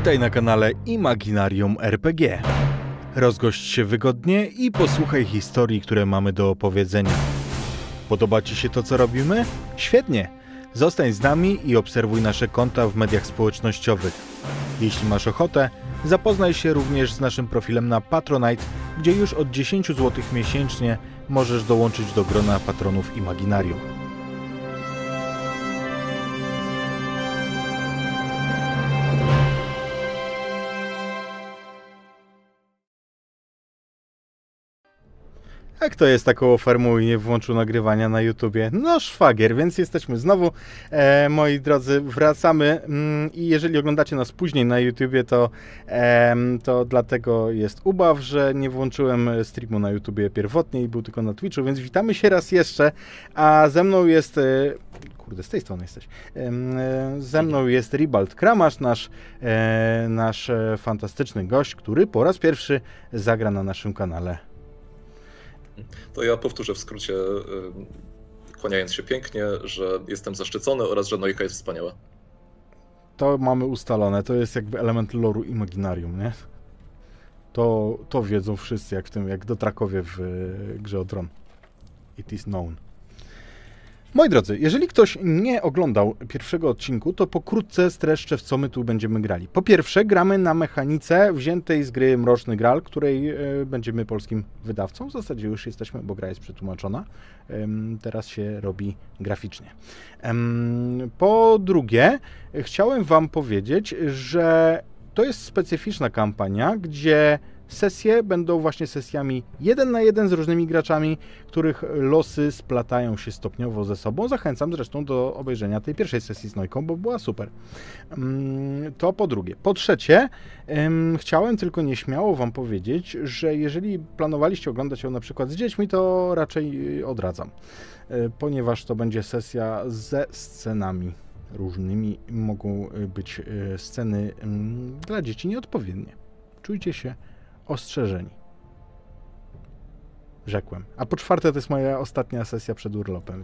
Witaj na kanale Imaginarium RPG. Rozgość się wygodnie i posłuchaj historii, które mamy do opowiedzenia. Podoba Ci się to, co robimy? Świetnie! Zostań z nami i obserwuj nasze konta w mediach społecznościowych. Jeśli masz ochotę, zapoznaj się również z naszym profilem na Patronite, gdzie już od 10 zł miesięcznie możesz dołączyć do grona patronów Imaginarium. Jak to jest taką formułą i nie włączył nagrywania na YouTubie? No szwagier, więc jesteśmy znowu, moi drodzy, wracamy i jeżeli oglądacie nas później na YouTubie, to dlatego jest ubaw, że nie włączyłem streamu na YouTubie pierwotnie i był tylko na Twitchu, więc witamy się raz jeszcze, a ze mną jest... Kurde, z tej strony jesteś. Ze mną jest Ribald Kramasz, nasz fantastyczny gość, który po raz pierwszy zagra na naszym kanale. To ja powtórzę w skrócie, kłaniając się pięknie, że jestem zaszczycony oraz że Nojka jest wspaniała. To mamy ustalone, to jest jakby element loru Imaginarium, nie? To wiedzą wszyscy, jak do Trakowie w Grze o Tron. It is known. Moi drodzy, jeżeli ktoś nie oglądał pierwszego odcinku, to pokrótce streszczę, w co my tu będziemy grali. Po pierwsze, gramy na mechanice wziętej z gry Mroczny Graal, której będziemy polskim wydawcą. W zasadzie już jesteśmy, bo gra jest przetłumaczona. Teraz się robi graficznie. Po drugie, chciałem Wam powiedzieć, że to jest specyficzna kampania, gdzie sesje będą właśnie sesjami 1 na 1 z różnymi graczami, których losy splatają się stopniowo ze sobą. Zachęcam zresztą do obejrzenia tej pierwszej sesji z Nojką, bo była super. To po drugie. Po trzecie, chciałem tylko nieśmiało Wam powiedzieć, że jeżeli planowaliście oglądać ją na przykład z dziećmi, to raczej odradzam, ponieważ to będzie sesja ze scenami różnymi. Mogą być sceny dla dzieci nieodpowiednie. Czujcie się ostrzeżeni. Rzekłem. A po czwarte, to jest moja ostatnia sesja przed urlopem,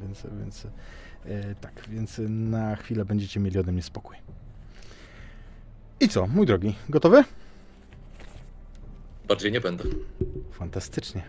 więc na chwilę będziecie mieli ode mnie spokój. I co, mój drogi, gotowy? Bardziej nie będę. Fantastycznie.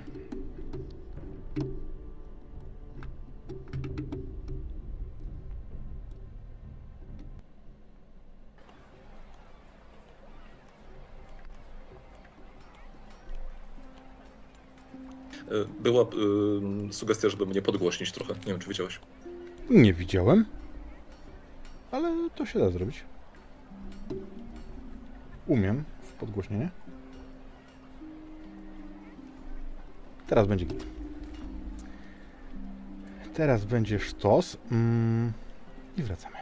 Była sugestia, żeby mnie podgłośnić trochę. Nie wiem, czy widziałeś. Nie widziałem, ale to się da zrobić. Umiem w podgłośnienie. Teraz będzie git. Teraz będzie sztos. I wracamy.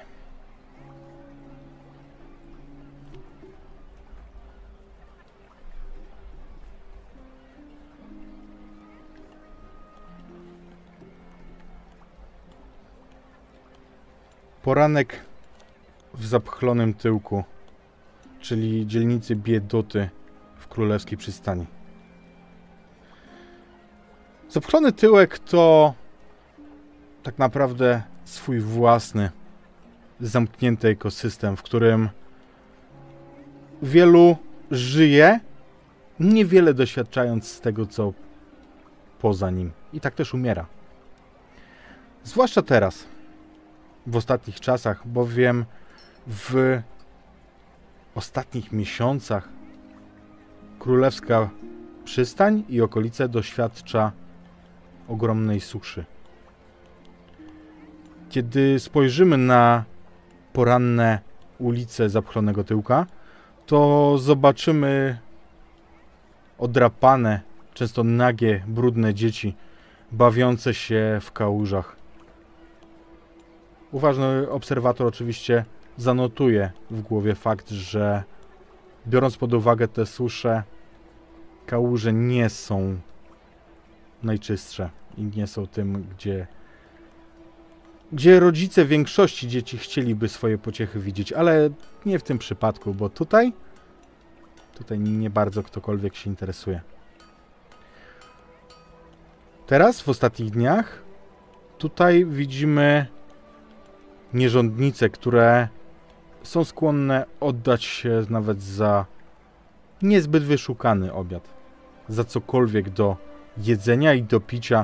Poranek w Zapchlonym Tyłku, czyli dzielnicy Biedoty w Królewskiej Przystani. Zapchlony Tyłek to tak naprawdę swój własny, zamknięty ekosystem, w którym wielu żyje, niewiele doświadczając z tego, co poza nim. I tak też umiera. Zwłaszcza teraz. W ostatnich czasach, bowiem w ostatnich miesiącach Królewska Przystań i okolice doświadcza ogromnej suszy. Kiedy spojrzymy na poranne ulice Zapchlonego Tyłka, to zobaczymy odrapane, często nagie, brudne dzieci bawiące się w kałużach. Uważny obserwator oczywiście zanotuje w głowie fakt, że biorąc pod uwagę te susze, kałuże nie są najczystsze i nie są tym, gdzie rodzice większości dzieci chcieliby swoje pociechy widzieć, ale nie w tym przypadku, bo tutaj nie bardzo ktokolwiek się interesuje. Teraz, w ostatnich dniach, tutaj widzimy nierządnice, które są skłonne oddać się nawet za niezbyt wyszukany obiad. Za cokolwiek do jedzenia i do picia.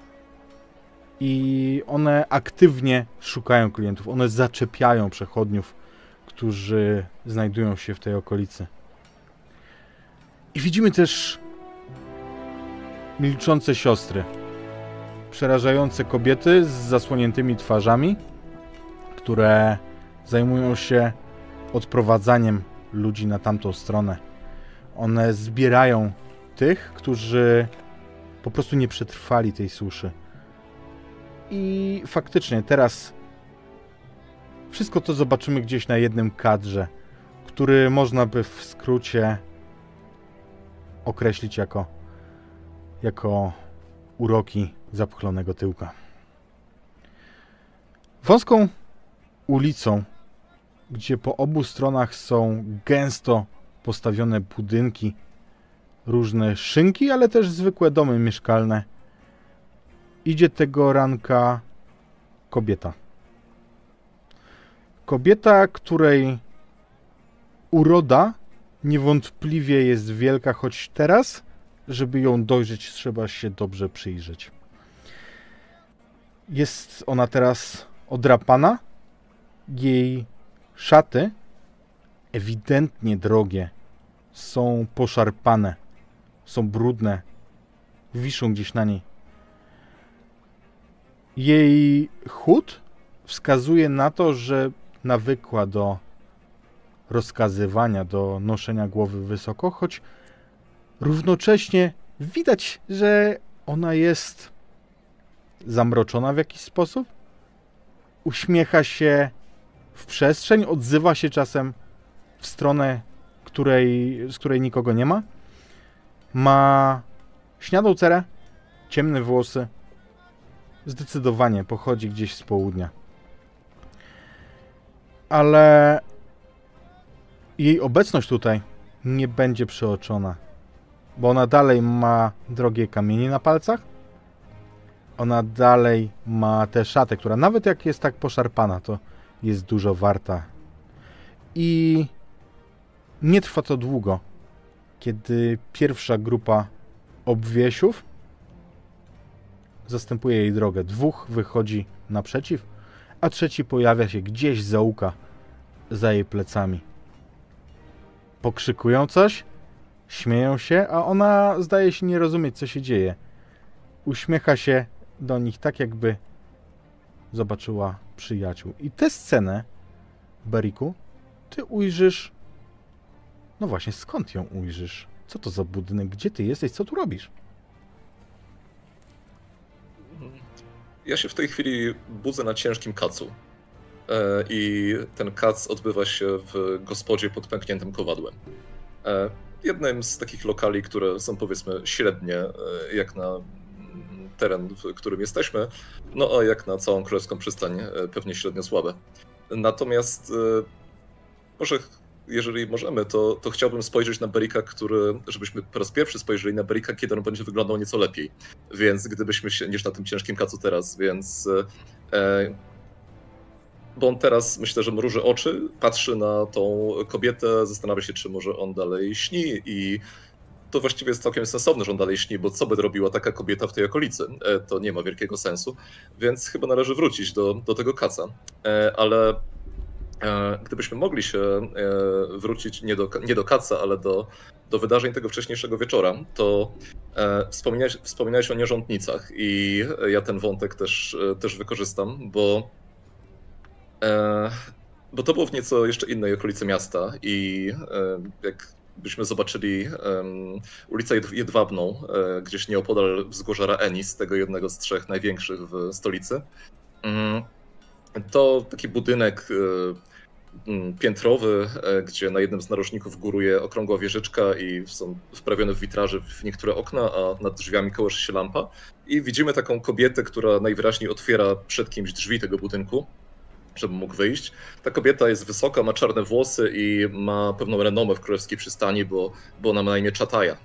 I one aktywnie szukają klientów. One zaczepiają przechodniów, którzy znajdują się w tej okolicy. I widzimy też milczące siostry. Przerażające kobiety z zasłoniętymi twarzami, które zajmują się odprowadzaniem ludzi na tamtą stronę. One zbierają tych, którzy po prostu nie przetrwali tej suszy. I faktycznie teraz wszystko to zobaczymy gdzieś na jednym kadrze, który można by w skrócie określić jako uroki zapchlonego tyłka. Wąską ulicą, gdzie po obu stronach są gęsto postawione budynki, różne szynki, ale też zwykłe domy mieszkalne, idzie tego ranka kobieta. Kobieta, której uroda niewątpliwie jest wielka, choć teraz, żeby ją dojrzeć, trzeba się dobrze przyjrzeć. Jest ona teraz odrapana. Jej szaty, ewidentnie drogie, są poszarpane, są brudne, wiszą gdzieś na niej. Jej chód wskazuje na to, że nawykła do rozkazywania, do noszenia głowy wysoko, choć równocześnie widać, że ona jest zamroczona w jakiś sposób. Uśmiecha się w przestrzeń, odzywa się czasem w stronę, z której nikogo nie ma. Ma śniadą cerę, ciemne włosy. Zdecydowanie pochodzi gdzieś z południa. Ale jej obecność tutaj nie będzie przeoczona, bo ona dalej ma drogie kamienie na palcach. Ona dalej ma tę szatę, która nawet jak jest tak poszarpana, to jest dużo warta. I nie trwa to długo, kiedy pierwsza grupa obwiesiów zastępuje jej drogę. Dwóch wychodzi naprzeciw, a trzeci pojawia się gdzieś z zaułka za jej plecami. Pokrzykują coś, śmieją się, a ona zdaje się nie rozumieć, co się dzieje. Uśmiecha się do nich tak, jakby zobaczyła przyjaciół. I tę scenę, Beriku, ty ujrzysz... No właśnie, skąd ją ujrzysz? Co to za budynek? Gdzie ty jesteś? Co tu robisz? Ja się w tej chwili budzę na ciężkim kacu. I ten kac odbywa się w gospodzie pod pękniętym kowadłem. Jednym z takich lokali, które są powiedzmy średnie, jak na teren, w którym jesteśmy, no a jak na całą królewską przystań pewnie średnio słabe. Natomiast może, jeżeli możemy, to chciałbym spojrzeć na Berika, żebyśmy po raz pierwszy spojrzeli na Berika, kiedy on będzie wyglądał nieco lepiej. Więc gdybyśmy się, niż na tym ciężkim kacu teraz, więc... Bo on teraz, myślę, że mruży oczy, patrzy na tą kobietę, zastanawia się, czy może on dalej śni i to właściwie jest całkiem sensowne, że on dalej śni, bo co by robiła taka kobieta w tej okolicy? To nie ma wielkiego sensu, więc chyba należy wrócić do tego kaca. Ale gdybyśmy mogli się wrócić nie do kaca, ale do wydarzeń tego wcześniejszego wieczora, to wspominałeś o nierządnicach i ja ten wątek też wykorzystam, bo to było w nieco jeszcze innej okolicy miasta i jakbyśmy zobaczyli ulicę Jedwabną, gdzieś nieopodal wzgórza Raenis, tego jednego z trzech największych w stolicy, to taki budynek piętrowy, gdzie na jednym z narożników góruje okrągła wieżyczka i są wprawione w witraże w niektóre okna, a nad drzwiami kołysze się lampa. I widzimy taką kobietę, która najwyraźniej otwiera przed kimś drzwi tego budynku, żeby mógł wyjść. Ta kobieta jest wysoka, ma czarne włosy i ma pewną renomę w królewskiej przystani, bo ona ma na imię Chataja.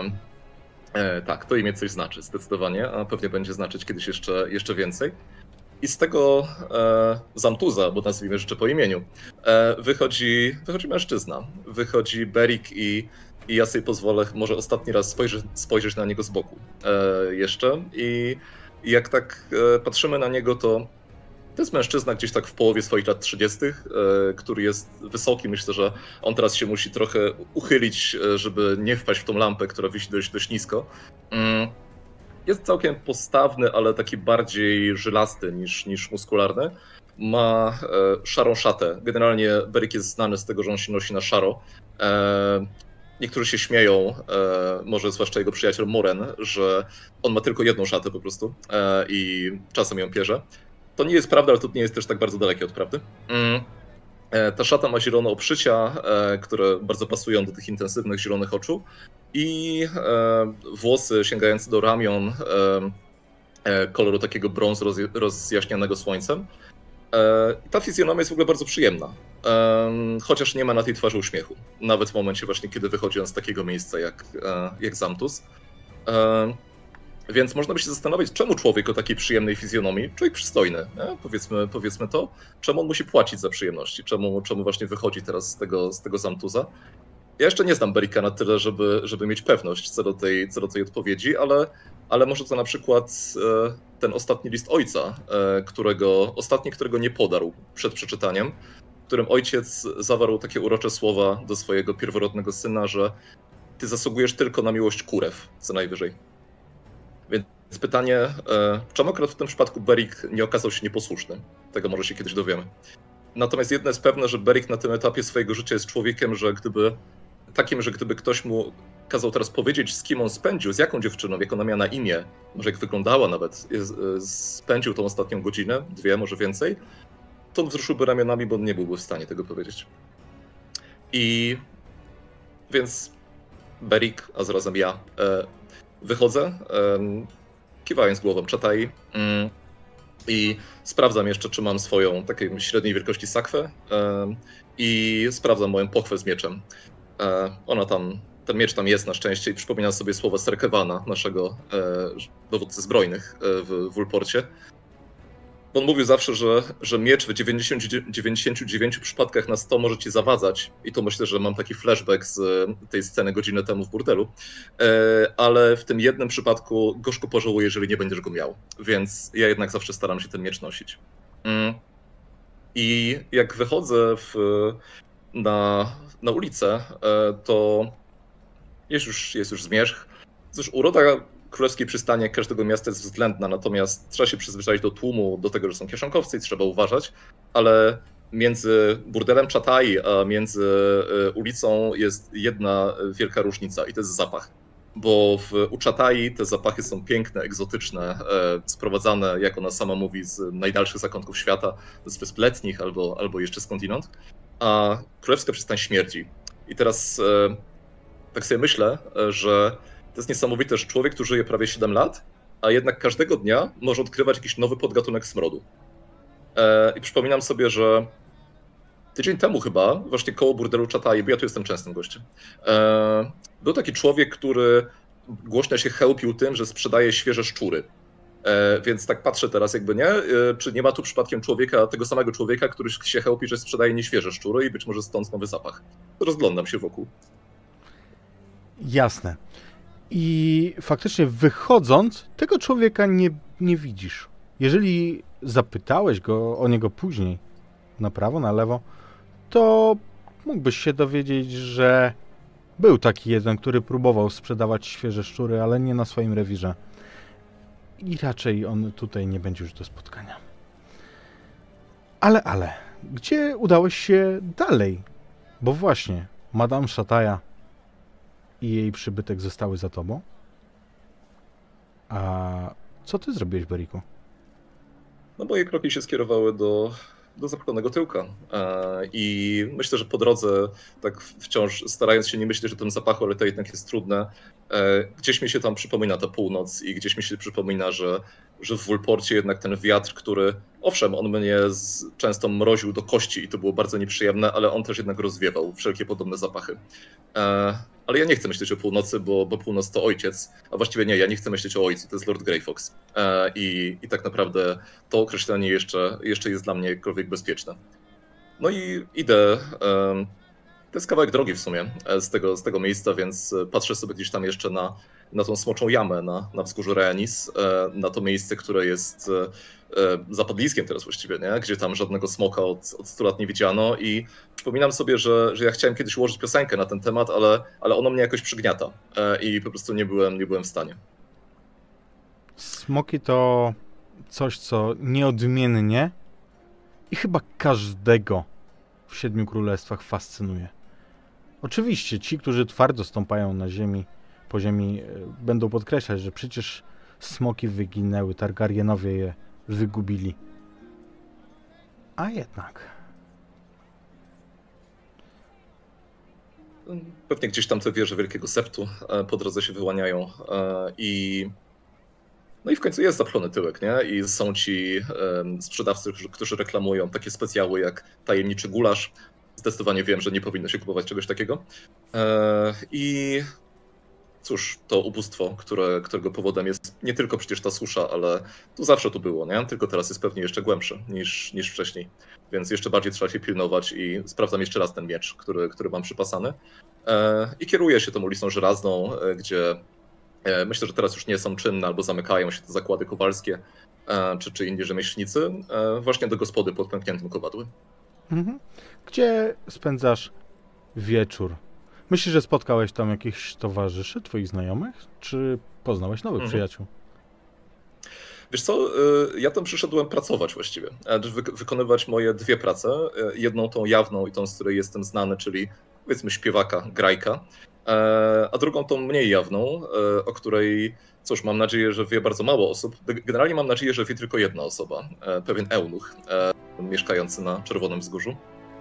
Tak, to imię coś znaczy, zdecydowanie, a pewnie będzie znaczyć kiedyś jeszcze więcej. I z tego zamtuza, bo nazwijmy rzeczy po imieniu, wychodzi mężczyzna. Wychodzi Beric i ja sobie pozwolę może ostatni raz spojrzeć na niego z boku jeszcze. I jak tak patrzymy na niego, to jest mężczyzna gdzieś tak w połowie swoich lat 30., który jest wysoki. Myślę, że on teraz się musi trochę uchylić, żeby nie wpaść w tą lampę, która wisi dość nisko. Jest całkiem postawny, ale taki bardziej żylasty niż muskularny. Ma szarą szatę. Generalnie Beric jest znany z tego, że on się nosi na szaro. Niektórzy się śmieją, może zwłaszcza jego przyjaciel Moren, że on ma tylko jedną szatę po prostu i czasem ją pierze. To nie jest prawda, ale to nie jest też tak bardzo dalekie od prawdy. Ta szata ma zielone obszycia, które bardzo pasują do tych intensywnych zielonych oczu i włosy sięgające do ramion koloru takiego brąz rozjaśnianego słońcem. Ta fizjonomia jest w ogóle bardzo przyjemna, chociaż nie ma na tej twarzy uśmiechu, nawet w momencie właśnie, kiedy wychodzi on z takiego miejsca jak Zamtus. Więc można by się zastanowić, czemu człowiek o takiej przyjemnej fizjonomii, człowiek przystojny, powiedzmy to, czemu on musi płacić za przyjemności, czemu właśnie wychodzi teraz z tego Zamtuza. Ja jeszcze nie znam Berica na tyle, żeby mieć pewność co do tej odpowiedzi, ale może to na przykład ten ostatni list ojca, którego nie podarł przed przeczytaniem, w którym ojciec zawarł takie urocze słowa do swojego pierworodnego syna, że ty zasługujesz tylko na miłość kurew, co najwyżej. Więc pytanie, czemu akurat w tym przypadku Beric nie okazał się nieposłuszny? Tego może się kiedyś dowiemy. Natomiast jedno jest pewne, że Beric na tym etapie swojego życia jest człowiekiem, że gdyby ktoś mu kazał teraz powiedzieć, z kim on spędził, z jaką dziewczyną, jak ona miała na imię, może jak wyglądała nawet, spędził tą ostatnią godzinę, 2, może więcej, to on wzruszyłby ramionami, bo on nie byłby w stanie tego powiedzieć. I więc Beric, a zarazem ja, wychodzę, kiwając głową Chatai i sprawdzam jeszcze, czy mam swoją takiej średniej wielkości sakwę i sprawdzam moją pochwę z mieczem. Ten miecz tam jest na szczęście i przypominam sobie słowa Serkewana, naszego dowódcy zbrojnych w Wulporcie. On mówił zawsze, że miecz w 99 przypadkach na 100 może ci zawadzać i to myślę, że mam taki flashback z tej sceny godzinę temu w burdelu, ale w tym jednym przypadku gorzko pożałuję, jeżeli nie będziesz go miał, więc ja jednak zawsze staram się ten miecz nosić. I jak wychodzę na ulicę, to jest już zmierzch. Cóż, uroda królewskiej przystani jak każdego miasta jest względna, natomiast trzeba się przyzwyczaić do tłumu, do tego, że są kieszonkowcy i trzeba uważać, ale między burdelem Chatai a między ulicą jest jedna wielka różnica i to jest zapach. Bo u Chatai te zapachy są piękne, egzotyczne, sprowadzane, jak ona sama mówi, z najdalszych zakątków świata, z Wysp Letnich albo jeszcze skądinąd, a królewska przystań śmierdzi. I teraz tak sobie myślę, że to jest niesamowite, że człowiek, który żyje prawie 7 lat, a jednak każdego dnia może odkrywać jakiś nowy podgatunek smrodu. I przypominam sobie, że tydzień temu chyba, właśnie koło burdelu Chatai, bo ja tu jestem częstym gościem, był taki człowiek, który głośno się chełpił tym, że sprzedaje świeże szczury. Więc tak patrzę teraz jakby nie, czy nie ma tu przypadkiem tego samego człowieka, który się chełpi, że sprzedaje nieświeże szczury i być może stąd nowy zapach. Rozglądam się wokół. Jasne. I faktycznie wychodząc, tego człowieka nie widzisz. Jeżeli zapytałeś go o niego później, na prawo, na lewo, to mógłbyś się dowiedzieć, że był taki jeden, który próbował sprzedawać świeże szczury, ale nie na swoim rewirze. I raczej on tutaj nie będzie już do spotkania. Ale, gdzie udałeś się dalej? Bo właśnie, Madame Chataia i jej przybytek zostały za tobą. A co ty zrobiłeś, Bericu? No moje kroki się skierowały do zapalonego tyłka. I myślę, że po drodze, tak wciąż starając się nie myśleć o tym zapachu, ale to jednak jest trudne, gdzieś mi się tam przypomina ta północ i gdzieś mi się przypomina, że w Wulporcie jednak ten wiatr, który, owszem, on mnie często mroził do kości i to było bardzo nieprzyjemne, ale on też jednak rozwiewał wszelkie podobne zapachy. ale ja nie chcę myśleć o północy, bo północ to ojciec, a właściwie nie, ja nie chcę myśleć o ojcu, to jest Lord Greyfox. I tak naprawdę to określenie jeszcze jest dla mnie jakkolwiek bezpieczne. No i idę, to jest kawałek drogi w sumie z tego miejsca, więc patrzę sobie gdzieś tam jeszcze na tą smoczą jamę na wzgórzu Rhaenys, na to miejsce, które jest zapadliskiem teraz właściwie, nie? Gdzie tam żadnego smoka od 100 lat nie widziano i przypominam sobie, że ja chciałem kiedyś ułożyć piosenkę na ten temat, ale ono mnie jakoś przygniata i po prostu nie byłem w stanie. Smoki to coś, co nieodmiennie i chyba każdego w Siedmiu Królestwach fascynuje. Oczywiście ci, którzy twardo stąpają po ziemi, będą podkreślać, że przecież smoki wyginęły, Targaryenowie je wygubili. A jednak. Pewnie gdzieś tam te wieże Wielkiego Septu po drodze się wyłaniają no i w końcu jest zapchlony tyłek, nie? I są ci sprzedawcy, którzy reklamują takie specjały jak tajemniczy gulasz. Zdecydowanie wiem, że nie powinno się kupować czegoś takiego. I cóż, to ubóstwo, którego powodem jest nie tylko przecież ta susza, ale tu zawsze to było, nie? Tylko teraz jest pewnie jeszcze głębsze niż wcześniej. Więc jeszcze bardziej trzeba się pilnować i sprawdzam jeszcze raz ten miecz, który mam przypasany. I kieruję się tą ulicą Żelazną, gdzie myślę, że teraz już nie są czynne albo zamykają się te zakłady kowalskie czy inni rzemieślnicy, właśnie do gospody pod pękniętym kowadłem. Mhm. Gdzie spędzasz wieczór? Myślisz, że spotkałeś tam jakichś towarzyszy, twoich znajomych? Czy poznałeś nowych przyjaciół? Wiesz co, ja tam przyszedłem pracować właściwie, wykonywać moje dwie prace. Jedną tą jawną i tą, z której jestem znany, czyli powiedzmy śpiewaka, grajka, a drugą tą mniej jawną, o której, cóż, mam nadzieję, że wie bardzo mało osób. Generalnie mam nadzieję, że wie tylko jedna osoba, pewien eunuch mieszkający na Czerwonym Wzgórzu.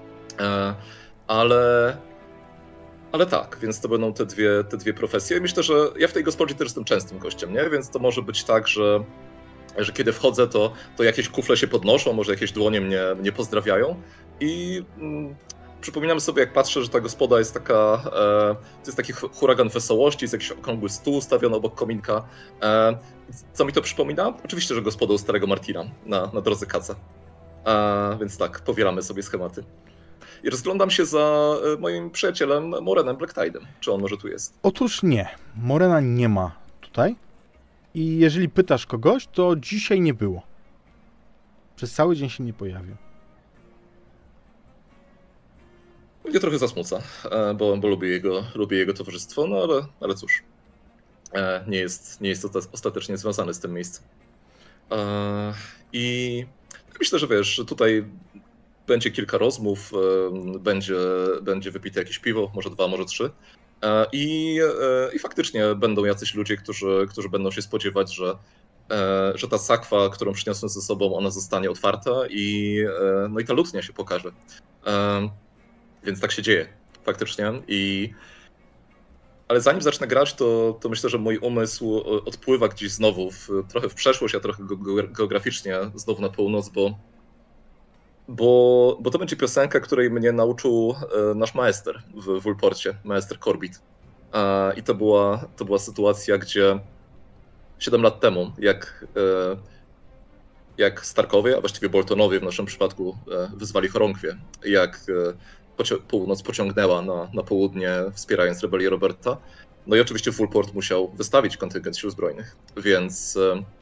Ale tak, więc to będą te dwie profesje. Myślę, że ja w tej gospodzie też jestem częstym gościem, nie? Więc to może być tak, że kiedy wchodzę, to jakieś kufle się podnoszą, może jakieś dłonie mnie pozdrawiają i przypominam sobie, jak patrzę, że ta gospoda jest taka, to jest taki huragan wesołości, jest jakiś okrągły stół stawiony obok kominka. Co mi to przypomina? Oczywiście, że gospodą starego Martina na drodze kaca. Więc tak, powielamy sobie schematy. I rozglądam się za moim przyjacielem Morenem Blacktide'em. Czy on może tu jest? Otóż nie. Morena nie ma tutaj. I jeżeli pytasz kogoś, to dzisiaj nie było. Przez cały dzień się nie pojawił. Mnie trochę zasmuca, bo lubię jego towarzystwo, no ale cóż. Nie jest ostatecznie związany z tym miejscem. I myślę, że wiesz, że tutaj będzie kilka rozmów, będzie wypite jakieś piwo, może 2, może 3. I faktycznie będą jacyś ludzie, którzy będą się spodziewać, że ta sakwa, którą przyniosłem ze sobą, ona zostanie otwarta i ta lutnia się pokaże. Więc tak się dzieje faktycznie. Ale zanim zacznę grać, to myślę, że mój umysł odpływa gdzieś znowu trochę w przeszłość, a trochę geograficznie znowu na północ, bo to będzie piosenka, której mnie nauczył nasz maester w Vulporcie, maester Corbett. I to była sytuacja, gdzie 7 lat temu, jak Starkowie, a właściwie Boltonowie w naszym przypadku wyzwali chorągwie, jak północ pociągnęła na południe, wspierając rebelię Roberta. No i oczywiście Vulport musiał wystawić kontyngent sił zbrojnych, więc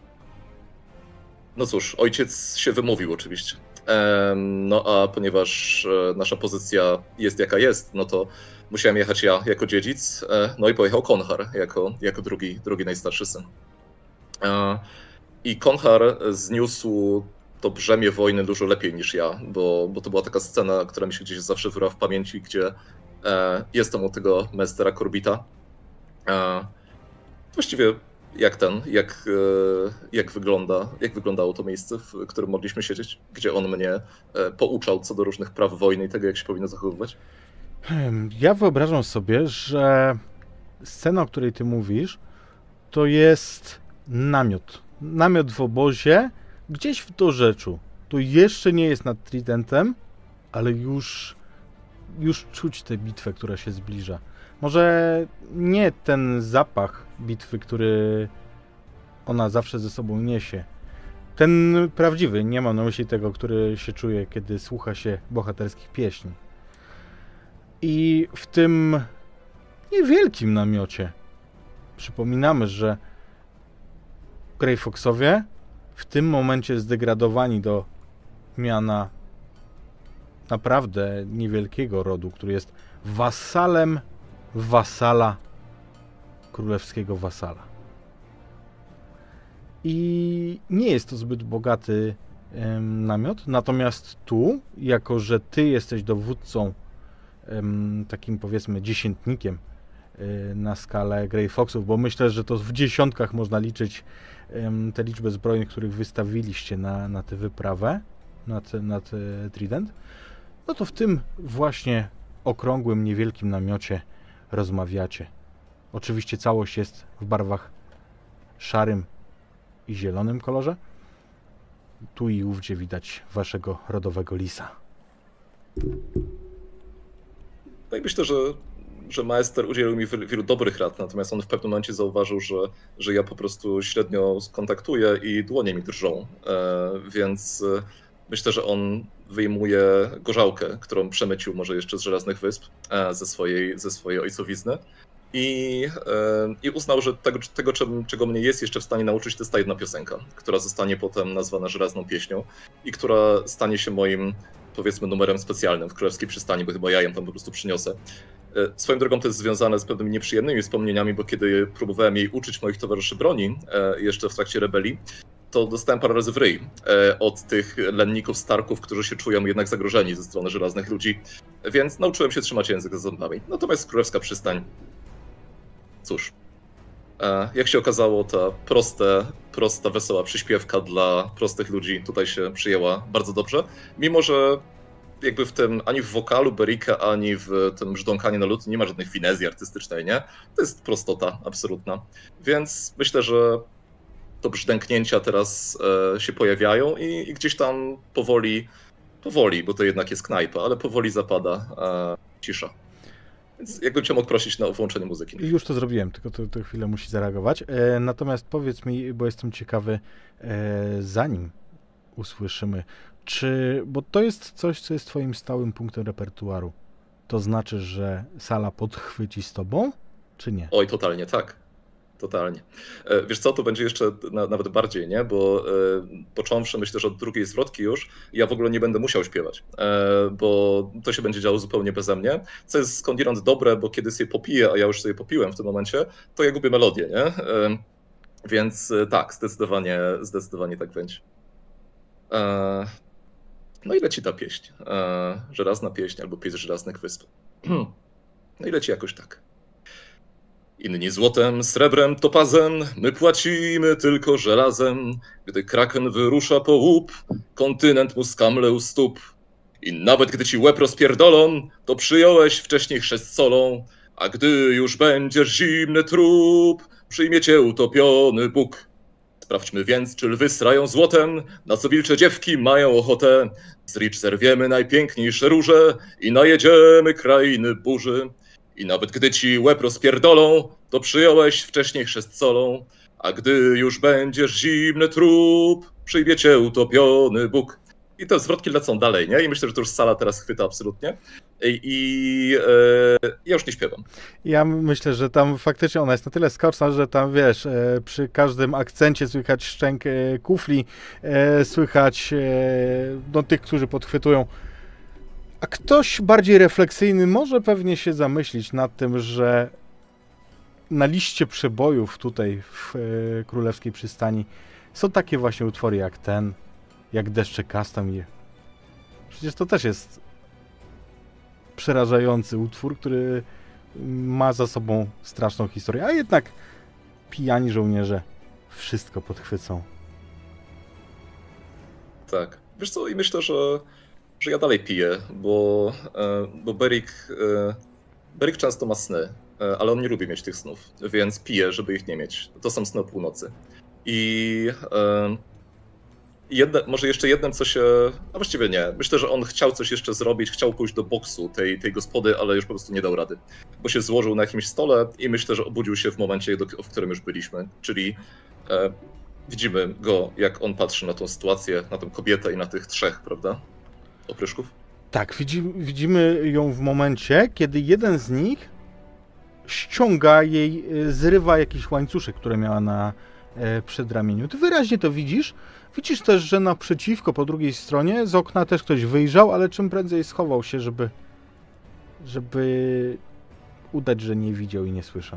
no cóż, ojciec się wymówił oczywiście. No a ponieważ nasza pozycja jest jaka jest, no to musiałem jechać ja jako dziedzic, no i pojechał Konhar jako drugi najstarszy syn. I Konhar zniósł to brzemię wojny dużo lepiej niż ja, bo to była taka scena, która mi się gdzieś zawsze wyrywa w pamięci, gdzie jestem u tego maestera Corbetta. Właściwie jak wyglądało to miejsce, w którym mogliśmy siedzieć, gdzie on mnie pouczał co do różnych praw wojny i tego, jak się powinno zachowywać? Ja wyobrażam sobie, że scena, o której ty mówisz, to jest namiot. Namiot w obozie, gdzieś w dorzeczu. To jeszcze nie jest nad Tridentem, ale już już czuć tę bitwę, która się zbliża. Może nie ten zapach bitwy, który ona zawsze ze sobą niesie. Ten prawdziwy, nie mam na myśli tego, który się czuje, kiedy słucha się bohaterskich pieśni. I w tym niewielkim namiocie przypominamy, że Grey Foxowie w tym momencie zdegradowani do miana naprawdę niewielkiego rodu, który jest wasalem wasala, królewskiego wasala. I nie jest to zbyt bogaty namiot, natomiast tu, jako że ty jesteś dowódcą, takim powiedzmy dziesiętnikiem na skalę Grey Foxów, bo myślę, że to w dziesiątkach można liczyć te liczby zbrojnych, których wystawiliście na tę wyprawę, na Trident, no to w tym właśnie okrągłym, niewielkim namiocie rozmawiacie. Oczywiście całość jest w barwach szarym i zielonym kolorze. Tu i ówdzie widać waszego rodowego lisa. No i myślę, że Maester udzielił mi wielu dobrych rad, natomiast on w pewnym momencie zauważył, że ja po prostu średnio kontaktuję i dłonie mi drżą, więc myślę, że on wyjmuje gorzałkę, którą przemycił może jeszcze z Żelaznych Wysp, ze swojej ojcowizny i uznał, że tego, czego mnie jest jeszcze w stanie nauczyć, to jest ta jedna piosenka, która zostanie potem nazwana Żelazną Pieśnią i która stanie się moim, powiedzmy, numerem specjalnym w Królewskiej Przystani, bo chyba ja ją tam po prostu przyniosę. Swoją drogą to jest związane z pewnymi nieprzyjemnymi wspomnieniami, bo kiedy próbowałem jej uczyć moich towarzyszy broni jeszcze w trakcie rebelii, to dostałem parę razy w ryj od tych lenników Starków, którzy się czują jednak zagrożeni ze strony żelaznych ludzi, więc nauczyłem się trzymać język za zębami. Natomiast Królewska Przystań, cóż, jak się okazało, ta prosta, wesoła przyśpiewka dla prostych ludzi tutaj się przyjęła bardzo dobrze, mimo że jakby w tym, ani w wokalu Berika, ani w tym brzdąkaniu na lód nie ma żadnej finezji artystycznej, nie? To jest prostota absolutna. Więc myślę, że to brzdęknięcia teraz się pojawiają i gdzieś tam powoli, bo to jednak jest knajpa, ale powoli zapada cisza. Więc jakbym cię mógł prosić o włączenie muzyki. Już to zrobiłem, tylko to chwilę musi zareagować. Natomiast powiedz mi, bo jestem ciekawy, zanim usłyszymy, bo to jest coś, co jest twoim stałym punktem repertuaru. To znaczy, że sala podchwyci z tobą, czy nie? Oj, totalnie tak. Totalnie. Wiesz co, to będzie jeszcze nawet bardziej, nie? Bo począwszy, myślę, że od drugiej zwrotki już, ja w ogóle nie będę musiał śpiewać, bo to się będzie działo zupełnie beze mnie, co jest skądinąd dobre, bo kiedy sobie popiję, a ja już sobie popiłem w tym momencie, to ja gubię melodię, nie? Więc tak, zdecydowanie tak będzie. No i leci ta pieśń. Żelazna pieśń albo pieśń Żelaznych Wysp. No i leci jakoś tak. Inni złotem, srebrem, topazem, my płacimy tylko żelazem. Gdy kraken wyrusza po łup, kontynent mu skamle u stóp. I nawet gdy ci łeb rozpierdolą, to przyjąłeś wcześniej chrzest solą. A gdy już będziesz zimny trup, przyjmie cię utopiony Bóg. Sprawdźmy więc, czy lwy srają złotem, na co wilcze dziewki mają ochotę. Z ricz zerwiemy najpiękniejsze róże i najedziemy krainy burzy. I nawet gdy ci łeb rozpierdolą, to przyjąłeś wcześniej chrzest solą. A gdy już będziesz zimny trup, przyjmie cię utopiony Bóg. I te zwrotki lecą dalej, nie? I myślę, że to już sala teraz chwyta absolutnie. Ja już nie śpiewam. Ja myślę, że tam faktycznie ona jest na tyle skoczna, że tam, wiesz, przy każdym akcencie słychać szczęk kufli, słychać tych, którzy podchwytują. A ktoś bardziej refleksyjny może pewnie się zamyślić nad tym, że na liście przebojów tutaj w Królewskiej Przystani są takie właśnie utwory jak ten, jak Deszcze Kastamir. Przecież to też jest przerażający utwór, który ma za sobą straszną historię, a jednak pijani żołnierze wszystko podchwycą. Tak. Wiesz co, i myślę, że ja dalej piję, bo Beric często ma sny, ale on nie lubi mieć tych snów, więc pije, żeby ich nie mieć. To są sny o północy. I może jeszcze jednym, co się... A właściwie nie. Myślę, że on chciał coś jeszcze zrobić, chciał pójść do boksu tej gospody, ale już po prostu nie dał rady. Bo się złożył na jakimś stole i myślę, że obudził się w momencie, w którym już byliśmy. Czyli widzimy go, jak on patrzy na tą sytuację, na tę kobietę i na tych trzech, prawda? Opryszków. Tak, widzimy ją w momencie, kiedy jeden z nich ściąga jej, zrywa jakiś łańcuszek, które miała na przedramieniu. Ty wyraźnie to widzisz. Widzisz też, że naprzeciwko, po drugiej stronie, z okna też ktoś wyjrzał, ale czym prędzej schował się, żeby udać, że nie widział i nie słyszał.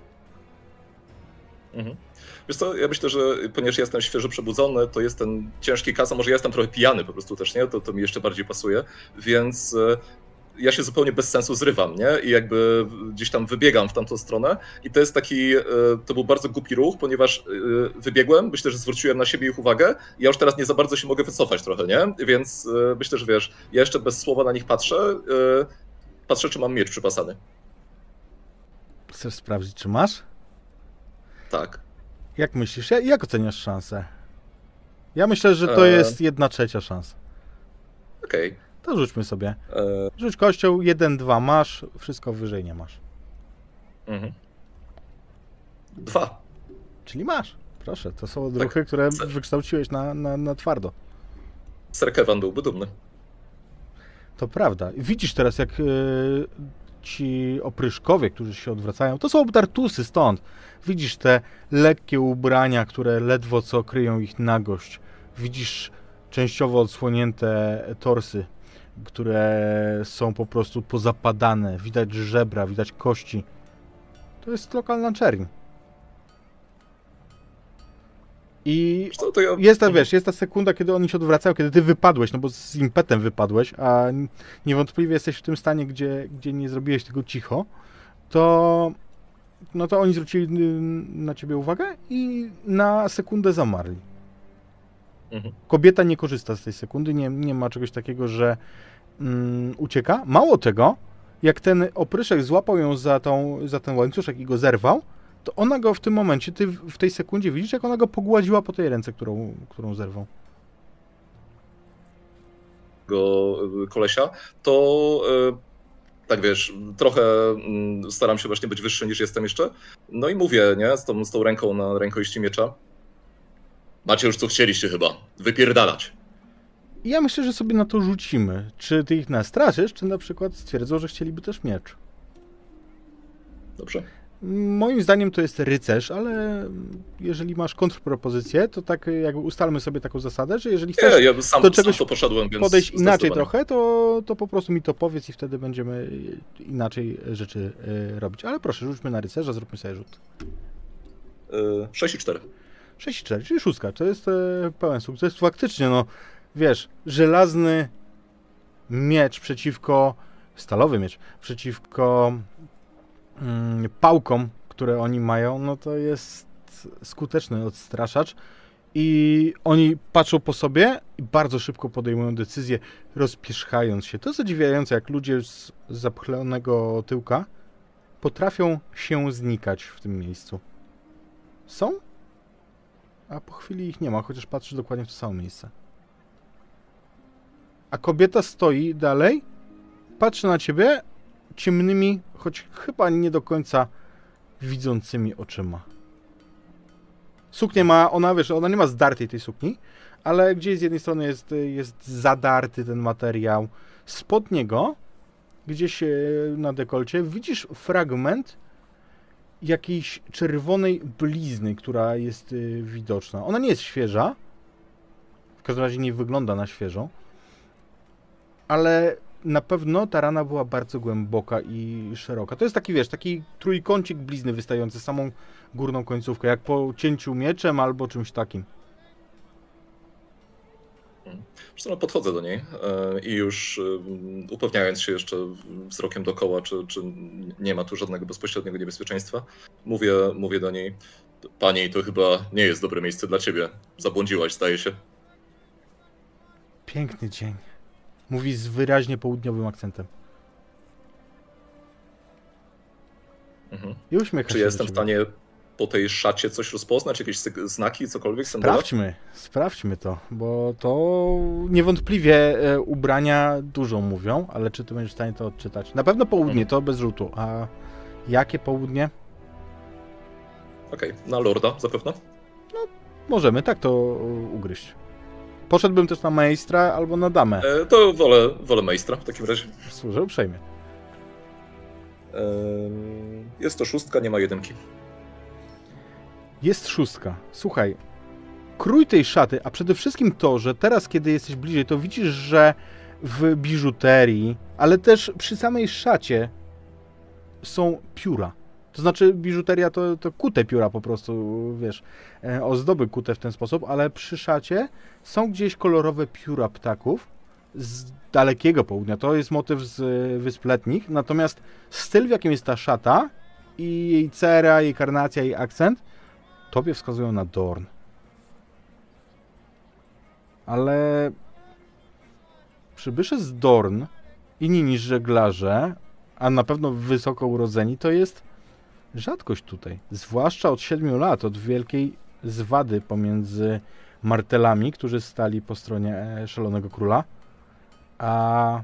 Mhm. Wiesz co, ja myślę, że ponieważ jestem świeżo przebudzony, to jest ten ciężki kas, a może ja jestem trochę pijany po prostu też, nie? To mi jeszcze bardziej pasuje, więc ja się zupełnie bez sensu zrywam, nie? I jakby gdzieś tam wybiegam w tamtą stronę i to jest taki, to był bardzo głupi ruch, ponieważ wybiegłem, myślę, że zwróciłem na siebie ich uwagę i ja już teraz nie za bardzo się mogę wycofać trochę, nie? Więc myślę, że wiesz, ja jeszcze bez słowa na nich patrzę, czy mam miecz przypasany. Chcesz sprawdzić, czy masz? Tak. Jak myślisz? Jak oceniasz szansę? Ja myślę, że to jest 1/3 szans. Okej. To rzućmy sobie. Rzuć kością, 1, 2 masz, wszystko wyżej nie masz. 2. Czyli masz. Proszę, to są odruchy, które wykształciłeś na twardo. Sir Kevin byłby dumny. To prawda. Widzisz teraz, jak ci opryszkowie, którzy się odwracają, to są obdartusy stąd. Widzisz te lekkie ubrania, które ledwo co kryją ich nagość. Widzisz częściowo odsłonięte torsy, które są po prostu pozapadane. Widać żebra, widać kości. To jest lokalna czerń. I jest ta sekunda, kiedy oni się odwracają, kiedy ty wypadłeś, no bo z impetem wypadłeś, a niewątpliwie jesteś w tym stanie, gdzie nie zrobiłeś tego cicho, to oni zwrócili na ciebie uwagę i na sekundę zamarli. Kobieta nie korzysta z tej sekundy, nie ma czegoś takiego, że ucieka. Mało tego, jak ten opryszek złapał ją za ten łańcuszek i go zerwał, to ona go w tym momencie, ty w tej sekundzie widzisz, jak ona go pogładziła po tej ręce, którą zerwał. Kolesia, to tak wiesz, trochę staram się właśnie być wyższy niż jestem jeszcze. No i mówię, nie, z tą ręką na rękojeści miecza. Macie już co chcieliście chyba, wypierdalać. Ja myślę, że sobie na to rzucimy. Czy ty ich nastraszysz, czy na przykład stwierdzą, że chcieliby też miecz. Dobrze. Moim zdaniem to jest rycerz, ale jeżeli masz kontrpropozycję, to tak jakby ustalmy sobie taką zasadę, że jeżeli chcesz do czegoś to poszedłem, więc podejść inaczej trochę, to po prostu mi to powiedz i wtedy będziemy inaczej rzeczy robić. Ale proszę, rzućmy na rycerza, zróbmy sobie rzut. 6 i 4. 6 i 4, czyli 6. To jest pełen sukces. Faktycznie, no wiesz, żelazny miecz stalowy miecz przeciwko pałkom, które oni mają, no to jest skuteczny odstraszacz i oni patrzą po sobie i bardzo szybko podejmują decyzję, rozpierzchając się. To jest zadziwiające, jak ludzie z zapchlonego tyłka potrafią się znikać w tym miejscu. Są? A po chwili ich nie ma, chociaż patrzysz dokładnie w to samo miejsce. A kobieta stoi dalej, patrzy na ciebie ciemnymi, choć chyba nie do końca widzącymi oczyma. Suknię ma, ona nie ma zdartej tej sukni, ale gdzieś z jednej strony jest zadarty ten materiał. Spod niego, gdzieś na dekolcie, widzisz fragment jakiejś czerwonej blizny, która jest widoczna. Ona nie jest świeża, w każdym razie nie wygląda na świeżą, ale na pewno ta rana była bardzo głęboka i szeroka. To jest taki, wiesz, taki trójkącik blizny wystający samą górną końcówkę, jak po cięciu mieczem albo czymś takim. Zresztą podchodzę do niej i już upewniając się jeszcze wzrokiem dookoła, czy nie ma tu żadnego bezpośredniego niebezpieczeństwa, mówię do niej: pani, to chyba nie jest dobre miejsce dla ciebie. Zabłądziłaś, zdaje się. Piękny dzień. Mówi z wyraźnie południowym akcentem. I uśmiecha się. Czy jestem w stanie po tej szacie coś rozpoznać? Jakieś znaki, cokolwiek? Symbole? Sprawdźmy to, bo to niewątpliwie ubrania dużo mówią, ale czy ty będziesz w stanie to odczytać? Na pewno południe, to bez rzutu. A jakie południe? Okej, na lorda zapewne? Możemy tak to ugryźć. Poszedłbym też na majstra albo na damę. To wolę majstra w takim razie. Służę uprzejmie. Jest to 6, nie ma 1. Jest 6. Słuchaj, krój tej szaty, a przede wszystkim to, że teraz, kiedy jesteś bliżej, to widzisz, że w biżuterii, ale też przy samej szacie są pióra. To znaczy biżuteria to kute pióra po prostu, wiesz, ozdoby kute w ten sposób, ale przy szacie są gdzieś kolorowe pióra ptaków z dalekiego południa. To jest motyw z Wysp Letnich, natomiast styl, w jakim jest ta szata i jej cera, jej karnacja, jej akcent, tobie wskazują na Dorn. Ale przybysze z Dorn, inni niż żeglarze, a na pewno wysoko urodzeni, to jest rzadkość tutaj. Zwłaszcza od 7 lat, od wielkiej zwady pomiędzy martelami, którzy stali po stronie Szalonego Króla, a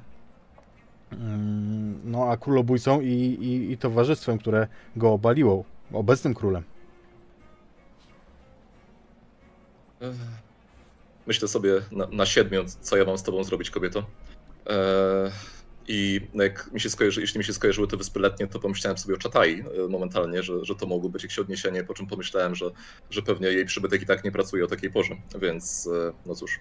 królobójcą i towarzystwem, które go obaliło, obecnym królem. Myślę sobie na 7, co ja mam z tobą zrobić, kobieto. I jak jeśli mi się skojarzyły te Wyspy Letnie, to pomyślałem sobie o Czatai momentalnie, że to mogło być jakieś odniesienie, po czym pomyślałem, że pewnie jej przybytek i tak nie pracuje o takiej porze, więc no cóż.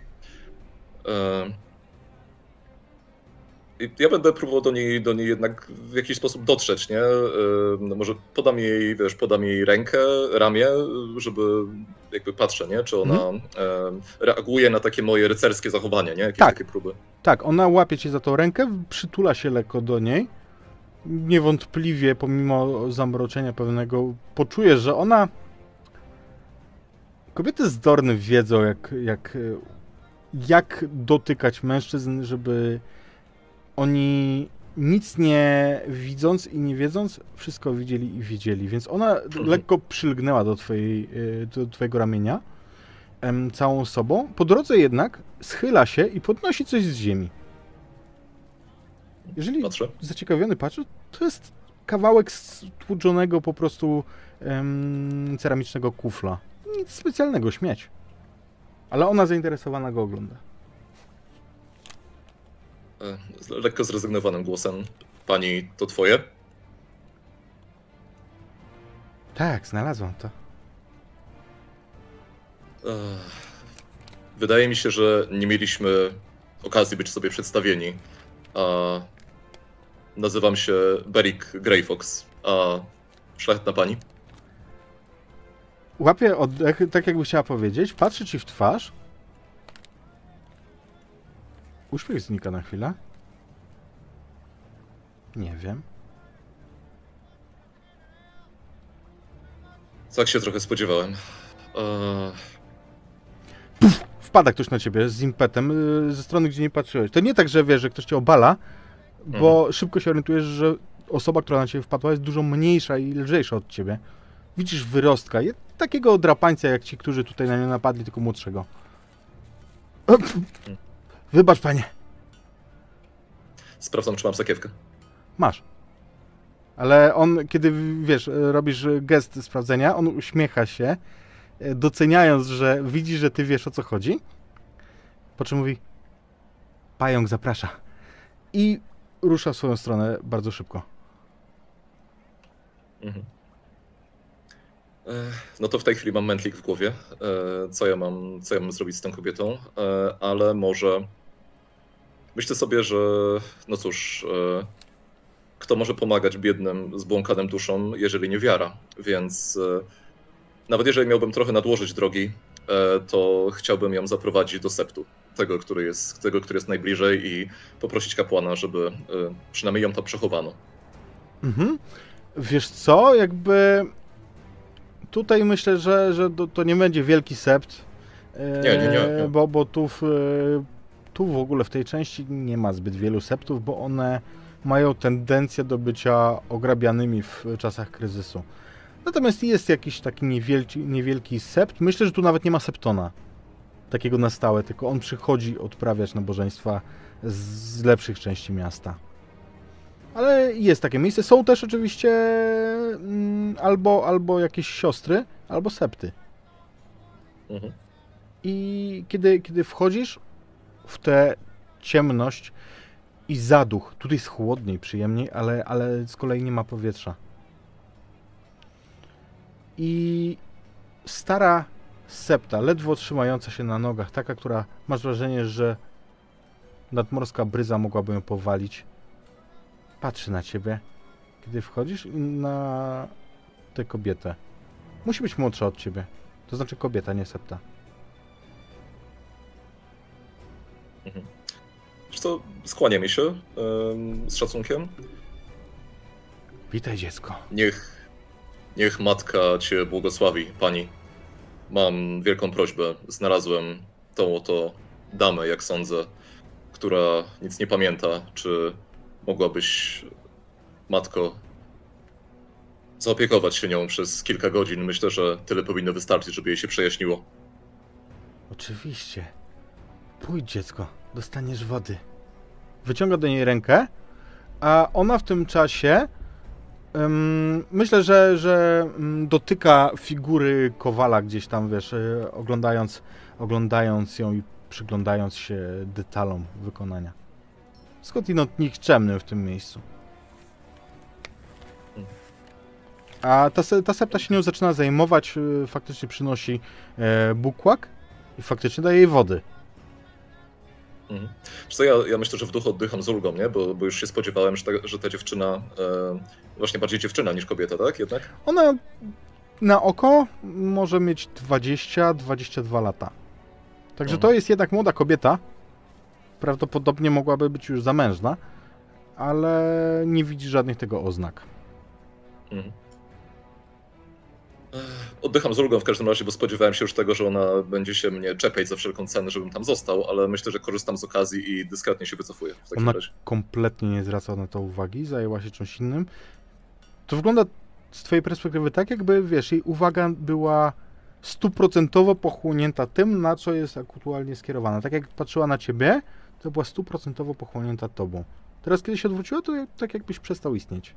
Ja będę próbował do niej jednak w jakiś sposób dotrzeć, nie? Może podam jej rękę, ramię, żeby jakby patrzę, nie? Czy ona reaguje na takie moje rycerskie zachowanie, nie? Jakieś takie próby. Tak, ona łapie cię za tą rękę, przytula się lekko do niej. Niewątpliwie, pomimo zamroczenia pewnego, poczujesz, że ona... Kobiety z Dorn wiedzą, jak dotykać mężczyzn, żeby oni nic nie widząc i nie wiedząc, wszystko widzieli i wiedzieli. Więc ona lekko przylgnęła do twojego ramienia całą sobą. Po drodze jednak schyla się i podnosi coś z ziemi. Jeżeli zaciekawiony patrzy, to jest kawałek stłuczonego po prostu ceramicznego kufla. Nic specjalnego, śmieć. Ale ona zainteresowana go ogląda. Lekko zrezygnowanym głosem. Pani, to twoje? Tak, znalazłam to. Wydaje mi się, że nie mieliśmy okazji być sobie przedstawieni. Nazywam się Beric Greyfox, a szlachetna pani? Łapię oddech, tak jakby chciała powiedzieć, patrzy ci w twarz. Uśmiech znika na chwilę. Nie wiem. Tak się trochę spodziewałem. Wpada ktoś na ciebie z impetem ze strony, gdzie nie patrzyłeś. To nie tak, że wiesz, że ktoś cię obala, bo szybko się orientujesz, że osoba, która na ciebie wpadła, jest dużo mniejsza i lżejsza od ciebie. Widzisz wyrostka, takiego drapańca jak ci, którzy tutaj na nią napadli, tylko młodszego. Wybacz, panie. Sprawdzam, czy mam sakiewkę. Masz. Ale on, kiedy, wiesz, robisz gest sprawdzenia, on uśmiecha się, doceniając, że widzi, że ty wiesz, o co chodzi. Po czym mówi: pająk zaprasza. I rusza w swoją stronę bardzo szybko. No to w tej chwili mam mętlik w głowie, co ja mam zrobić z tą kobietą, ale może myślę sobie, że no cóż, kto może pomagać biednym, zbłąkanym duszom, jeżeli nie wiara, więc nawet jeżeli miałbym trochę nadłożyć drogi, to chciałbym ją zaprowadzić do septu, tego, który jest najbliżej, i poprosić kapłana, żeby przynajmniej ją tam przechowano. Wiesz co, jakby tutaj myślę, że to nie będzie wielki sept. Nie. Bo tu w ogóle w tej części nie ma zbyt wielu septów, bo one mają tendencję do bycia ograbianymi w czasach kryzysu. Natomiast jest jakiś taki niewielki sept. Myślę, że tu nawet nie ma septona takiego na stałe, tylko on przychodzi odprawiać nabożeństwa z lepszych części miasta. Ale jest takie miejsce. Są też oczywiście albo jakieś siostry, albo septy. Mhm. I kiedy wchodzisz w tę ciemność i zaduch, tutaj jest chłodniej, przyjemniej, ale z kolei nie ma powietrza. I stara septa, ledwo trzymająca się na nogach, taka, która masz wrażenie, że nadmorska bryza mogłaby ją powalić, patrzy na ciebie, kiedy wchodzisz, i na tę kobietę. Musi być młodsza od ciebie. To znaczy kobieta, nie septa. Mhm. Wiesz co, skłania mi się z szacunkiem. Witaj, dziecko. Niech matka cię błogosławi, pani. Mam wielką prośbę. Znalazłem tą oto damę, jak sądzę, która nic nie pamięta. Czy mogłabyś, matko, zaopiekować się nią przez kilka godzin? Myślę, że tyle powinno wystarczyć, żeby jej się przejaśniło. Oczywiście. Pójdź, dziecko, dostaniesz wody. Wyciąga do niej rękę, a ona w tym czasie myślę, że dotyka figury Kowala gdzieś tam, wiesz, oglądając ją i przyglądając się detalom wykonania. Skądinąd nikczemnym w tym miejscu. A ta septa się nią zaczyna zajmować, faktycznie przynosi bukłak i faktycznie daje jej wody. Mhm. Wiesz co, ja myślę, że w duchu oddycham z ulgą, nie? Bo już się spodziewałem, że ta dziewczyna, właśnie bardziej dziewczyna niż kobieta, tak? Jednak? Ona na oko może mieć 20-22 lata. Także to jest jednak młoda kobieta. Prawdopodobnie mogłaby być już zamężna, ale nie widzi żadnych tego oznak. Mhm. Oddycham z ulgą w każdym razie, bo spodziewałem się już tego, że ona będzie się mnie czepiać za wszelką cenę, żebym tam został, ale myślę, że korzystam z okazji i dyskretnie się wycofuję w takim Ona razie. kompletnie nie zwraca na to uwagi, zajęła się czymś innym. To wygląda z twojej perspektywy tak, jakby, wiesz, jej uwaga była 100% pochłonięta tym, na co jest aktualnie skierowana. Tak jak patrzyła na ciebie, to była 100% pochłonięta tobą. Teraz, kiedy się odwróciła, to tak jakbyś przestał istnieć.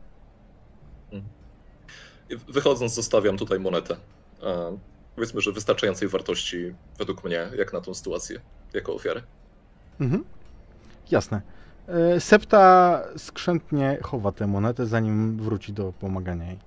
Wychodząc, zostawiam tutaj monetę. Powiedzmy, że wystarczającej wartości według mnie, jak na tą sytuację, jako ofiarę. Mhm. Jasne. Septa skrzętnie chowa tę monetę, zanim wróci do pomagania jej.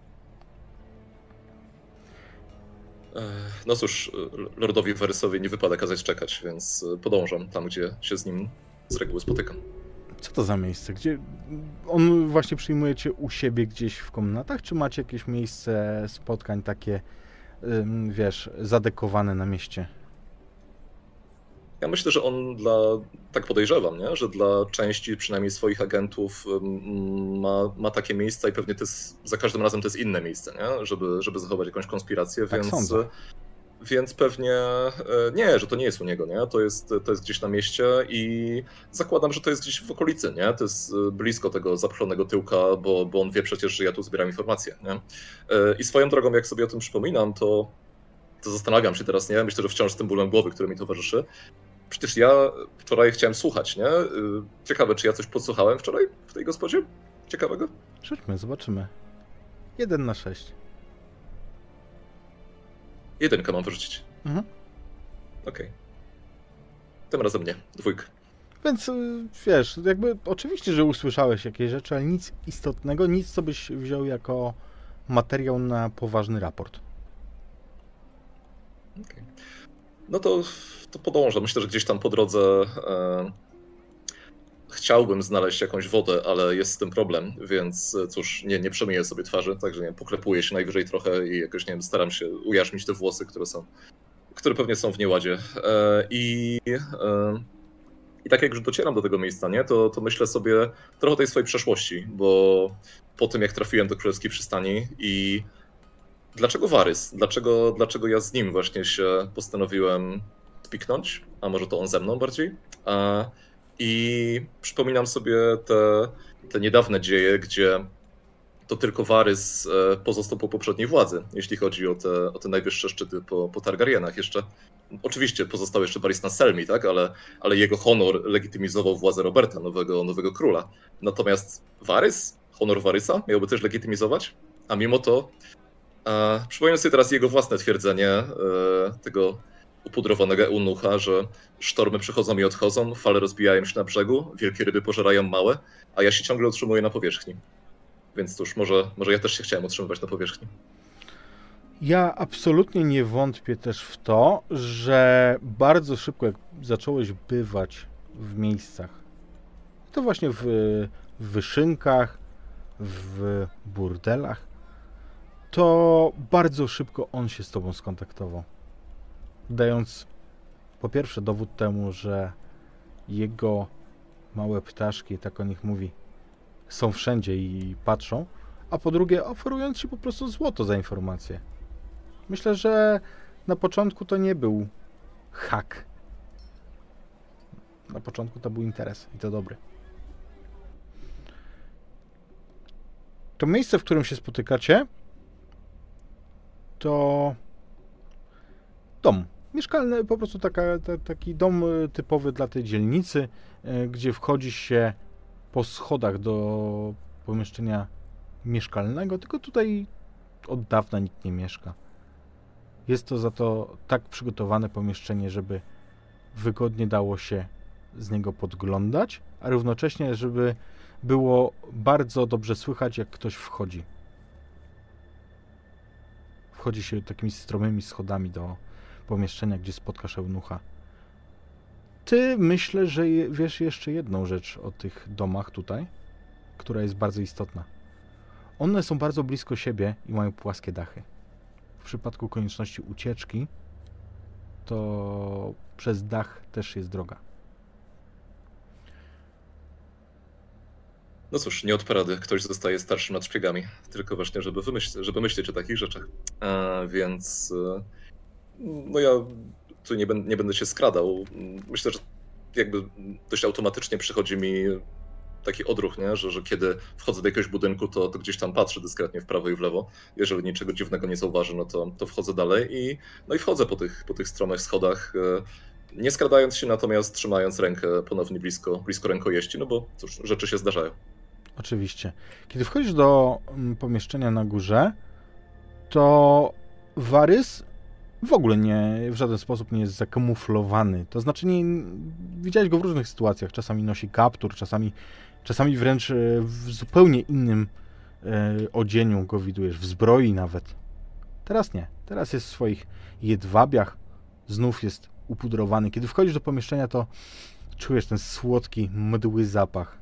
No cóż, Lordowi Warysowi nie wypada kazać czekać, więc podążam tam, gdzie się z nim z reguły spotykam. Co to za miejsce? Gdzie on właśnie przyjmuje cię u siebie gdzieś w komnatach, czy macie jakieś miejsce spotkań takie, wiesz, zadekowane na mieście? Ja myślę, że on tak podejrzewam, nie? Że dla części przynajmniej swoich agentów ma takie miejsca i pewnie za każdym razem to jest inne miejsce, nie? Żeby zachować jakąś konspirację, Tak sądzę. Więc pewnie nie, że to nie jest u niego, nie? To jest gdzieś na mieście i zakładam, że to jest gdzieś w okolicy, nie? To jest blisko tego zapchlonego tyłka, bo on wie przecież, że ja tu zbieram informacje, nie? I swoją drogą, jak sobie o tym przypominam, to zastanawiam się teraz, nie? Myślę, że wciąż z tym bólem głowy, który mi towarzyszy. Przecież ja wczoraj chciałem słuchać, nie? Ciekawe, czy ja coś podsłuchałem wczoraj w tej gospodzie? Ciekawego? Rzućmy, zobaczymy. 1 na 6. 1 mam wyrzucić. Mhm. Okej. Tym razem nie. 2. Więc wiesz, jakby oczywiście, że usłyszałeś jakieś rzeczy, ale nic istotnego, nic, co byś wziął jako materiał na poważny raport. Okay. No to podążam. Myślę, że gdzieś tam po drodze chciałbym znaleźć jakąś wodę, ale jest z tym problem, więc cóż, nie przemyję sobie twarzy, także nie poklepuję się najwyżej trochę i jakoś, nie wiem, staram się ujarzmić te włosy, które pewnie są w nieładzie. I tak jak już docieram do tego miejsca, nie, to myślę sobie trochę o tej swojej przeszłości, bo po tym jak trafiłem do Królewskiej Przystani i dlaczego Warys? Dlaczego ja z nim właśnie się postanowiłem spiknąć? A może to on ze mną bardziej? I przypominam sobie te niedawne dzieje, gdzie to tylko Varys pozostał po poprzedniej władzy, jeśli chodzi o te najwyższe szczyty po Targaryenach jeszcze. Oczywiście pozostał jeszcze Varys na Selmy, tak? Ale jego honor legitymizował władzę Roberta, nowego króla. Natomiast Varys, honor Varysa miałby też legitymizować, a mimo to przypominam sobie teraz jego własne twierdzenie, tego upudrowanego eunucha, że sztormy przychodzą i odchodzą, fale rozbijają się na brzegu, wielkie ryby pożerają małe, a ja się ciągle utrzymuję na powierzchni. Więc cóż, może ja też się chciałem utrzymywać na powierzchni. Ja absolutnie nie wątpię też w to, że bardzo szybko, jak zacząłeś bywać w miejscach, to właśnie w Wyszynkach, w burdelach, to bardzo szybko on się z tobą skontaktował. Dając po pierwsze dowód temu, że jego małe ptaszki, tak o nich mówi, są wszędzie i patrzą, a po drugie oferując ci po prostu złoto za informację. Myślę, że na początku to nie był hak. Na początku to był interes i to dobry. To miejsce, w którym się spotykacie, to dom mieszkalny, po prostu taki dom typowy dla tej dzielnicy, gdzie wchodzi się po schodach do pomieszczenia mieszkalnego, tylko tutaj od dawna nikt nie mieszka. Jest to za to tak przygotowane pomieszczenie, żeby wygodnie dało się z niego podglądać, a równocześnie, żeby było bardzo dobrze słychać, jak ktoś wchodzi. Wchodzi się takimi stromymi schodami do pomieszczenia, gdzie spotkasz eunucha. Ty myślę, że wiesz jeszcze jedną rzecz o tych domach tutaj, która jest bardzo istotna. One są bardzo blisko siebie i mają płaskie dachy. W przypadku konieczności ucieczki, to przez dach też jest droga. No cóż, nie od parady. Ktoś zostaje starszym nad szpiegami. Tylko właśnie, żeby myśleć o takich rzeczach. Więc no ja tu nie będę się skradał. Myślę, że jakby dość automatycznie przychodzi mi taki odruch, nie? Że kiedy wchodzę do jakiegoś budynku, to gdzieś tam patrzę dyskretnie w prawo i w lewo. Jeżeli niczego dziwnego nie zauważę, no to wchodzę dalej i wchodzę po tych stromych schodach, nie skradając się, natomiast trzymając rękę ponownie blisko rękojeści, no bo cóż, rzeczy się zdarzają. Oczywiście. Kiedy wchodzisz do pomieszczenia na górze, to Varys w ogóle w żaden sposób nie jest zakamuflowany. To znaczy widziałeś go w różnych sytuacjach. Czasami nosi kaptur, czasami wręcz w zupełnie innym odzieniu go widujesz, w zbroi nawet. Teraz nie. Teraz jest w swoich jedwabiach. Znów jest upudrowany. Kiedy wchodzisz do pomieszczenia, to czujesz ten słodki, mdły zapach.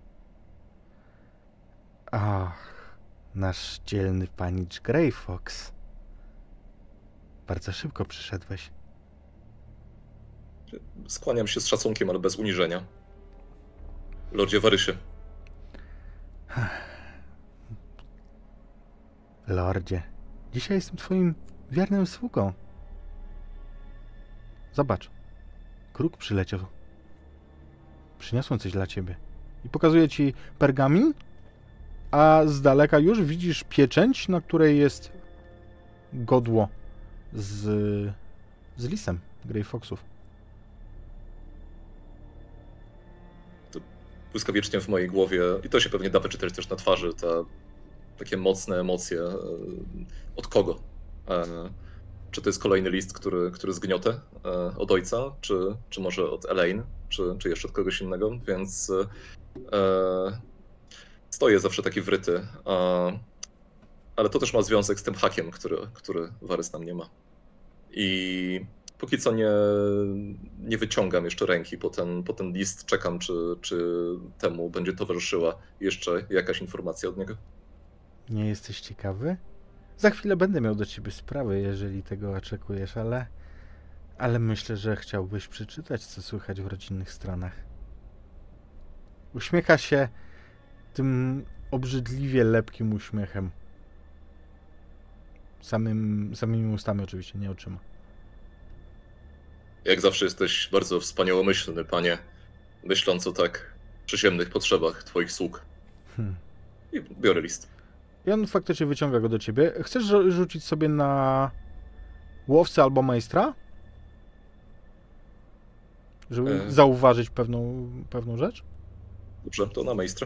Ach, nasz dzielny panicz Grey Fox. Bardzo szybko przyszedłeś. Skłaniam się z szacunkiem, ale bez uniżenia. Lordzie Varysie. Lordzie, dzisiaj jestem twoim wiernym sługą. Zobacz, kruk przyleciał. Przyniosłem coś dla ciebie. I pokazuję ci pergamin, a z daleka już widzisz pieczęć, na której jest godło z lisem Grey Foxów. To błyskawicznie w mojej głowie, i to się pewnie da wyczytać też na twarzy, takie mocne emocje. Od kogo? Czy to jest kolejny list, który zgniotę od ojca, czy może od Elaine, czy jeszcze od kogoś innego, więc stoję zawsze taki wryty. Ale to też ma związek z tym hakiem, który Varys nam nie ma. I póki co nie wyciągam jeszcze ręki po ten list, czekam, czy temu będzie towarzyszyła jeszcze jakaś informacja od niego. Nie jesteś ciekawy? Za chwilę będę miał do ciebie sprawy, jeżeli tego oczekujesz, ale myślę, że chciałbyś przeczytać, co słychać w rodzinnych stronach. Uśmiecha się tym obrzydliwie lepkim uśmiechem. Samymi ustami oczywiście, nie oczyma. Jak zawsze jesteś bardzo wspaniałomyślny, panie, myśląc o tak przyziemnych potrzebach twoich sług. I biorę list. I on faktycznie wyciąga go do ciebie. Chcesz rzucić sobie na łowcę albo majstra? Żeby zauważyć pewną rzecz? Dobrze, to na majstra.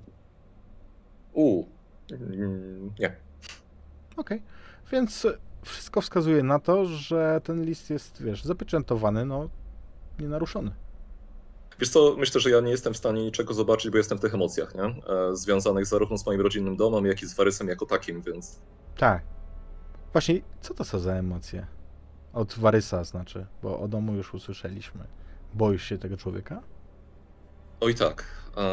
Nie. Okej. Więc wszystko wskazuje na to, że ten list jest, wiesz, zapieczętowany, no, nienaruszony. Wiesz co, myślę, że ja nie jestem w stanie niczego zobaczyć, bo jestem w tych emocjach, nie? Związanych zarówno z moim rodzinnym domem, jak i z Varysem jako takim, więc... Tak. Właśnie, co to są za emocje? Od Varysa znaczy, bo o domu już usłyszeliśmy. Boisz się tego człowieka? Oj tak.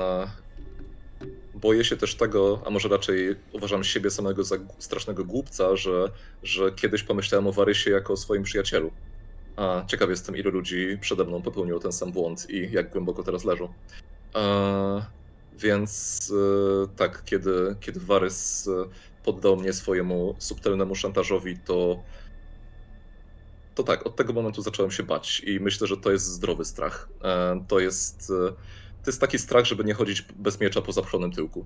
Boję się też tego, a może raczej uważam siebie samego za strasznego głupca, że kiedyś pomyślałem o Varysie jako o swoim przyjacielu. A ciekaw jestem, ilu ludzi przede mną popełniło ten sam błąd i jak głęboko teraz leżą. Więc tak, kiedy Varys poddał mnie swojemu subtelnemu szantażowi, to tak, od tego momentu zacząłem się bać i myślę, że to jest zdrowy strach. To jest taki strach, żeby nie chodzić bez miecza po zapchlonym tyłku.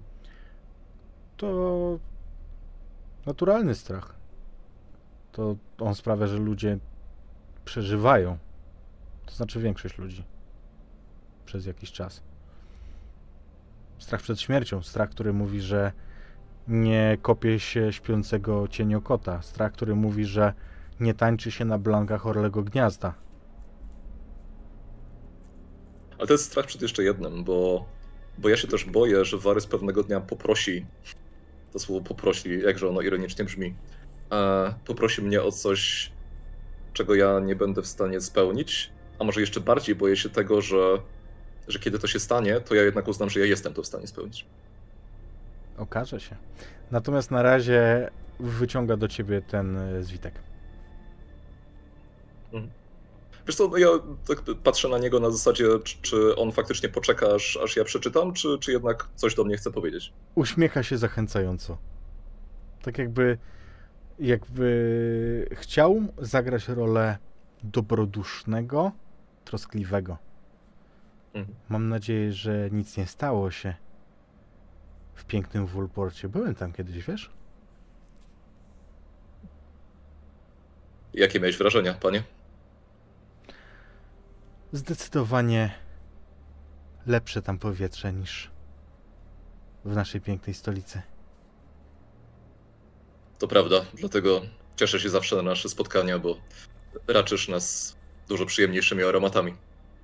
To naturalny strach. To on sprawia, że ludzie przeżywają. To znaczy większość ludzi. Przez jakiś czas. Strach przed śmiercią. Strach, który mówi, że nie kopie się śpiącego cieniokota. Strach, który mówi, że nie tańczy się na blankach orlego gniazda. Ale to jest strach przed jeszcze jednym, bo ja się też boję, że Varys pewnego dnia poprosi, to słowo poprosi, jakże ono ironicznie brzmi, poprosi mnie o coś, czego ja nie będę w stanie spełnić, a może jeszcze bardziej boję się tego, że kiedy to się stanie, to ja jednak uznam, że ja jestem to w stanie spełnić. Okaże się. Natomiast na razie wyciąga do ciebie ten zwitek. Wiesz co, ja tak patrzę na niego na zasadzie, czy on faktycznie poczeka, aż ja przeczytam, czy jednak coś do mnie chce powiedzieć. Uśmiecha się zachęcająco. Tak jakby chciał zagrać rolę dobrodusznego, troskliwego. Mam nadzieję, że nic nie stało się w pięknym Woolporcie. Byłem tam kiedyś, wiesz? Jakie miałeś wrażenia, panie? Zdecydowanie lepsze tam powietrze niż w naszej pięknej stolicy. To prawda, dlatego cieszę się zawsze na nasze spotkania, bo raczysz nas dużo przyjemniejszymi aromatami.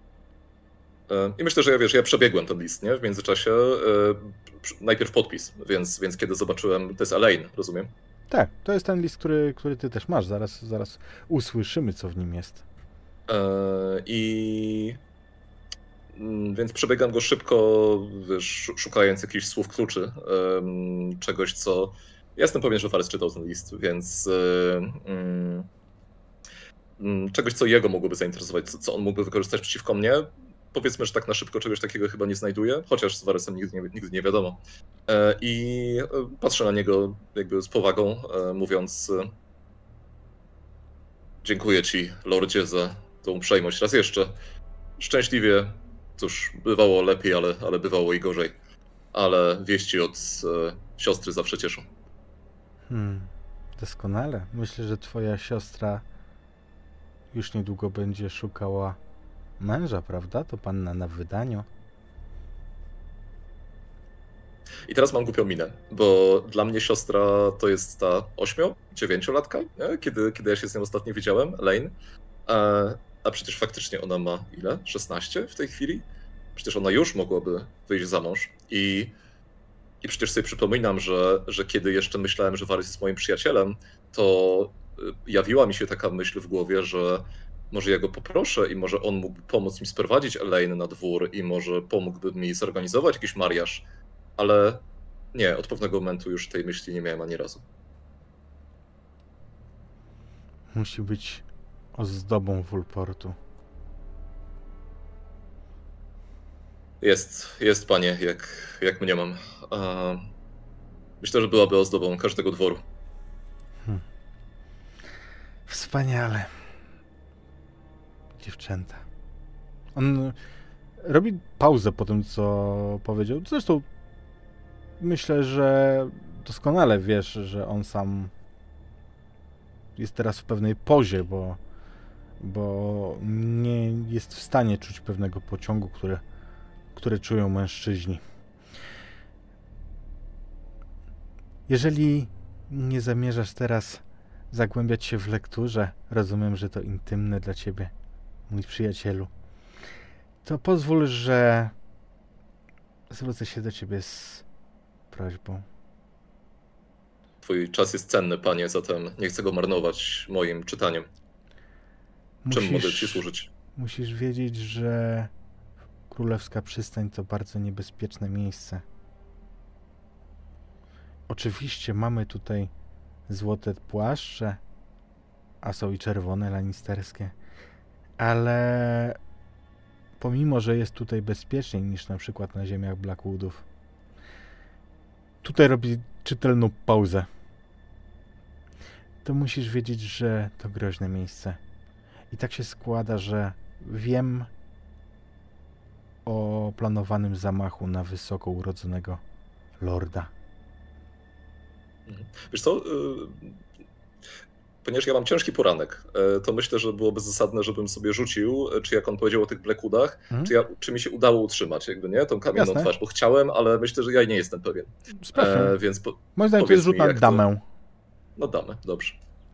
I myślę, że ja przebiegłem ten list, nie? W międzyczasie najpierw podpis, więc kiedy zobaczyłem, to jest Elaine, rozumiem? Tak, to jest ten list, który ty też masz. Zaraz usłyszymy, co w nim jest. Więc przebiegam go szybko, wiesz, szukając jakichś słów kluczy, czegoś, co... Ja jestem pewien, że Varys czytał ten list, więc czegoś, co jego mogłoby zainteresować, co on mógłby wykorzystać przeciwko mnie. Powiedzmy, że tak na szybko czegoś takiego chyba nie znajduję, chociaż z Varysem nigdy nie wiadomo. I patrzę na niego jakby z powagą, mówiąc: dziękuję ci, lordzie, za tą uprzejmość raz jeszcze. Szczęśliwie, cóż, bywało lepiej, ale bywało i gorzej. Ale wieści od siostry zawsze cieszą. Doskonale. Myślę, że twoja siostra już niedługo będzie szukała męża, prawda? To panna na wydaniu. I teraz mam głupią minę, bo dla mnie siostra to jest ta 8-9-latka, kiedy ja się z nią ostatnio widziałem, Elaine. A przecież faktycznie ona ma ile? 16 w tej chwili? Przecież ona już mogłaby wyjść za mąż. I przecież sobie przypominam, że kiedy jeszcze myślałem, że Varys jest moim przyjacielem, to jawiła mi się taka myśl w głowie, że może ja go poproszę i może on mógłby pomóc mi sprowadzić Elaine na dwór i może pomógłby mi zorganizować jakiś mariaż. Ale nie, od pewnego momentu już tej myśli nie miałem ani razu. Musi być ozdobą Woolportu. Jest panie, jak mnie mam. Myślę, że byłaby ozdobą każdego dworu. Wspaniale. Dziewczęta. On robi pauzę po tym, co powiedział. Zresztą myślę, że doskonale wiesz, że on sam jest teraz w pewnej pozie, bo nie jest w stanie czuć pewnego pociągu, które czują mężczyźni. Jeżeli nie zamierzasz teraz zagłębiać się w lekturze, rozumiem, że to intymne dla ciebie, mój przyjacielu, to pozwól, że zwrócę się do ciebie z prośbą. Twój czas jest cenny, panie, zatem nie chcę go marnować moim czytaniem. Czym mogę ci służyć? Musisz wiedzieć, że Królewska Przystań to bardzo niebezpieczne miejsce. Oczywiście mamy tutaj złote płaszcze, a są i czerwone lannisterskie, ale pomimo, że jest tutaj bezpieczniej niż na przykład na ziemiach Blackwoodów, tutaj robi czytelną pauzę. To musisz wiedzieć, że to groźne miejsce. I tak się składa, że wiem o planowanym zamachu na wysoko urodzonego lorda. Wiesz co, ponieważ ja mam ciężki poranek, to myślę, że byłoby zasadne, żebym sobie rzucił, czy jak on powiedział o tych Blackwoodach, czy mi się udało utrzymać, jakby nie, tą kamienną twarz, bo chciałem, ale myślę, że ja nie jestem pewien. Więc moim zdaniem to jest rzut na damę. No damę, dobrze.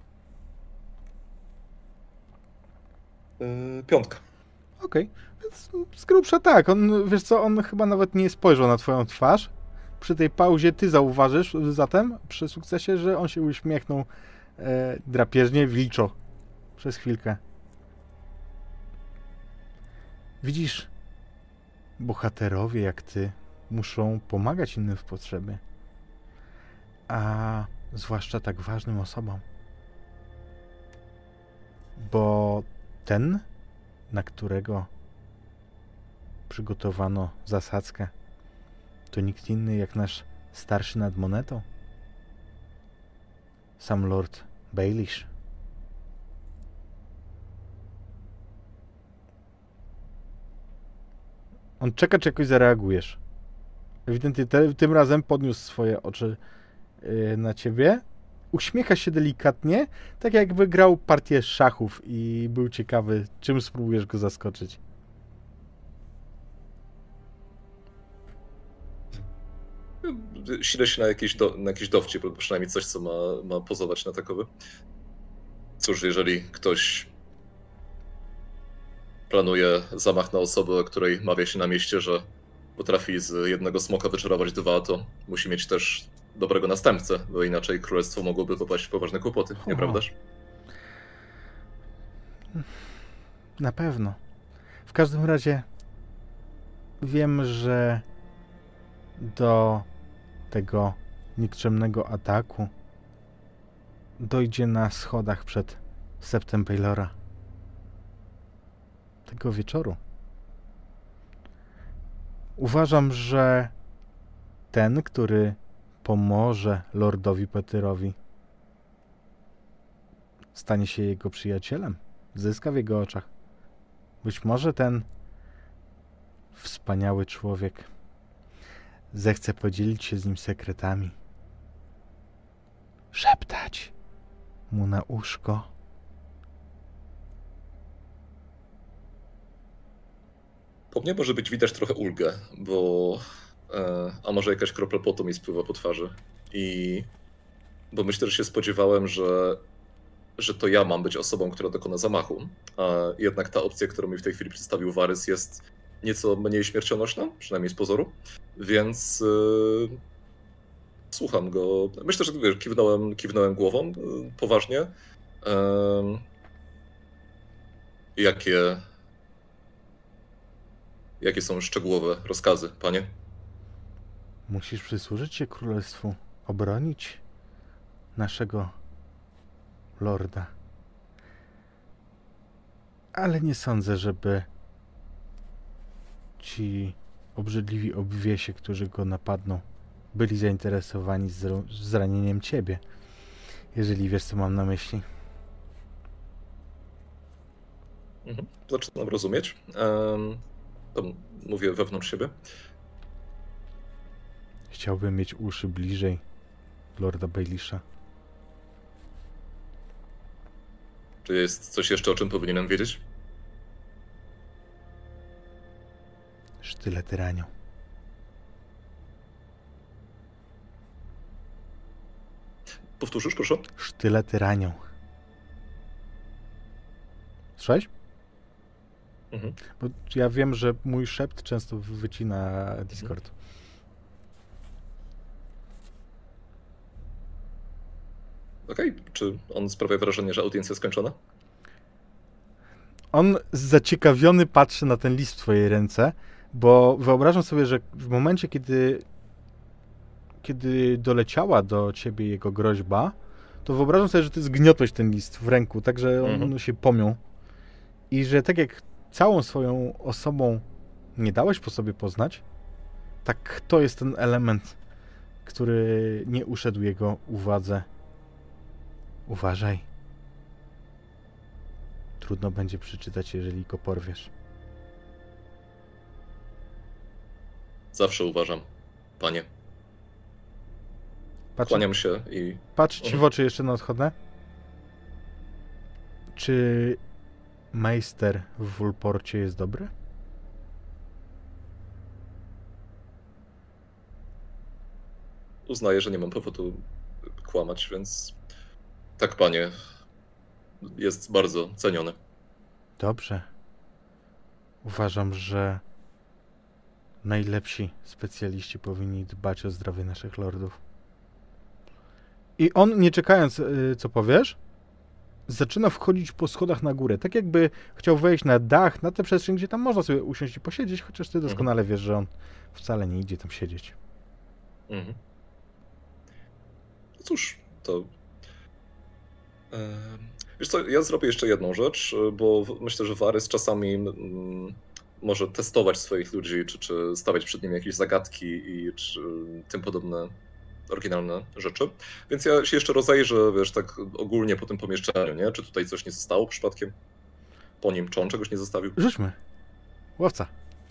5. Okej, więc z grubsza tak. On, wiesz co, on chyba nawet nie spojrzał na twoją twarz. Przy tej pauzie ty zauważysz zatem przy sukcesie, że on się uśmiechnął drapieżnie, wilczo przez chwilkę. Widzisz, bohaterowie jak ty muszą pomagać innym w potrzebie. A zwłaszcza tak ważnym osobom. Bo ten, na którego przygotowano zasadzkę, to nikt inny jak nasz starszy nad monetą. Sam Lord Baelish. On czeka, czy jakoś zareagujesz. Ewidentnie tym razem podniósł swoje oczy na ciebie. Uśmiecha się delikatnie, tak jakby grał partię szachów i był ciekawy, czym spróbujesz go zaskoczyć. Silę się na jakiś dowcip, albo przynajmniej coś, co ma pozować na takowy. Cóż, jeżeli ktoś planuje zamach na osobę, o której mawia się na mieście, że potrafi z jednego smoka wyczarować 2, to musi mieć też dobrego następcę, bo inaczej królestwo mogłoby popaść w poważne kłopoty, nieprawdaż? Na pewno. W każdym razie wiem, że do tego nikczemnego ataku dojdzie na schodach przed septem Baelora. Tego wieczoru. Uważam, że ten, który pomoże Lordowi Petyrowi, stanie się jego przyjacielem. Zyska w jego oczach. Być może ten wspaniały człowiek zechce podzielić się z nim sekretami. Szeptać mu na uszko. Po mnie może być widać trochę ulgę, bo a może jakaś kropla potu mi spływa po twarzy. Bo myślę, że się spodziewałem, że to ja mam być osobą, która dokona zamachu, a jednak ta opcja, którą mi w tej chwili przedstawił Varys, jest nieco mniej śmiercionośna, przynajmniej z pozoru, więc słucham go. Myślę, że wiesz, kiwnąłem głową poważnie. Jakie są szczegółowe rozkazy, panie? Musisz przysłużyć się królestwu, obronić naszego lorda. Ale nie sądzę, żeby ci obrzydliwi obwiesie, którzy go napadną, byli zainteresowani zranieniem ciebie, jeżeli wiesz, co mam na myśli. Zaczynam rozumieć. To mówię wewnątrz siebie. Chciałbym mieć uszy bliżej Lorda Bailisha. Czy jest coś jeszcze, o czym powinienem wiedzieć? Sztylety ranią. Powtórzysz, proszę? Sztylety ranią. Słyszałeś? Mhm. Bo ja wiem, że mój szept często wycina Discord. Okej. Czy on sprawia wrażenie, że audiencja skończona? On zaciekawiony patrzy na ten list w twojej ręce, bo wyobrażam sobie, że w momencie, kiedy doleciała do ciebie jego groźba, to wyobrażam sobie, że ty zgniotłeś ten list w ręku, tak że on się pomiął. I że tak jak całą swoją osobą nie dałeś po sobie poznać, tak to jest ten element, który nie uszedł jego uwadze. Uważaj. Trudno będzie przeczytać, jeżeli go porwiesz. Zawsze uważam, panie. Kłaniam się i... Patrz ci w oczy jeszcze na odchodne. Czy Meister w Wulporcie jest dobry? Uznaję, że nie mam powodu kłamać, więc... Tak, panie. Jest bardzo ceniony. Dobrze. Uważam, że najlepsi specjaliści powinni dbać o zdrowie naszych lordów. I on, nie czekając, co powiesz, zaczyna wchodzić po schodach na górę. Tak jakby chciał wejść na dach, na tę przestrzeń, gdzie tam można sobie usiąść i posiedzieć, chociaż ty doskonale wiesz, że on wcale nie idzie tam siedzieć. Mhm. Cóż, to... Wiesz co, ja zrobię jeszcze jedną rzecz, bo myślę, że Varys czasami może testować swoich ludzi, czy stawiać przed nimi jakieś zagadki i czy tym podobne oryginalne rzeczy. Więc ja się jeszcze rozejrzę, wiesz, tak ogólnie po tym pomieszczeniu, nie? Czy tutaj coś nie zostało przypadkiem? Po nim, czy on czegoś nie zostawił? Rzućmy. Łowca.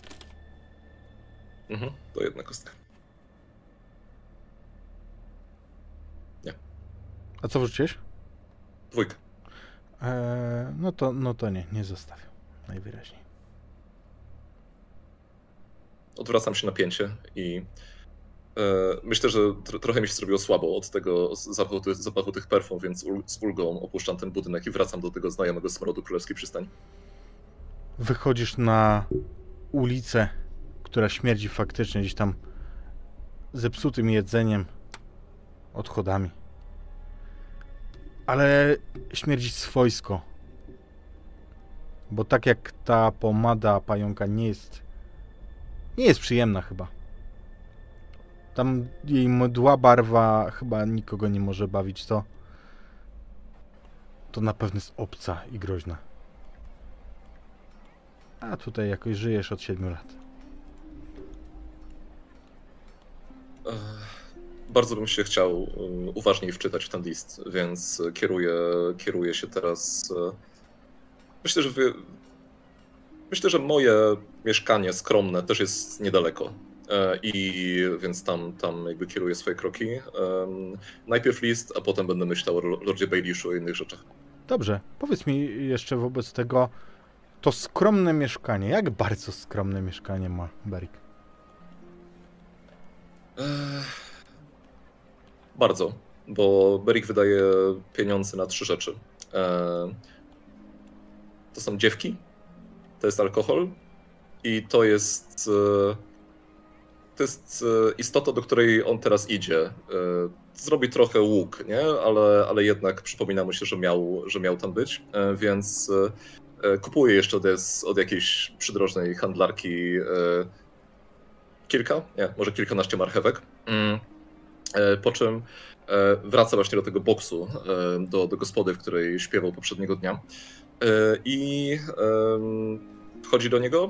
To jedna kostka. Nie. A co wrzuciłeś? 2. No to nie zostawił. Najwyraźniej. Odwracam się na pięcie i myślę, że trochę mi się zrobiło słabo od tego zapachu tych perfum, więc z ulgą opuszczam ten budynek i wracam do tego znajomego smrodu Królewskiej Przystani. Wychodzisz na ulicę, która śmierdzi faktycznie gdzieś tam zepsutym jedzeniem, odchodami. Ale śmierdzi swojsko. Bo tak jak ta pomada pająka nie jest przyjemna chyba. Tam jej mdła barwa chyba nikogo nie może bawić. To na pewno jest obca i groźna. A tutaj jakoś żyjesz od 7 lat. Bardzo bym się chciał uważniej wczytać w ten list, więc kieruję się teraz... Myślę, że moje mieszkanie skromne też jest niedaleko. I więc tam jakby kieruję swoje kroki. Najpierw list, a potem będę myślał o Lordzie Bailishu i innych rzeczach. Dobrze, powiedz mi jeszcze wobec tego, to skromne mieszkanie, jak bardzo skromne mieszkanie ma Beric? Bardzo, bo Beric wydaje pieniądze na 3 rzeczy. To są dziewki, to jest alkohol i to jest istota, do której on teraz idzie. Zrobi trochę łuk, nie? Ale jednak przypomina mu się, że miał tam być, więc kupuje jeszcze od jakiejś przydrożnej handlarki może kilkanaście marchewek. Po czym wraca właśnie do tego boksu, do gospody, w której śpiewał poprzedniego dnia. I wchodzi do niego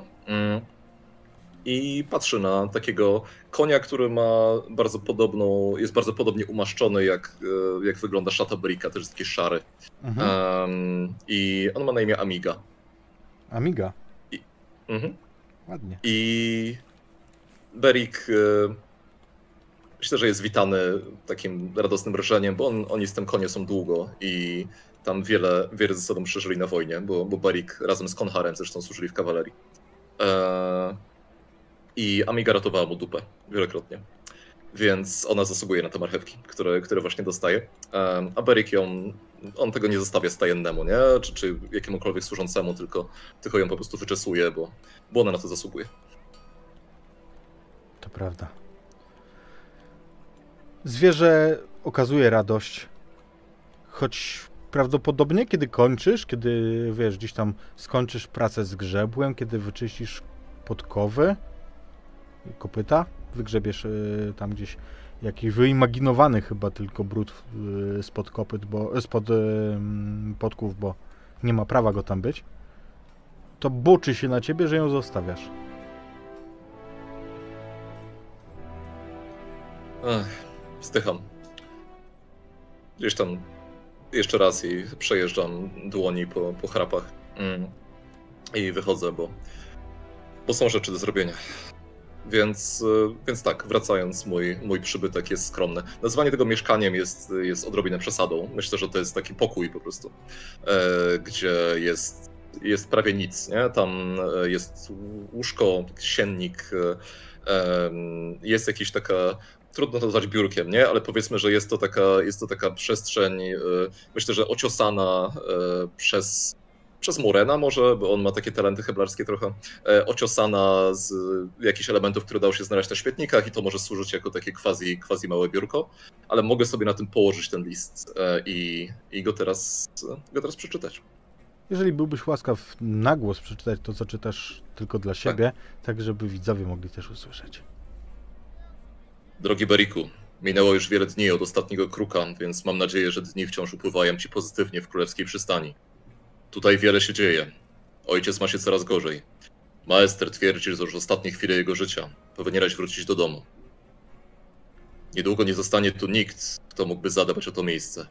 i patrzy na takiego konia, który jest bardzo podobnie umaszczony, jak wygląda szata Berica, też jest taki szary. I on ma na imię Amiga. Amiga? Ładnie. I Beric myślę, że jest witany takim radosnym wrażeniem, bo oni z tym konie są długo i tam wiele ze sobą przeżyli na wojnie, bo Beric razem z Konharem zresztą służyli w kawalerii. I Amiga ratowała mu dupę wielokrotnie. Więc ona zasługuje na te marchewki, które właśnie dostaje. A Beric on tego nie zostawia stajennemu, nie? Czy jakiemukolwiek służącemu, tylko ją po prostu wyczesuje, bo ona na to zasługuje. To prawda. Zwierzę okazuje radość, choć prawdopodobnie kiedy kończysz, kiedy wiesz, gdzieś tam skończysz pracę z grzebłem, kiedy wyczyścisz podkowy, kopyta, wygrzebiesz tam gdzieś jakiś wyimaginowany chyba tylko brud spod kopyt, spod podków, bo nie ma prawa go tam być, to buczy się na ciebie, że ją zostawiasz. Wzdycham. Gdzieś tam jeszcze raz i przejeżdżam dłoni po chrapach i wychodzę, bo są rzeczy do zrobienia. Więc tak, wracając, mój przybytek jest skromny. Nazwanie tego mieszkaniem jest odrobinę przesadą. Myślę, że to jest taki pokój po prostu, gdzie jest prawie nic, nie? Tam jest łóżko, siennik, jest jakiś taka, trudno to nazwać biurkiem, nie? Ale powiedzmy, że jest to taka przestrzeń, myślę, że ociosana przez Morena może, bo on ma takie talenty heblarskie trochę, ociosana z jakichś elementów, które dało się znaleźć na świetnikach i to może służyć jako takie quasi małe biurko, ale mogę sobie na tym położyć ten list i go teraz przeczytać. Jeżeli byłbyś łaskaw na głos przeczytać to, co czytasz tylko dla siebie, tak żeby widzowie mogli też usłyszeć. Drogi Beriku, minęło już wiele dni od ostatniego kruka, więc mam nadzieję, że dni wciąż upływają ci pozytywnie w królewskiej przystani. Tutaj wiele się dzieje. Ojciec ma się coraz gorzej. Maester twierdzi, że już ostatnie chwile jego życia. Powinieneś wrócić do domu. Niedługo nie zostanie tu nikt, kto mógłby zadbać o to miejsce.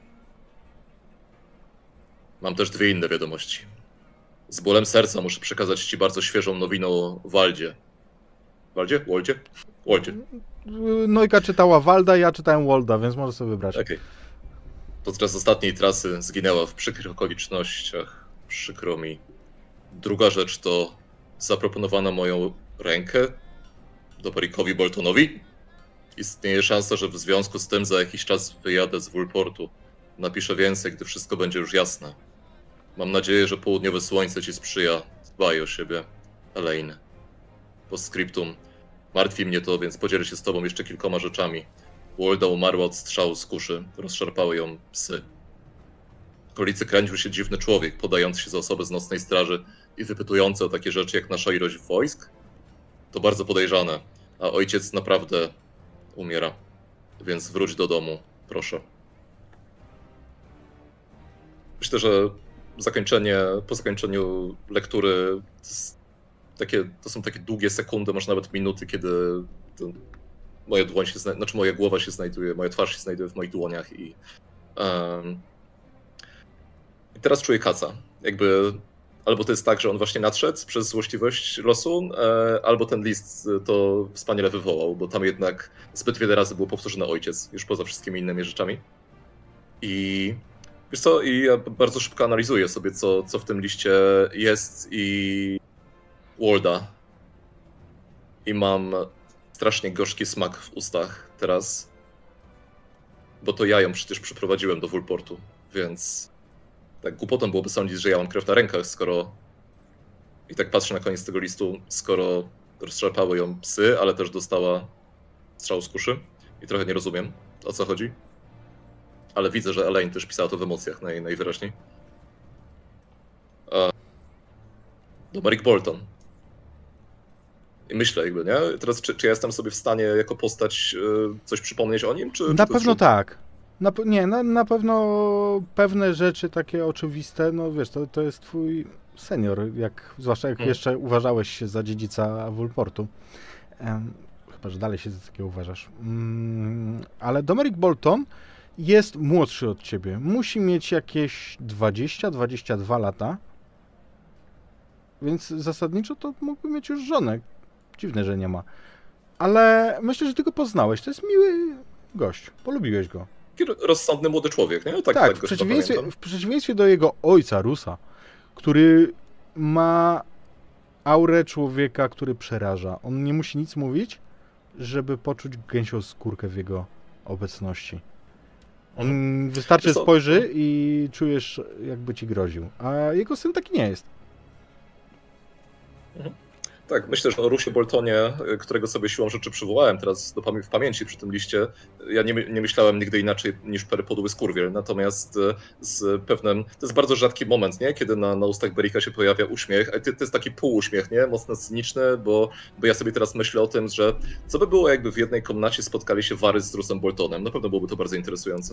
Mam też dwie inne wiadomości. Z bólem serca muszę przekazać ci bardzo świeżą nowinę o Waldzie. Waldzie? Waldzie. Nojka czytała Walda, ja czytałem Walda, więc możesz sobie wybrać. Okej. Podczas ostatniej trasy zginęła w przykrych okolicznościach. Przykro mi. Druga rzecz to zaproponowano moją rękę do Bericowi Boltonowi. Istnieje szansa, że w związku z tym za jakiś czas wyjadę z Woolportu. Napiszę więcej, gdy wszystko będzie już jasne. Mam nadzieję, że południowe słońce ci sprzyja. Dbaj o siebie, Elaine. Postscriptum. Martwi mnie to, więc podzielę się z tobą jeszcze kilkoma rzeczami. Walda umarła od strzału z kuszy. Rozszarpały ją psy. W okolicy kręcił się dziwny człowiek, podający się za osobę z nocnej straży i wypytujący o takie rzeczy jak nasza ilość wojsk. To bardzo podejrzane, a ojciec naprawdę umiera. Więc wróć do domu, proszę. Myślę, że po zakończeniu lektury to są takie długie sekundy, może nawet minuty, kiedy moja dłoń się moja głowa się znajduje, moja twarz się znajduje w moich dłoniach i teraz czuję kaca. Jakby albo to jest tak, że on właśnie nadszedł przez złośliwość losu, albo ten list to wspaniale wywołał, bo tam jednak zbyt wiele razy było powtórzone ojciec, już poza wszystkimi innymi rzeczami. I wiesz co, i ja bardzo szybko analizuję sobie, co w tym liście jest i Walda. I mam strasznie gorzki smak w ustach teraz, bo to ja ją przecież przyprowadziłem do Woolportu, więc tak głupotą byłoby sądzić, że ja mam krew na rękach, skoro... I tak patrzę na koniec tego listu, skoro rozszarpały ją psy, ale też dostała strzał z kuszy i trochę nie rozumiem, o co chodzi. Ale widzę, że Elaine też pisała to w emocjach najwyraźniej. Do Beric Bolton. I myślę jakby, nie? Teraz czy ja jestem sobie w stanie jako postać coś przypomnieć o nim? Na pewno tak. Na pewno pewne rzeczy takie oczywiste, no wiesz, to jest twój senior, zwłaszcza jak jeszcze uważałeś się za dziedzica Woolportu. Chyba, że dalej się za takiego uważasz. Ale Domeric Bolton jest młodszy od ciebie. Musi mieć jakieś 20-22 lata. Więc zasadniczo to mógłby mieć już żonę. Dziwne, że nie ma. Ale myślę, że ty go poznałeś. To jest miły gość. Polubiłeś go. Taki rozsądny młody człowiek, nie? Tak, go chyba pamiętam. w przeciwieństwie do jego ojca, Rusa, który ma aurę człowieka, który przeraża. On nie musi nic mówić, żeby poczuć gęsią skórkę w jego obecności. On wystarczy spojrzy i czujesz, jakby ci groził. A jego syn taki nie jest. Tak, myślę, że o Rusie Boltonie, którego sobie siłą rzeczy przywołałem teraz w pamięci przy tym liście, ja nie myślałem nigdy inaczej niż perpodły skurwiel, natomiast z pewnym, to jest bardzo rzadki moment, nie? Kiedy na ustach Berika się pojawia uśmiech, a to jest taki półuśmiech, nie? Mocno cyniczny, bo ja sobie teraz myślę o tym, że co by było, jakby w jednej komnacie spotkali się Varys z Rusem Boltonem, na pewno byłoby to bardzo interesujące.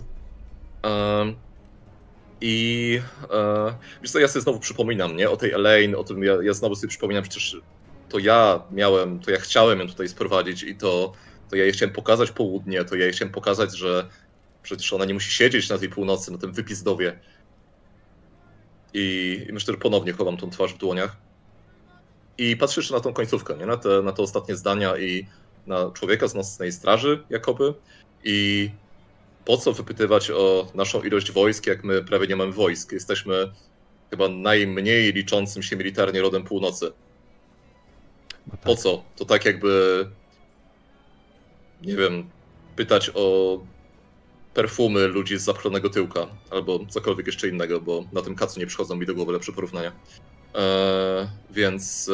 Wiesz co, ja sobie znowu przypominam, nie? O tej Elaine, o tym ja znowu sobie przypominam, przecież to ja chciałem ją tutaj sprowadzić i to ja jej chciałem pokazać południe, to ja jej chciałem pokazać, że przecież ona nie musi siedzieć na tej północy, na tym wypizdowie. I myślę, że ponownie chowam tą twarz w dłoniach. I patrzę jeszcze na tą końcówkę, nie? Na te ostatnie zdania i na człowieka z nocnej straży, jakoby. I po co wypytywać o naszą ilość wojsk, jak my prawie nie mamy wojsk? Jesteśmy chyba najmniej liczącym się militarnie rodem północy. Po co? To tak jakby, nie wiem, pytać o perfumy ludzi z zapchlonego tyłka, albo cokolwiek jeszcze innego, bo na tym kacu nie przychodzą mi do głowy lepsze porównania. Więc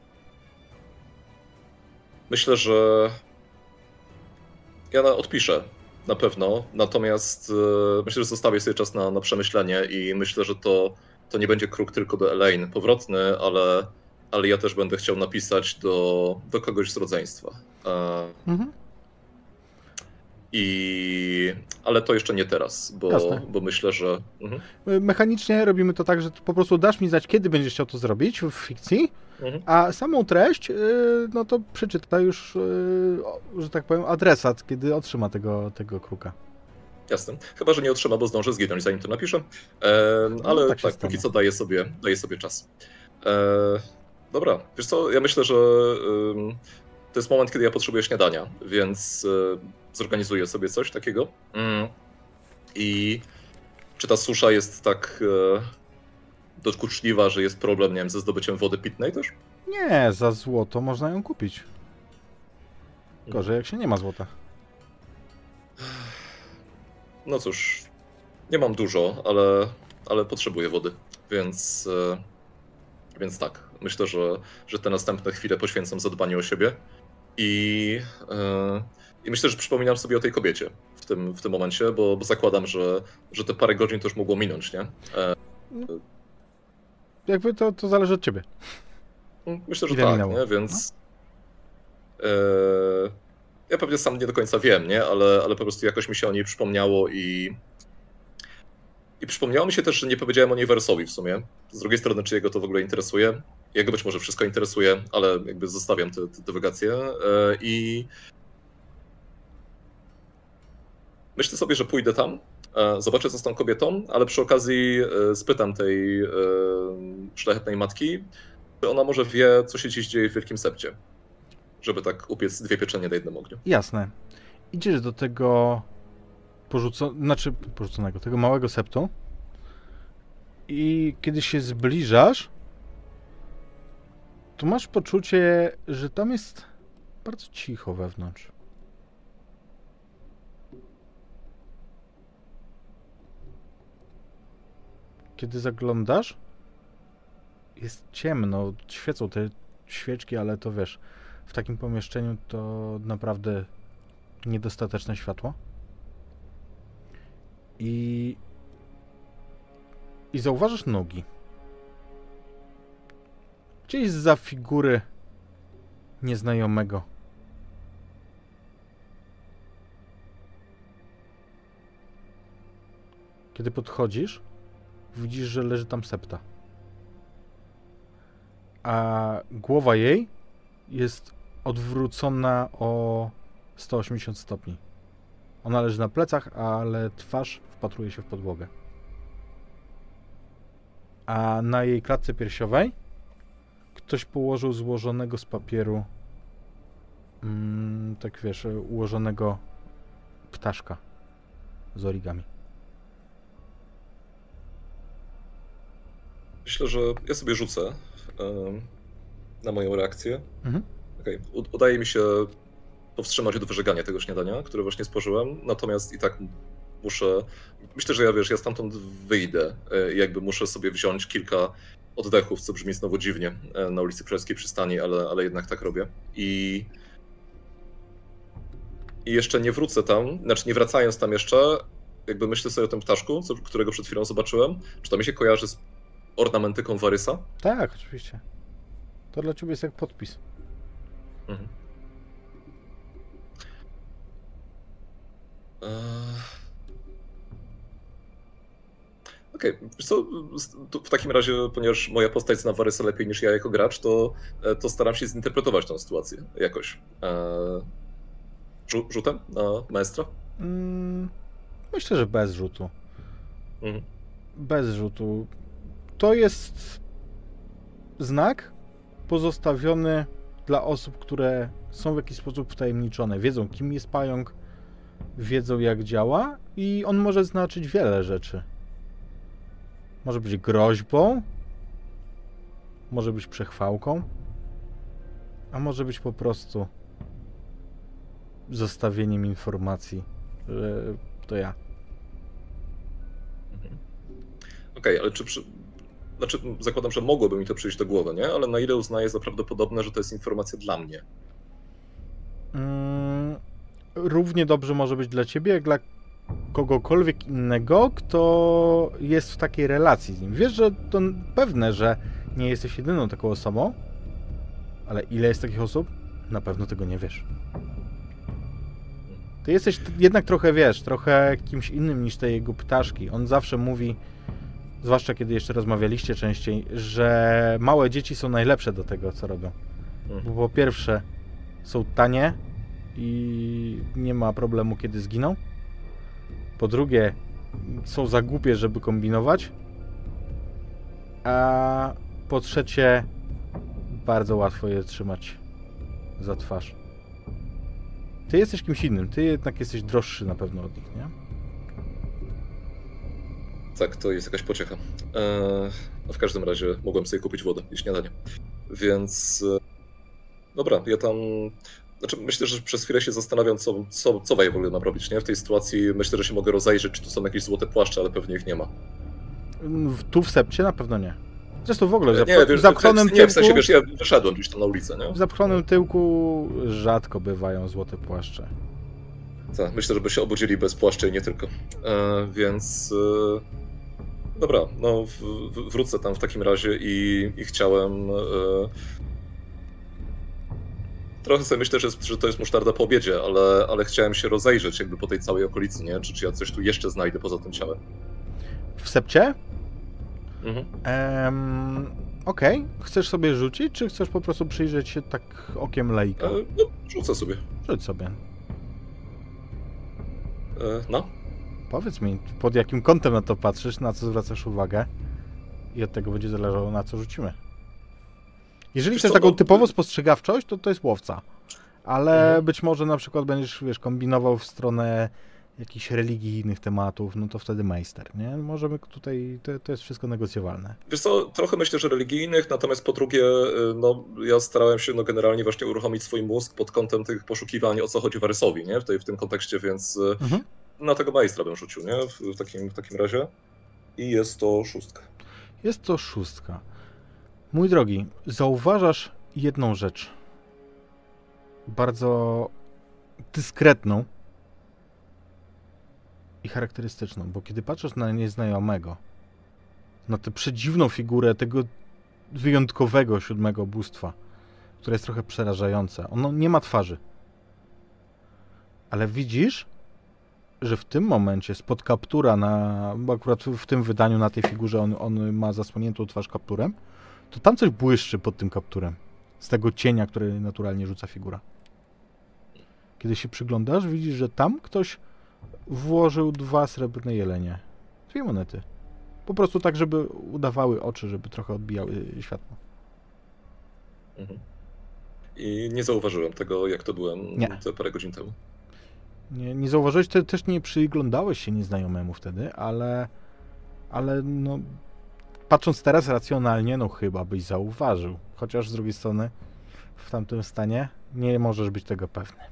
myślę, że ja odpiszę na pewno, natomiast myślę, że zostawię sobie czas na przemyślenie i myślę, że to nie będzie kruk tylko do Elaine powrotny, ale ja też będę chciał napisać do kogoś z rodzeństwa. Ale to jeszcze nie teraz, bo myślę, że... Mechanicznie robimy to tak, że po prostu dasz mi znać, kiedy będziesz chciał to zrobić w fikcji, a samą treść, no to przeczyta już, że tak powiem, adresat, kiedy otrzyma tego kruka. Jasne. Chyba, że nie otrzyma, bo zdążę zginąć, zanim to napiszę. Ale no, tak póki co daję sobie czas. Dobra, wiesz co, ja myślę, że to jest moment, kiedy ja potrzebuję śniadania, więc zorganizuję sobie coś takiego. I czy ta susza jest tak dokuczliwa, że jest problem, nie wiem, ze zdobyciem wody pitnej też? Nie, za złoto można ją kupić. Gorzej, jak się nie ma złota. No cóż, nie mam dużo, ale potrzebuję wody, więc tak. Myślę, że te następne chwile poświęcam zadbaniu o siebie i myślę, że przypominam sobie o tej kobiecie w tym momencie, bo zakładam, że te parę godzin to już mogło minąć, nie? Jakby to zależy od ciebie. Myślę, że tak, nie? Więc ja pewnie sam nie do końca wiem, nie? Ale po prostu jakoś mi się o niej przypomniało i przypomniało mi się też, że nie powiedziałem o niej Varysowi w sumie. Z drugiej strony, czy jego to w ogóle interesuje? Jego być może wszystko interesuje, ale jakby zostawiam te dywagacje. I myślę sobie, że pójdę tam, zobaczę co z tą kobietą, ale przy okazji spytam tej szlachetnej matki, czy ona może wie, co się dziś dzieje w Wielkim Sepcie. Żeby upiec 2 pieczenie na jednym ogniu. Jasne. Idziesz do tego porzuconego, tego małego septu i kiedy się zbliżasz, to masz poczucie, że tam jest bardzo cicho wewnątrz. Kiedy zaglądasz, jest ciemno, świecą te świeczki, ale to wiesz, w takim pomieszczeniu to naprawdę niedostateczne światło. I zauważasz nogi. Gdzieś zza figury nieznajomego. Kiedy podchodzisz, widzisz, że leży tam septa. A głowa jej jest odwrócona o 180 stopni. Ona leży na plecach, ale twarz wpatruje się w podłogę. A na jej klatce piersiowej ktoś położył złożonego z papieru Tak wiesz, ułożonego ptaszka z origami. Myślę, że ja sobie rzucę na moją reakcję. Mhm. Okej. Udaje mi się powstrzymać od wyżegania tego śniadania, które właśnie spożyłem, natomiast i tak muszę... Myślę, że ja stamtąd wyjdę. Jakby muszę sobie wziąć kilka oddechów, co brzmi znowu dziwnie na ulicy Królewskiej Przystani, ale jednak tak robię. I jeszcze nie wrócę tam, znaczy nie wracając tam jeszcze, jakby myślę sobie o tym ptaszku, którego przed chwilą zobaczyłem. Czy to mi się kojarzy z ornamentyką Warysa? Tak, oczywiście. To dla ciebie jest jak podpis. Mhm. Okej, wiesz co, w takim razie, ponieważ moja postać zna Warysa lepiej niż ja jako gracz, to staram się zinterpretować tę sytuację jakoś. Rzutem na maestra? Myślę, że bez rzutu. Mhm. Bez rzutu. To jest znak pozostawiony dla osób, które są w jakiś sposób wtajemniczone. Wiedzą, kim jest pająk, wiedzą, jak działa i on może znaczyć wiele rzeczy. Może być groźbą, może być przechwałką, a może być po prostu zostawieniem informacji, że to ja. Okej, ale znaczy, zakładam, że mogłoby mi to przyjść do głowy, nie? Ale na ile uznaję za prawdopodobne, że to jest informacja dla mnie? Równie dobrze może być dla ciebie, jak dla kogokolwiek innego, kto jest w takiej relacji z nim. Wiesz, że to pewne, że nie jesteś jedyną taką osobą, ale ile jest takich osób? Na pewno tego nie wiesz. Ty jesteś jednak trochę, wiesz, trochę kimś innym niż te jego ptaszki. On zawsze mówi, zwłaszcza kiedy jeszcze rozmawialiście częściej, że małe dzieci są najlepsze do tego, co robią. Bo po pierwsze są tanie i nie ma problemu, kiedy zginą. Po drugie, są za głupie, żeby kombinować. A po trzecie, bardzo łatwo je trzymać za twarz. Ty jesteś kimś innym. Ty jednak jesteś droższy na pewno od nich, nie? Tak, to jest jakaś pociecha. W każdym razie mogłem sobie kupić wodę i śniadanie. Więc dobra, ja tam... Znaczy, myślę, że przez chwilę się zastanawiam, co ja w ogóle mam robić, nie? W tej sytuacji myślę, że się mogę rozejrzeć, czy tu są jakieś złote płaszcze, ale pewnie ich nie ma. Tu w Sepcie na pewno nie. Zresztą w ogóle w zapchlonym tyłku... Nie, w sensie, wiesz, ja wyszedłem gdzieś tam na ulicę, nie? W zapchlonym tyłku rzadko bywają złote płaszcze. Tak, myślę, żeby się obudzili bez płaszczy i nie tylko. Więc... Dobra, no wrócę tam w takim razie i chciałem... Trochę sobie myślę, że to jest musztarda po obiedzie, ale chciałem się rozejrzeć jakby po tej całej okolicy, nie? Czy ja coś tu jeszcze znajdę poza tym ciałem. W Sepcie? Mhm. Okej. Chcesz sobie rzucić, czy chcesz po prostu przyjrzeć się tak okiem laika? No, rzucę sobie. Rzuć sobie. No? Powiedz mi, pod jakim kątem na to patrzysz, na co zwracasz uwagę i od tego będzie zależało, na co rzucimy. Jeżeli chcesz taką typową spostrzegawczość, to jest łowca. Ale być może na przykład będziesz, wiesz, kombinował w stronę jakichś religijnych tematów, no to wtedy majster, nie? Możemy tutaj, to jest wszystko negocjowalne. Wiesz co, trochę myślę, że religijnych, natomiast po drugie, no ja starałem się generalnie właśnie uruchomić swój mózg pod kątem tych poszukiwań, o co chodzi Warysowi, nie? W tym kontekście, więc na tego majstra bym rzucił, nie? W takim razie. I jest to 6. Jest to 6. Mój drogi, zauważasz jedną rzecz. Bardzo dyskretną i charakterystyczną, bo kiedy patrzysz na nieznajomego, na tę przedziwną figurę tego wyjątkowego 7. bóstwa, które jest trochę przerażające. Ono nie ma twarzy. Ale widzisz, że w tym momencie spod kaptura, bo akurat w tym wydaniu na tej figurze on ma zasłoniętą twarz kapturem, to tam coś błyszczy pod tym kapturem. Z tego cienia, który naturalnie rzuca figura. Kiedy się przyglądasz, widzisz, że tam ktoś włożył 2 srebrne jelenie. 2 monety. Po prostu tak, żeby udawały oczy, żeby trochę odbijały światło. i nie zauważyłem tego, jak to byłem Nie. te parę godzin temu. Nie zauważyłeś, też nie przyglądałeś się nieznajomemu wtedy, ale no, patrząc teraz racjonalnie, no chyba byś zauważył. Chociaż z drugiej strony w tamtym stanie nie możesz być tego pewny.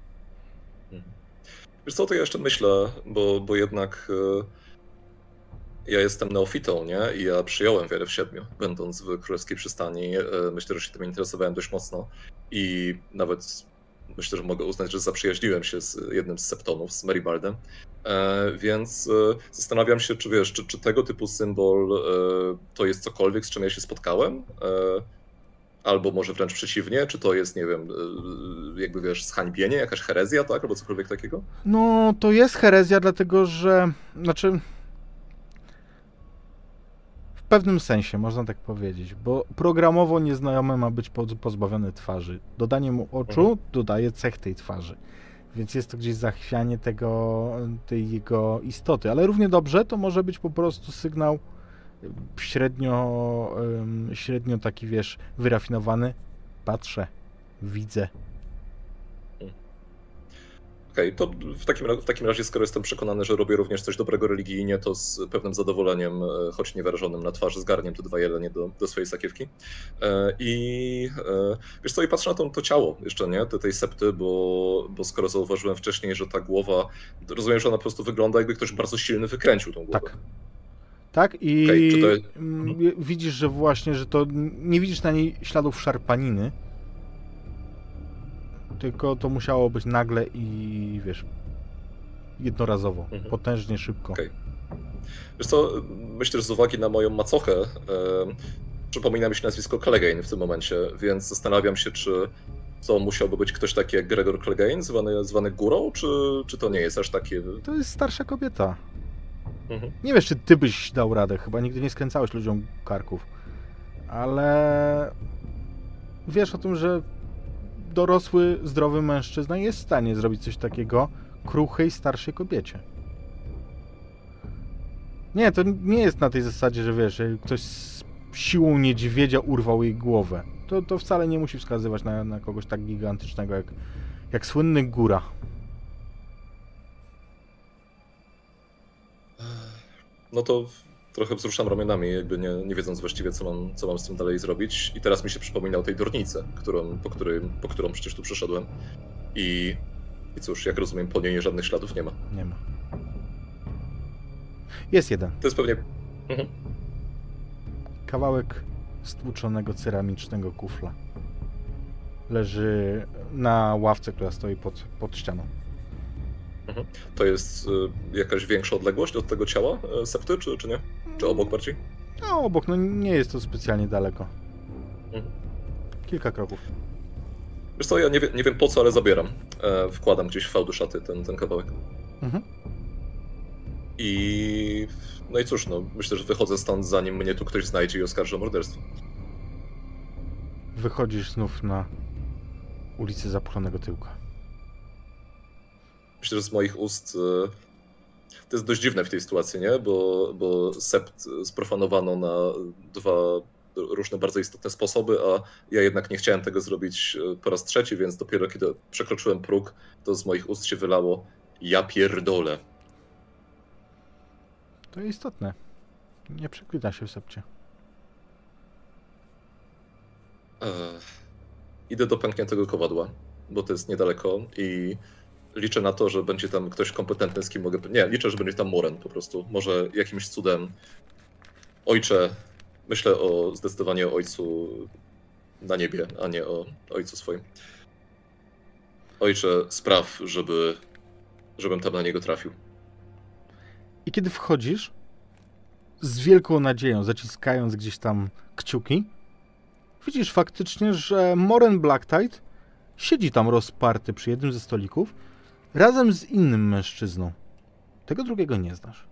Wiesz co, to ja jeszcze myślę, bo jednak ja jestem neofitą, nie? I ja przyjąłem wiarę w siedmiu, będąc w Królewskiej Przystani. Myślę, że się tym interesowałem dość mocno i nawet myślę, że mogę uznać, że zaprzyjaźniłem się z jednym z septonów, z Meribaldem. Więc zastanawiam się, czy wiesz, czy tego typu symbol to jest cokolwiek, z czym ja się spotkałem? Albo może wręcz przeciwnie, czy to jest, nie wiem, jakby wiesz, zhańbienie, jakaś herezja, tak? Albo cokolwiek takiego? No, to jest herezja, dlatego że, znaczy, w pewnym sensie, można tak powiedzieć, bo programowo nieznajomy ma być pozbawiony twarzy. Dodanie mu oczu dodaje cech tej twarzy, więc jest to gdzieś zachwianie tej jego istoty, ale równie dobrze to może być po prostu sygnał średnio taki, wiesz, wyrafinowany. Patrzę, widzę. Okej, to w takim razie, skoro jestem przekonany, że robię również coś dobrego religijnie, to z pewnym zadowoleniem, choć niewyrażonym na twarzy, zgarniam te 2 jelenie do swojej sakiewki. Wiesz co, i patrzę na to ciało jeszcze, nie? Tej septy, bo skoro zauważyłem wcześniej, że ta głowa, rozumiem, że ona po prostu wygląda, jakby ktoś bardzo silny wykręcił tą głowę. Tak, i Okej, czy to jest... widzisz, że właśnie, że to nie widzisz na niej śladów szarpaniny, tylko to musiało być nagle i wiesz, jednorazowo, potężnie szybko. Okej. Wiesz co, myślę, że z uwagi na moją macochę przypomina mi się nazwisko Clegane w tym momencie, więc zastanawiam się, czy to musiałby być ktoś taki jak Gregor Clegane, zwany górą, czy to nie jest aż takie... To jest starsza kobieta. Nie wiesz, czy ty byś dał radę, chyba nigdy nie skręcałeś ludziom karków, ale wiesz o tym, że dorosły, zdrowy mężczyzna jest w stanie zrobić coś takiego kruchej, starszej kobiecie. Nie, to nie jest na tej zasadzie, że wiesz, że ktoś z siłą niedźwiedzia urwał jej głowę. To wcale nie musi wskazywać na kogoś tak gigantycznego jak słynny góra. No to trochę wzruszam ramionami, jakby nie wiedząc właściwie, co mam z tym dalej zrobić. I teraz mi się przypomina o tej durnicy, po którą przecież tu przyszedłem. I cóż, jak rozumiem, po niej żadnych śladów nie ma. Nie ma. Jest jeden. To jest pewnie... Kawałek stłuczonego ceramicznego kufla. Leży na ławce, która stoi pod ścianą. To jest jakaś większa odległość od tego ciała septy, czy nie? Czy obok bardziej? No obok, no nie jest to specjalnie daleko. Kilka kroków. Wiesz co, ja nie wiem po co, ale zabieram. Wkładam gdzieś w fałdu szaty ten kawałek. No i cóż, no myślę, że wychodzę stąd, zanim mnie tu ktoś znajdzie i oskarży o morderstwo. Wychodzisz znów na ulicę Zapalonego Tyłka. Myślę, że z moich ust... To jest dość dziwne w tej sytuacji, nie? Bo sept sprofanowano na 2 różne bardzo istotne sposoby, a ja jednak nie chciałem tego zrobić po raz trzeci, więc dopiero kiedy przekroczyłem próg, to z moich ust się wylało: ja pierdolę. To istotne. Nie przeklina się w sepcie. Idę do pękniętego kowadła, bo to jest niedaleko i liczę na to, że będzie tam ktoś kompetentny, z kim mogę... Nie, liczę, że będzie tam Moren po prostu. Może jakimś cudem. Ojcze, myślę zdecydowanie o ojcu na niebie, a nie o ojcu swoim. Ojcze, spraw, żebym tam na niego trafił. I kiedy wchodzisz, z wielką nadzieją, zaciskając gdzieś tam kciuki, widzisz faktycznie, że Moren Blacktide siedzi tam rozparty przy jednym ze stolików razem z innym mężczyzną. Tego drugiego nie znasz.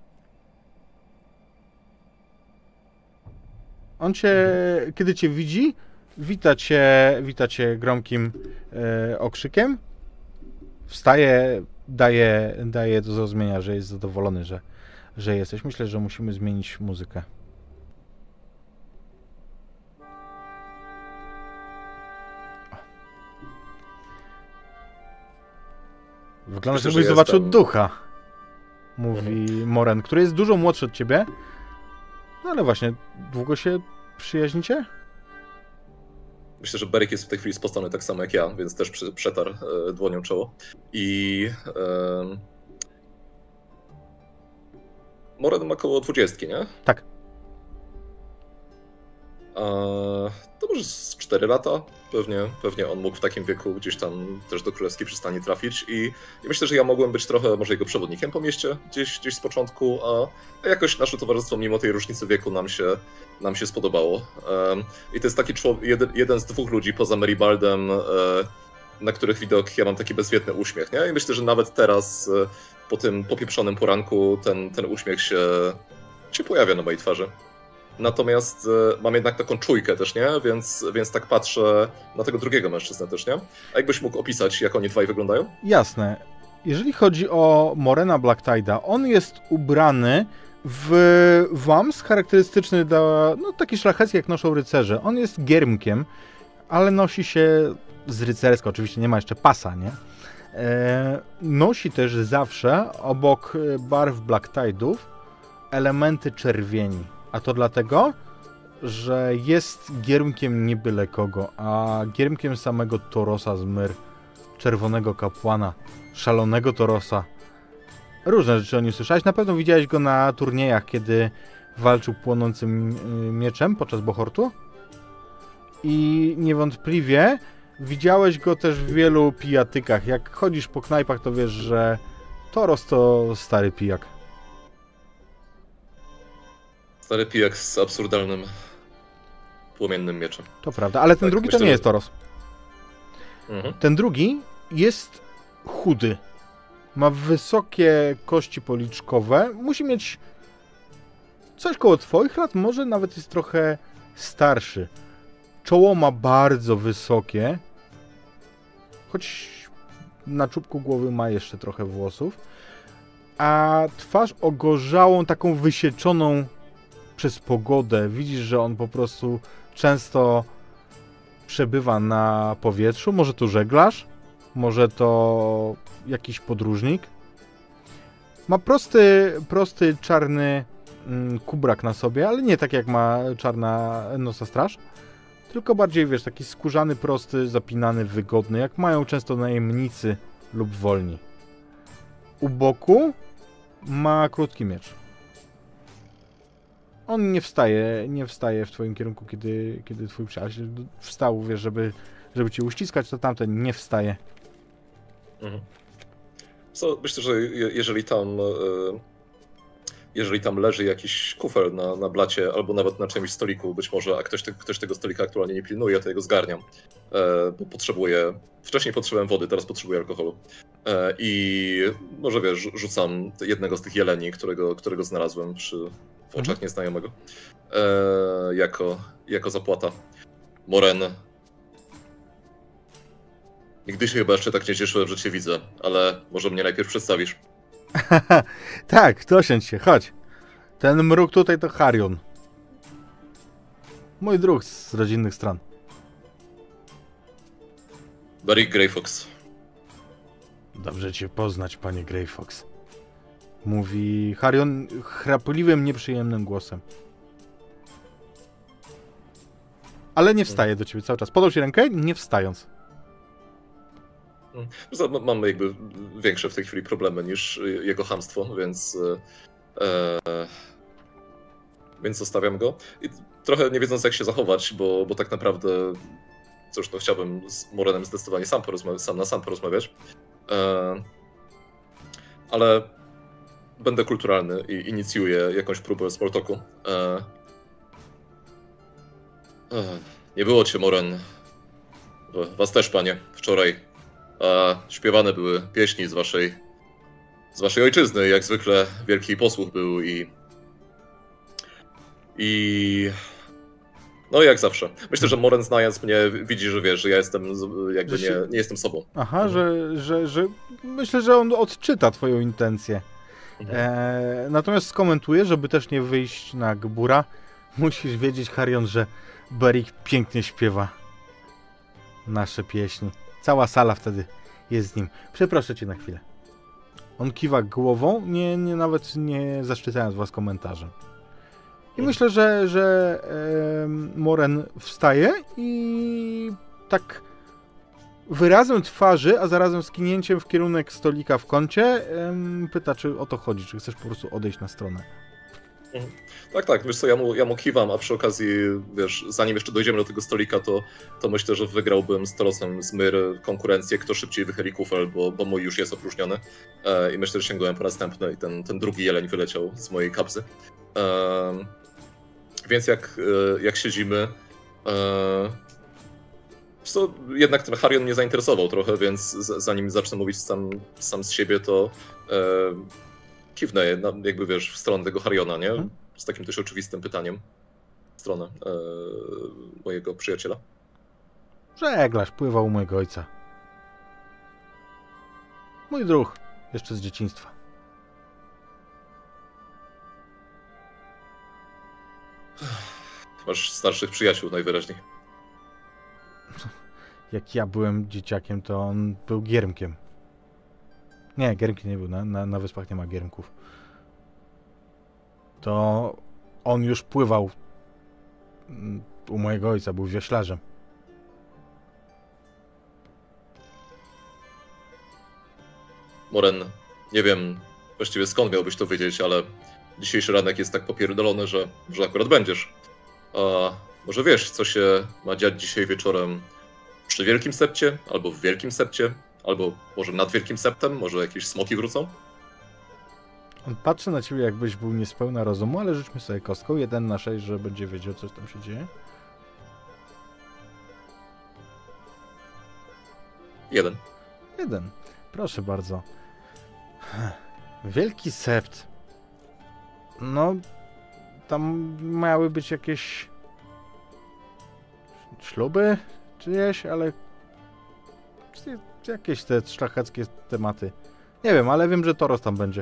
On kiedy cię widzi, wita cię gromkim okrzykiem, wstaje, daje do zrozumienia, że jest zadowolony, że jesteś. Myślę, że musimy zmienić muzykę. Wygląda, Myślę, jakbyś że zobaczył jestem- ducha. Mówi Moren, który jest dużo młodszy od ciebie. No ale właśnie, długo się przyjaźnicie? Myślę, że Beric jest w tej chwili spocony tak samo jak ja, więc też przetarł dłonią czoło. I Moren ma około 20, nie? Tak. To może z 4 lata. Pewnie on mógł w takim wieku gdzieś tam też do Królewskiej Przystani trafić i myślę, że ja mogłem być trochę może jego przewodnikiem po mieście gdzieś z początku, a jakoś nasze towarzystwo mimo tej różnicy wieku nam się spodobało. I to jest taki jeden z 2 ludzi poza Meribaldem, na których widok ja mam taki bezwiedny uśmiech, nie? I myślę, że nawet teraz po tym popieprzonym poranku ten uśmiech się pojawia na mojej twarzy. Natomiast mam jednak taką czujkę też, nie? Więc tak patrzę na tego drugiego mężczyznę też, nie? A jakbyś mógł opisać, jak oni dwaj wyglądają? Jasne. Jeżeli chodzi o Morena Blacktide'a, on jest ubrany w wams charakterystyczny taki szlachecki, jak noszą rycerze. On jest giermkiem, ale nosi się rycersko. Oczywiście nie ma jeszcze pasa, nie? Nosi też zawsze obok barw Blacktide'ów elementy czerwieni. A to dlatego, że jest giermkiem nie byle kogo, a giermkiem samego Torosa z Myr, czerwonego kapłana, szalonego Torosa. Różne rzeczy o nim słyszałeś. Na pewno widziałeś go na turniejach, kiedy walczył płonącym mieczem podczas Bohortu. I niewątpliwie widziałeś go też w wielu pijatykach. Jak chodzisz po knajpach, to wiesz, że Toros to stary pijak. Stary pijak z absurdalnym, płomiennym mieczem. To prawda, ale ten Tak, drugi myślę, to nie że- jest Toros. Mhm. Ten drugi jest chudy. Ma wysokie kości policzkowe. Musi mieć coś koło twoich lat, może nawet jest trochę starszy. Czoło ma bardzo wysokie, choć na czubku głowy ma jeszcze trochę włosów. A twarz ogorzałą, taką wysieczoną przez pogodę. Widzisz, że on po prostu często przebywa na powietrzu. Może to żeglarz, może to jakiś podróżnik. Ma prosty czarny kubrak na sobie, ale nie tak jak ma czarna nosa straż. Tylko bardziej, wiesz, taki skórzany, prosty, zapinany, wygodny, jak mają często najemnicy lub wolni. U boku ma krótki miecz. On nie wstaje w twoim kierunku, kiedy twój przyjaciel wstał, wiesz, żeby cię uściskać, to tamten nie wstaje. Mhm. Myślę, że jeżeli tam leży jakiś kufel na blacie, albo nawet na czymś stoliku, być może, a ktoś tego stolika aktualnie nie pilnuje, to ja go zgarniam. Bo wcześniej potrzebowałem wody, teraz potrzebuję alkoholu. I może wiesz, rzucam jednego z tych jeleni, którego znalazłem w oczach nieznajomego. Jako zapłata. Moren. Nigdy się chyba jeszcze tak nie cieszyłem, że cię widzę, ale może mnie najpierw przedstawisz. Tak, dosiądź się, chodź. Ten mruk tutaj to Harion. Mój druh z rodzinnych stron. Beric Greyfox. Dobrze cię poznać, panie Greyfox. Mówi Harion chrapliwym, nieprzyjemnym głosem. Ale nie wstaje do ciebie cały czas. Podał ci rękę, nie wstając. Mamy jakby większe w tej chwili problemy niż jego chamstwo, więc zostawiam go. I trochę nie wiedząc, jak się zachować, bo tak naprawdę, cóż, no chciałbym z Morenem zdecydowanie sam porozmawiać. Ale będę kulturalny i inicjuję jakąś próbę small talku. Nie było cię, Moren. Was też, panie, wczoraj. Śpiewane były pieśni z waszej ojczyzny. Jak zwykle wielki posłuch był i no jak zawsze. Myślę, że Moren, znając mnie, widzi, że wiesz, że ja jestem jakby nie jestem sobą. Aha, że myślę, że on odczyta twoją intencję. Natomiast skomentuję, żeby też nie wyjść na gbura. Musisz wiedzieć, Harion, że Beric pięknie śpiewa nasze pieśni. Cała sala wtedy jest z nim. Przeproszę cię na chwilę. On kiwa głową, nawet nie zaszczycając was komentarzem. I myślę, że Moren wstaje i tak wyrazem twarzy, a zarazem skinięciem w kierunek stolika w kącie pyta, czy o to chodzi, czy chcesz po prostu odejść na stronę. Tak, wiesz co, ja mu kiwam, a przy okazji, wiesz, zanim jeszcze dojdziemy do tego stolika, to myślę, że wygrałbym z Torosem z Myr konkurencję, kto szybciej wychyli kufel, bo mój już jest opróżniony. I myślę, że sięgałem po następny i ten drugi jeleń wyleciał z mojej kapsy. Więc jak siedzimy, co jednak ten Harion mnie zainteresował trochę, więc zanim zacznę mówić sam z siebie, to kiwnę jakby, wiesz, w stronę tego Hariona, nie? Z takim też oczywistym pytaniem w stronę mojego przyjaciela. Żeglarz pływał u mojego ojca. Mój druh, jeszcze z dzieciństwa. Masz starszych przyjaciół najwyraźniej. Jak ja byłem dzieciakiem, to on był giermkiem. Nie, giermki nie był. Na wyspach nie ma giermków. To on już pływał u mojego ojca, był wioślarzem. Moren, nie wiem właściwie skąd miałbyś to wiedzieć, ale dzisiejszy ranek jest tak popierdolony, że akurat będziesz. A może wiesz, co się ma dziać dzisiaj wieczorem przy Wielkim Sepcie, albo w Wielkim Sepcie, albo może nad Wielkim Septem, może jakieś smoki wrócą? On patrzy na ciebie, jakbyś był niespełna rozumu, ale rzućmy sobie kostką 1 na 6, że będzie wiedział, co tam się dzieje. 1. 1. Proszę bardzo. Wielki Sept. No, tam miały być jakieś śluby czyjeś, ale jakieś te szlacheckie tematy. Nie wiem, ale wiem, że Toros tam będzie.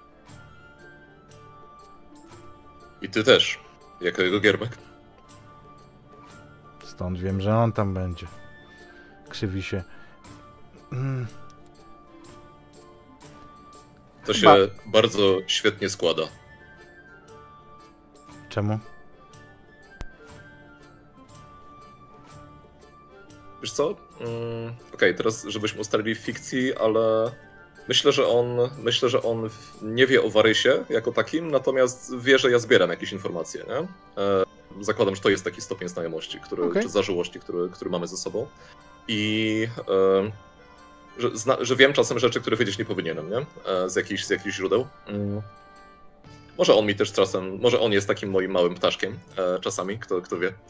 I ty też, jako jego giermek. Stąd wiem, że on tam będzie. Krzywi się. To się bardzo świetnie składa. Czemu? Wiesz co? Okej, teraz żebyśmy ustalili w fikcji, ale myślę, że on nie wie o Warysie jako takim, natomiast wie, że ja zbieram jakieś informacje, nie? Zakładam, że to jest taki stopień znajomości, czy zażyłości, który mamy ze sobą. I że wiem czasem rzeczy, które wiedzieć nie powinienem, nie? Z jakichś źródeł. Może on mi też czasem, może on jest takim moim małym ptaszkiem czasami, kto wie.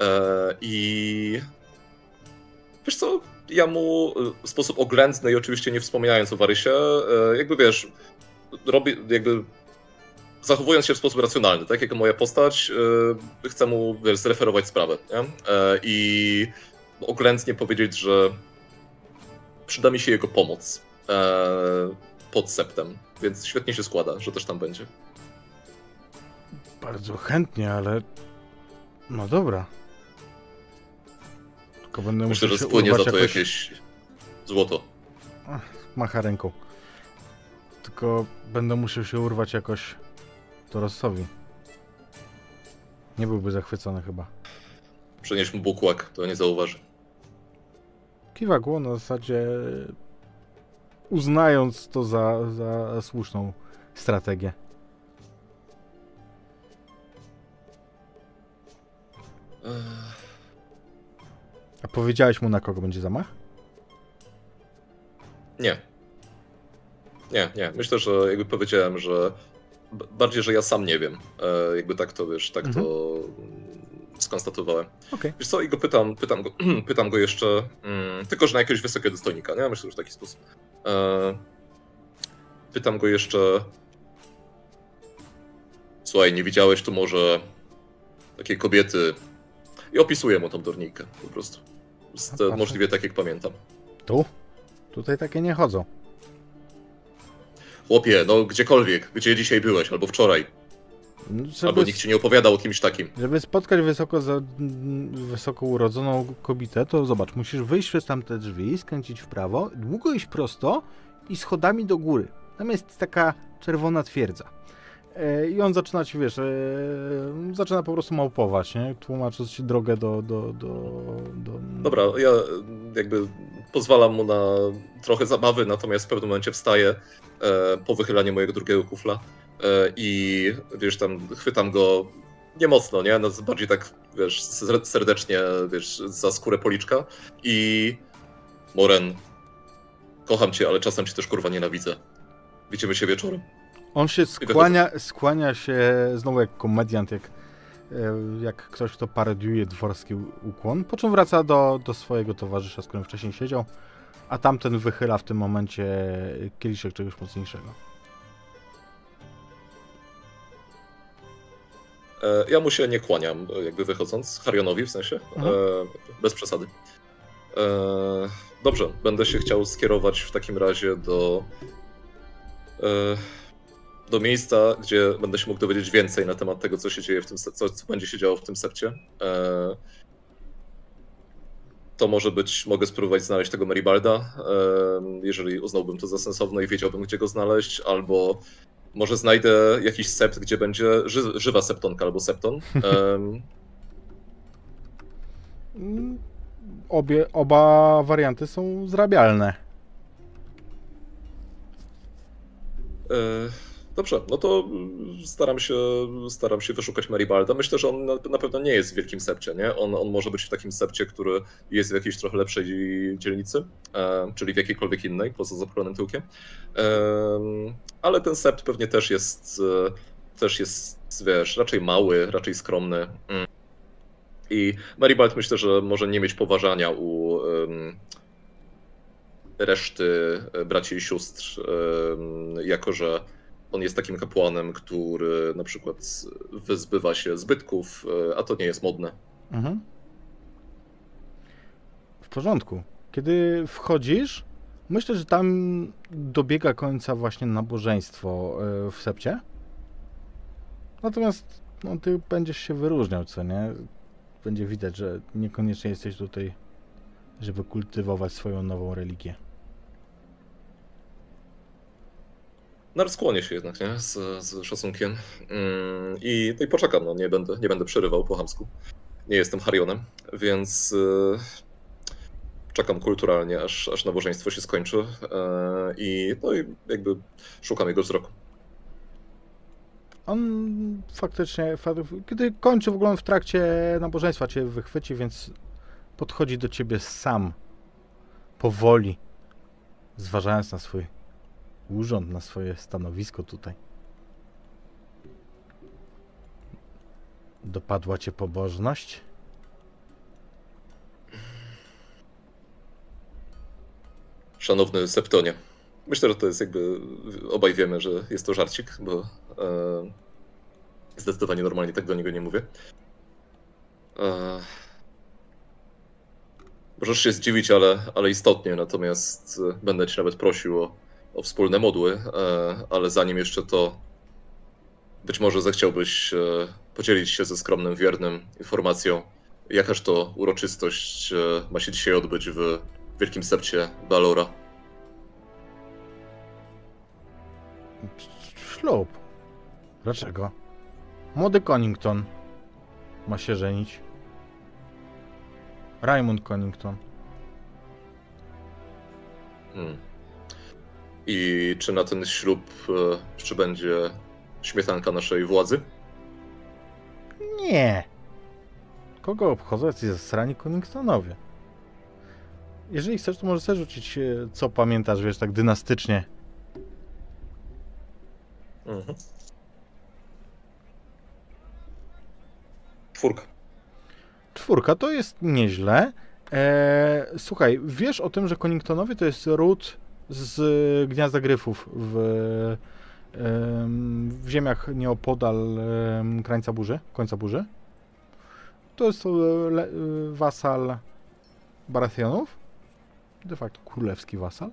I wiesz co, ja mu w sposób oględny i oczywiście nie wspominając o Warysie, jakby wiesz, robię, jakby zachowując się w sposób racjonalny, tak jak moja postać, chcę mu, wiesz, zreferować sprawę, nie? I oględnie powiedzieć, że przyda mi się jego pomoc pod septem, więc świetnie się składa, że też tam będzie. Bardzo chętnie, ale no dobra. Tylko będę Myślę, musiał że spłynie za to jakoś... jakieś złoto. Macha ręką. Tylko będę musiał się urwać jakoś Torosowi. Nie byłby zachwycony chyba. Przenieś mu bukłak, to nie zauważy. Kiwa głową na zasadzie uznając to za słuszną strategię. A powiedziałeś mu, na kogo będzie zamach? Nie. Myślę, że jakby powiedziałem, że bardziej, że ja sam nie wiem. Jakby tak to, wiesz, tak to skonstatowałem. Okay. Wiesz co, i go pytam go jeszcze, tylko że na jakiegoś wysokiego dostojnika, nie? Myślę, że w taki sposób. Pytam go jeszcze, słuchaj, nie widziałeś tu może takiej kobiety? I opisuję mu tą Dornijkę po prostu. Możliwie tak, jak pamiętam. Tu? Tutaj takie nie chodzą. Chłopie, no gdziekolwiek, gdzie dzisiaj byłeś, albo wczoraj. Albo nikt ci nie opowiadał o kimś takim. Żeby spotkać wysoko urodzoną kobietę, to zobacz, musisz wyjść przez tamte drzwi, skręcić w prawo, długo iść prosto i schodami do góry. Tam jest taka czerwona twierdza. I on zaczyna ci, wiesz, zaczyna po prostu małpować, nie? Tłumacząc ci drogę do... Dobra, ja jakby pozwalam mu na trochę zabawy, natomiast w pewnym momencie wstaję po wychylaniu mojego drugiego kufla i wiesz, tam chwytam go nie mocno, nie? No, bardziej tak, wiesz, serdecznie, wiesz, za skórę policzka i Moren, kocham cię, ale czasem cię też kurwa nienawidzę. Widzimy się wieczorem. On się skłania się znowu jak komediant, jak ktoś, kto parodiuje dworski ukłon, po czym wraca do swojego towarzysza, z którym wcześniej siedział, a tamten wychyla w tym momencie kieliszek czegoś mocniejszego. Ja mu się nie kłaniam, jakby wychodząc, Harionowi w sensie, bez przesady. Dobrze, będę się chciał skierować w takim razie do miejsca, gdzie będę się mógł dowiedzieć więcej na temat tego, co się dzieje w tym, co będzie się działo w tym sepcie. To może być, mogę spróbować znaleźć tego Meribalda, jeżeli uznałbym to za sensowne i wiedziałbym, gdzie go znaleźć, albo może znajdę jakiś sept, gdzie będzie żywa septonka albo septon. Oba warianty są zrabialne. Dobrze, no to staram się wyszukać Meribalda. Myślę, że on na pewno nie jest w wielkim sepcie, nie? On może być w takim sepcie, który jest w jakiejś trochę lepszej dzielnicy, czyli w jakiejkolwiek innej, poza zapalonym tyłkiem. Ale ten sept pewnie też jest, wiesz, raczej mały, raczej skromny. I Meribald myślę, że może nie mieć poważania u reszty braci i sióstr, jako że on jest takim kapłanem, który na przykład wyzbywa się zbytków, a to nie jest modne. Mhm. W porządku. Kiedy wchodzisz, myślę, że tam dobiega końca właśnie nabożeństwo w sepcie. Natomiast no, ty będziesz się wyróżniał, co nie? Będzie widać, że niekoniecznie jesteś tutaj, żeby kultywować swoją nową religię. Skłonię się jednak, nie? Z szacunkiem. I poczekam, no, nie będę przerywał po chamsku. Nie jestem Harionem, więc czekam kulturalnie, aż nabożeństwo się skończy i jakby szukam jego wzroku. On faktycznie, kiedy kończy w ogóle w trakcie nabożeństwa cię wychwyci, więc podchodzi do ciebie sam, powoli, zważając na swój urząd, na swoje stanowisko tutaj. Dopadła cię pobożność? Szanowny Septonie, myślę, że to jest jakby, obaj wiemy, że jest to żarcik, bo zdecydowanie normalnie tak do niego nie mówię. Możesz się zdziwić, ale istotnie, natomiast będę cię nawet prosił o wspólne modły, ale zanim jeszcze to, być może zechciałbyś podzielić się ze skromnym wiernym informacją, jakaż to uroczystość ma się dzisiaj odbyć w wielkim sepcie Balora. Ślub. Dlaczego? Młody Connington ma się żenić. Raymond Connington. I czy na ten ślub przybędzie śmietanka naszej władzy? Nie. Kogo obchodzą jacyś zasrani Conningtonowie? Jeżeli chcesz, to możesz sobie rzucić, co pamiętasz, wiesz, tak dynastycznie. Mhm. 4. To jest nieźle. Słuchaj, wiesz o tym, że Conningtonowie to jest ród z Gniazda Gryfów w ziemiach nieopodal końca burzy. To jest wasal Baratheonów, de facto królewski wasal.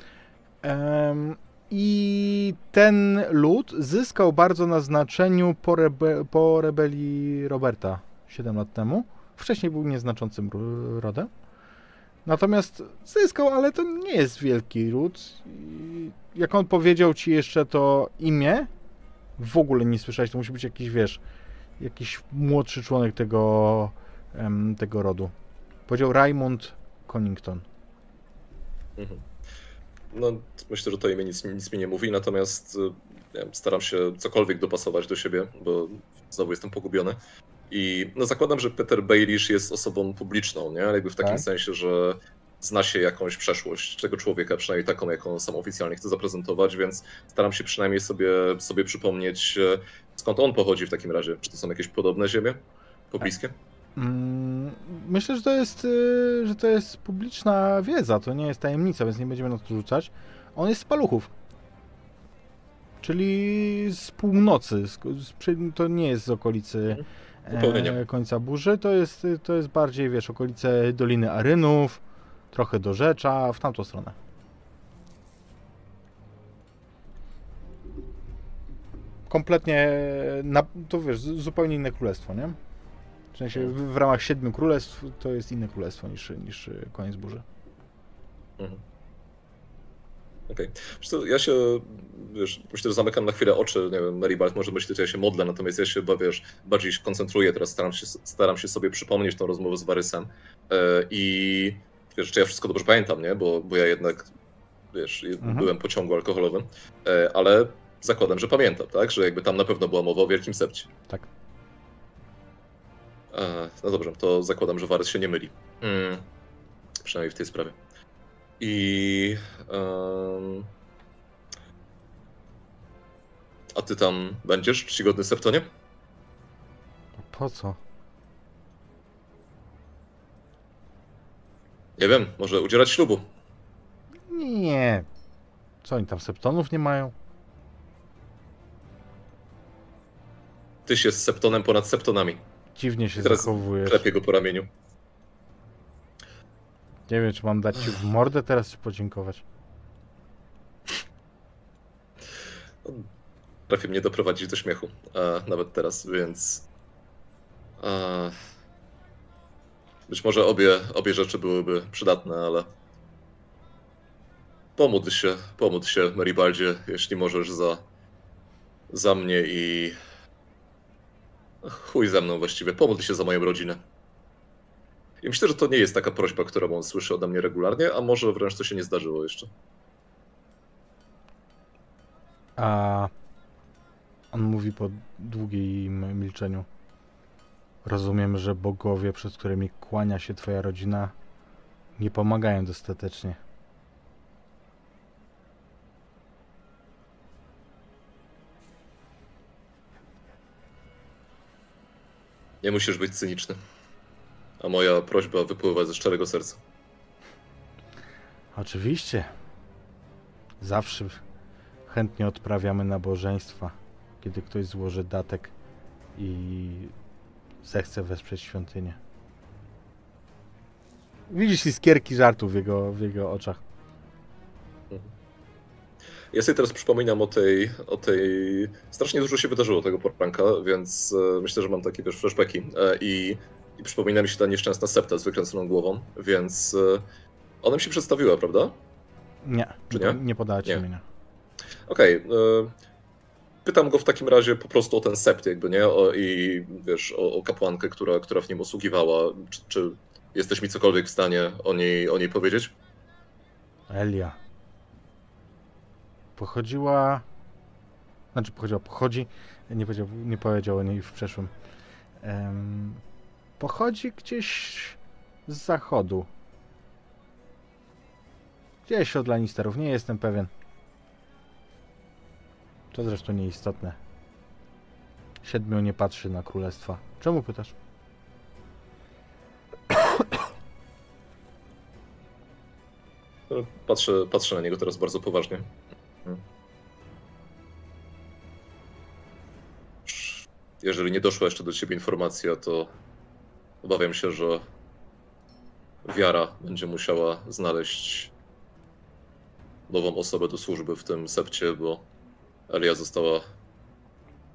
I ten lud zyskał bardzo na znaczeniu po rebelii Roberta 7 lat temu. Wcześniej był nieznaczącym rodem. Natomiast zyskał, ale to nie jest wielki ród. I jak on powiedział ci jeszcze to imię, w ogóle nie słyszałeś, to musi być jakiś, wiesz, jakiś młodszy członek tego rodu. Powiedział Raymond Connington. Mhm. No, myślę, że to imię nic mi nie mówi, natomiast nie wiem, staram się cokolwiek dopasować do siebie, bo znowu jestem pogubiony. I no, zakładam, że Peter Baelish jest osobą publiczną, nie? Jakby w takim Tak. sensie, że zna się jakąś przeszłość tego człowieka, przynajmniej taką, jaką sam oficjalnie chce zaprezentować, więc staram się przynajmniej sobie przypomnieć, skąd on pochodzi w takim razie. Czy to są jakieś podobne ziemie? Pobliskie? Myślę, że to jest publiczna wiedza, to nie jest tajemnica, więc nie będziemy na to rzucać. On jest z Paluchów. Czyli z północy. To nie jest z okolicy końca burzy. To jest bardziej, wiesz, okolice Doliny Arynów, trochę do Rzecza, w tamtą stronę. Kompletnie, to wiesz, zupełnie inne królestwo, nie? W sensie w ramach 7 królestw to jest inne królestwo niż koniec burzy. Mhm. Okej. Okay. Ja się, wiesz, myślę, że zamykam na chwilę oczy, nie wiem, Meribald może myśleć, że ja się modlę, natomiast ja się, wiesz, bardziej się koncentruję, teraz staram się sobie przypomnieć tą rozmowę z Varysem i wiesz, czy ja wszystko dobrze pamiętam, nie? Bo ja jednak, wiesz, byłem po ciągu alkoholowym, ale zakładam, że pamiętam, tak? Że jakby tam na pewno była mowa o Wielkim Sepcie. Tak. No dobrze, to zakładam, że Varys się nie myli. Przynajmniej w tej sprawie. I a ty tam będziesz czcigodny Septonie? Po co? Nie wiem, może udzielać ślubu. Nie. Co oni tam septonów nie mają? Ty się z Septonem ponad Septonami. Dziwnie się teraz zachowujesz. Klepię go po ramieniu. Nie wiem, czy mam dać ci w mordę teraz, czy podziękować. Trafię mnie doprowadzić do śmiechu, nawet teraz, więc być może obie rzeczy byłyby przydatne, ale pomódl się, Meribaldzie, jeśli możesz za mnie i chuj ze mną właściwie, pomódl się za moją rodzinę. I myślę, że to nie jest taka prośba, którą on słyszy ode mnie regularnie, a może wręcz to się nie zdarzyło jeszcze. A on mówi po długim milczeniu. Rozumiem, że bogowie, przed którymi kłania się twoja rodzina, nie pomagają dostatecznie. Nie musisz być cyniczny. A moja prośba wypływa ze szczerego serca. Oczywiście. Zawsze chętnie odprawiamy nabożeństwa, kiedy ktoś złoży datek i zechce wesprzeć świątynię. Widzisz iskierki żartu w jego oczach. Ja sobie teraz przypominam o tej... Strasznie dużo się wydarzyło tego poranka, więc myślę, że mam takie, wiesz, flashbacki. I przypomina mi się ta nieszczęsna Septa z wykręconą głową, więc ona mi się przedstawiła, prawda? Nie, czy nie? Nie podała ci imienia. Okej. Pytam go w takim razie po prostu o ten sept, jakby, nie? I wiesz, o kapłankę, która w nim usługiwała. Czy jesteś mi cokolwiek w stanie o niej powiedzieć? Elia. pochodzi, nie powiedział o niej w przeszłym. Pochodzi gdzieś z zachodu. Gdzieś od Lannisterów, nie jestem pewien. To zresztą nieistotne. 7 nie patrzy na królestwa. Czemu pytasz? Patrzę na niego teraz bardzo poważnie. Jeżeli nie doszła jeszcze do ciebie informacja, to obawiam się, że wiara będzie musiała znaleźć nową osobę do służby w tym sepcie, bo Elia została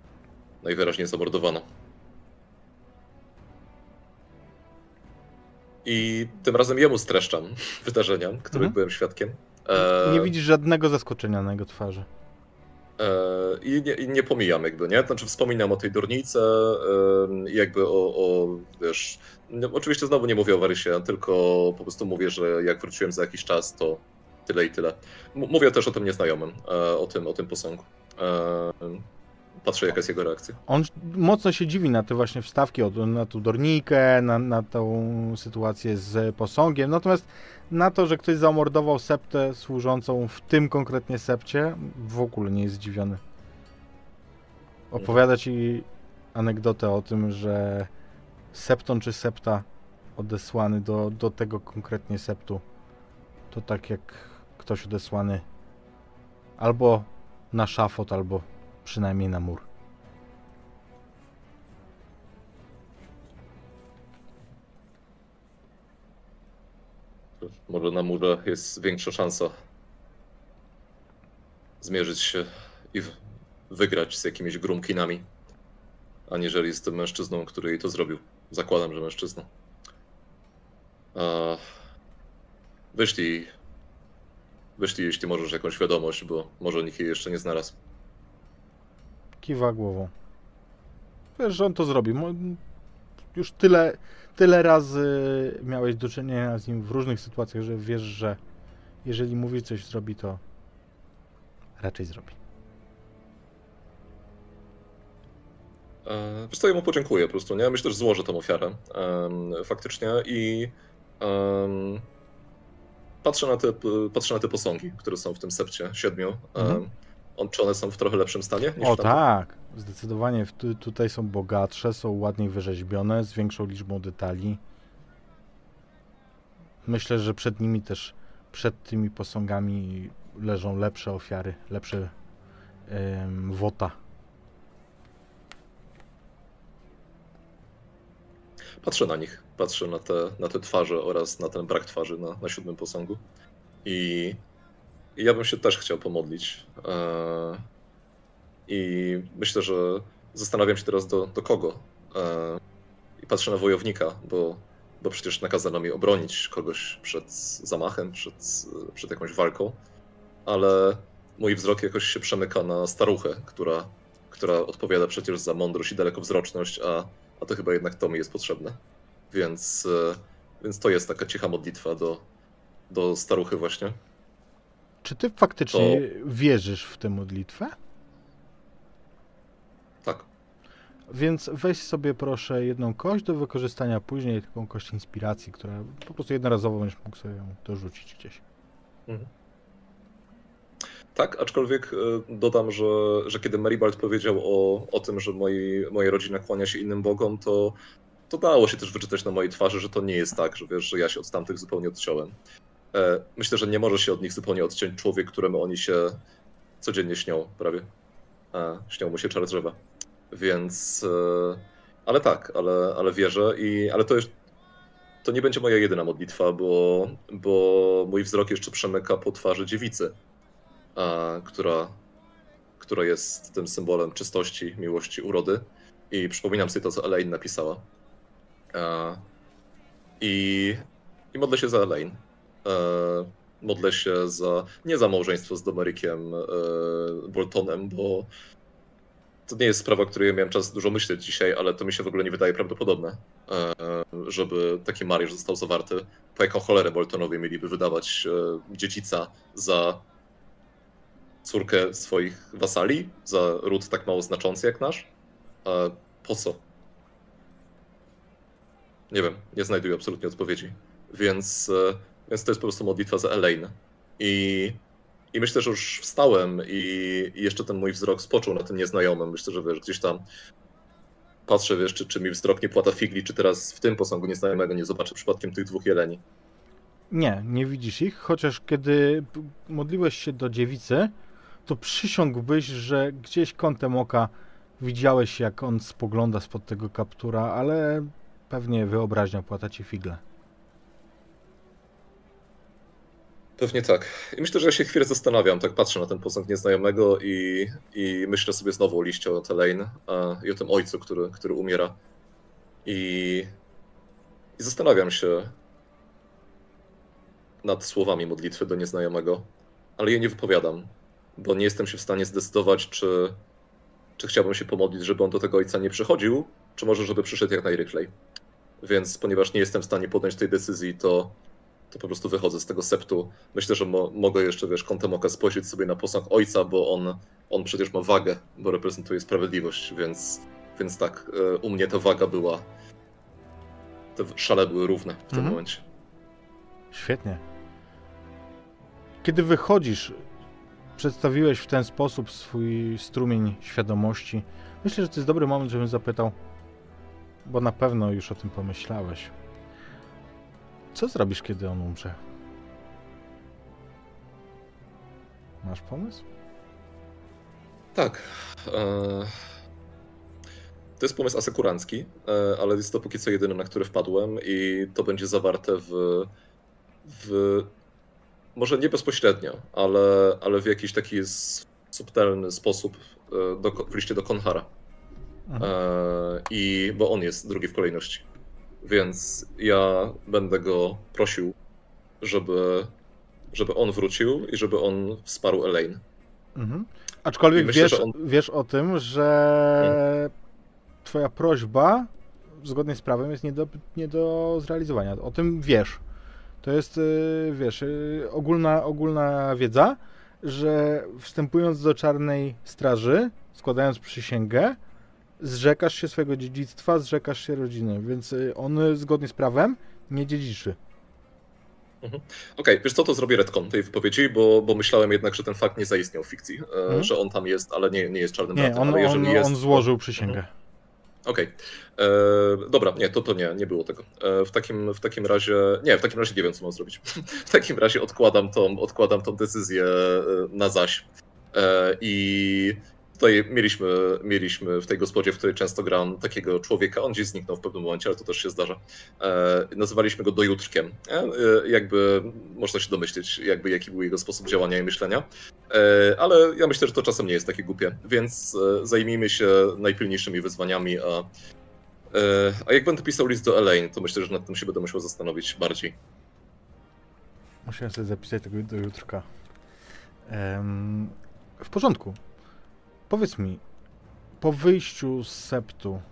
najwyraźniej zamordowana. I tym razem jemu streszczam wydarzenia, których byłem świadkiem. Nie widzisz żadnego zaskoczenia na jego twarzy. I nie pomijam jakby, nie? Znaczy wspominam o tej durnice i jakby wiesz, no, oczywiście znowu nie mówię o Warysie, tylko po prostu mówię, że jak wróciłem za jakiś czas, to tyle i tyle. Mówię też o tym nieznajomym, o tym posągu. Patrzę, jaka jest jego reakcja. On mocno się dziwi na te właśnie wstawki, na tą Dornikę, na tą sytuację z posągiem, natomiast na to, że ktoś zamordował septę służącą w tym konkretnie sepcie, w ogóle nie jest zdziwiony. Opowiada ci anegdotę o tym, że septon czy septa odesłany do tego konkretnie septu, to tak jak ktoś odesłany albo na szafot, albo przynajmniej na mur. Może na murze jest większa szansa zmierzyć się i wygrać z jakimiś grumkinami, aniżeli z tym mężczyzną, który jej to zrobił. Zakładam, że mężczyzną. Wyślij, jeśli możesz, jakąś wiadomość, bo może nikt jej jeszcze nie znalazł. Kiwa głową. Wiesz, że on to zrobi. Już tyle razy miałeś do czynienia z nim w różnych sytuacjach, że wiesz, że jeżeli mówi coś zrobi, to raczej zrobi. Wiesz co, ja mu podziękuję po prostu, nie? Myślę, że złożę tą ofiarę faktycznie i patrzę na te posągi, które są w tym sepcie 7. Czy one są w trochę lepszym stanie niż O w tamtym? tak, zdecydowanie. Tutaj są bogatsze, są ładniej wyrzeźbione, z większą liczbą detali. Myślę, że przed nimi też, przed tymi posągami leżą lepsze ofiary, lepsze wota. Patrzę na nich, patrzę na te twarze oraz na ten brak twarzy na 7 posągu. I ja bym się też chciał pomodlić. I myślę, że zastanawiam się teraz do kogo. I patrzę na wojownika, bo przecież nakazano mi obronić kogoś przed zamachem, przed jakąś walką. Ale mój wzrok jakoś się przemyka na staruchę, która odpowiada przecież za mądrość i dalekowzroczność, a to chyba jednak to mi jest potrzebne. Więc to jest taka cicha modlitwa do staruchy właśnie. Czy ty faktycznie wierzysz w tę modlitwę? Tak. Więc weź sobie proszę jedną kość do wykorzystania później, taką kość inspiracji, która po prostu jednorazowo będziesz mógł sobie ją dorzucić gdzieś. Mhm. Tak, aczkolwiek dodam, że kiedy Meribald powiedział o tym, że moja rodzina kłania się innym bogom, to dało się też wyczytać na mojej twarzy, że to nie jest tak, że wiesz, że ja się od tamtych zupełnie odciąłem. Myślę, że nie może się od nich zupełnie odciąć człowiek, któremu oni się codziennie śnią, prawie. Śnią mu się czar drzewa. Więc... Ale tak, ale wierzę ale to nie będzie moja jedyna modlitwa, bo mój wzrok jeszcze przemyka po twarzy dziewicy, która jest tym symbolem czystości, miłości, urody. I przypominam sobie to, co Elaine napisała. I modlę się za Elaine. Modlę się nie za małżeństwo z Domerykiem Boltonem, bo to nie jest sprawa, o której ja miałem czas dużo myśleć dzisiaj, ale to mi się w ogóle nie wydaje prawdopodobne, żeby taki mariusz został zawarty. Po jaką cholerę Boltonowie mieliby wydawać dziedzica za córkę swoich wasali, za ród tak mało znaczący jak nasz? Po co? Nie wiem, nie znajduję absolutnie odpowiedzi. Więc to jest po prostu modlitwa za Elaine. I myślę, że już wstałem i jeszcze ten mój wzrok spoczął na tym nieznajomym. Myślę, że wiesz, gdzieś tam patrzę, wiesz, czy mi wzrok nie płata figli, czy teraz w tym posągu nieznajomego nie zobaczę przypadkiem tych 2 jeleni. Nie widzisz ich, chociaż kiedy modliłeś się do dziewicy, to przysiągłbyś, że gdzieś kątem oka widziałeś, jak on spogląda spod tego kaptura, ale pewnie wyobraźnia płata ci figle. Pewnie tak. I myślę, że ja się chwilę zastanawiam, tak patrzę na ten posąg nieznajomego i myślę sobie znowu o liście o Elaine i o tym ojcu, który umiera. I zastanawiam się, nad słowami modlitwy do nieznajomego, ale jej nie wypowiadam, bo nie jestem się w stanie zdecydować, czy chciałbym się pomodlić, żeby on do tego ojca nie przychodził, czy może żeby przyszedł jak najrychlej. Więc ponieważ nie jestem w stanie podjąć tej decyzji, to po prostu wychodzę z tego septu. Myślę, że mogę jeszcze, kątem oka spojrzeć sobie na posąg ojca, bo on przecież ma wagę, bo reprezentuje sprawiedliwość, więc tak, u mnie ta waga była, te szale były równe w tym momencie. Świetnie. Kiedy wychodzisz, przedstawiłeś w ten sposób swój strumień świadomości. Myślę, że to jest dobry moment, żebym zapytał, bo na pewno już o tym pomyślałeś. Co zrobisz, kiedy on umrze? Masz pomysł? Tak. To jest pomysł asekurancki, ale jest to póki co jedyny, na który wpadłem i to będzie zawarte w może nie bezpośrednio, ale w jakiś taki subtelny sposób w liście do Konhara. Bo on jest drugi w kolejności. Więc ja będę go prosił, żeby on wrócił i żeby on wsparł Elaine. Aczkolwiek wiesz o tym, że twoja prośba zgodnie z prawem jest nie do zrealizowania. O tym wiesz. To jest, ogólna wiedza, że wstępując do Czarnej Straży, składając przysięgę, zrzekasz się swojego dziedzictwa, zrzekasz się rodziny, więc on zgodnie z prawem nie dziedziczy. Okej, wiesz co, to zrobię retcon tej wypowiedzi, bo myślałem jednak, że ten fakt nie zaistniał w fikcji, że on tam jest, ale nie jest czarnym bratem. Ale jeżeli jest, on złożył przysięgę. Okej. Dobra, nie, to nie było tego. W takim razie nie wiem, co mam zrobić. W takim razie odkładam tą decyzję na zaś. I tutaj mieliśmy w tej gospodzie, w której często gram, takiego człowieka, on gdzieś zniknął w pewnym momencie, ale to też się zdarza. Nazywaliśmy go Dojutrkiem. Jakby można się domyślić, jaki był jego sposób działania i myślenia. Ale ja myślę, że to czasem nie jest takie głupie, więc zajmijmy się najpilniejszymi wyzwaniami, a jak będę pisał list do Elaine, to myślę, że nad tym się będę musiał zastanowić bardziej. Musiałem sobie zapisać tego Dojutrka. W porządku. Powiedz mi, po wyjściu z septu,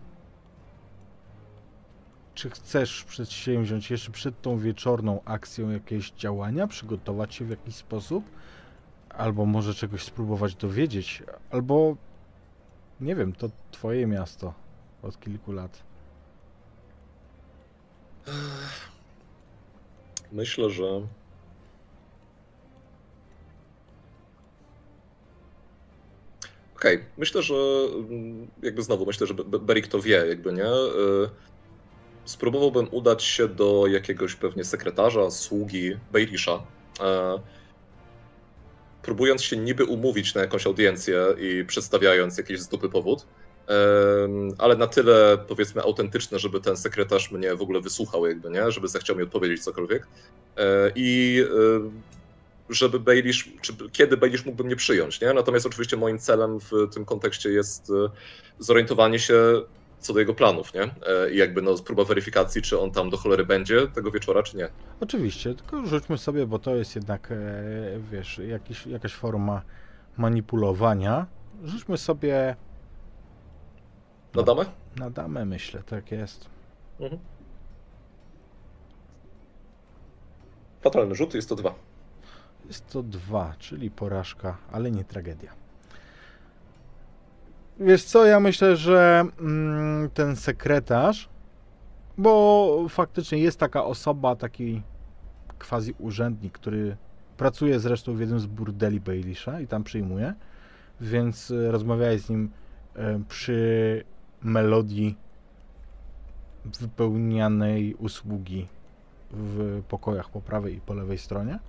czy chcesz przedsięwziąć jeszcze przed tą wieczorną akcją jakieś działania, przygotować się w jakiś sposób? Albo może czegoś spróbować dowiedzieć, albo nie wiem, to twoje miasto od kilku lat. Myślę, że myślę, że myślę, że Beric to wie, nie? Spróbowałbym udać się do jakiegoś pewnie sekretarza, sługi Bailisha, próbując się niby umówić na jakąś audiencję i przedstawiając jakiś z dupy powód, ale na tyle, powiedzmy, autentyczne, żeby ten sekretarz mnie w ogóle wysłuchał, nie? Żeby zechciał mi odpowiedzieć cokolwiek. I żeby Baelish, kiedy Baelish mógłby mnie przyjąć, nie? Natomiast oczywiście moim celem w tym kontekście jest zorientowanie się co do jego planów, nie? I próba weryfikacji, czy on tam do cholery będzie tego wieczora, czy nie. Oczywiście, tylko rzućmy sobie, bo to jest jednak, jakaś forma manipulowania. Rzućmy sobie... Na damę? Na damę, myślę, tak jest. Fatalny rzut, jest to 2. Jest to 2, czyli porażka, ale nie tragedia. Wiesz co, ja myślę, że ten sekretarz, bo faktycznie jest taka osoba, taki quasi urzędnik, który pracuje zresztą w jednym z burdeli Bailisha i tam przyjmuje, więc rozmawiałeś z nim przy melodii wypełnianej usługi w pokojach po prawej i po lewej stronie.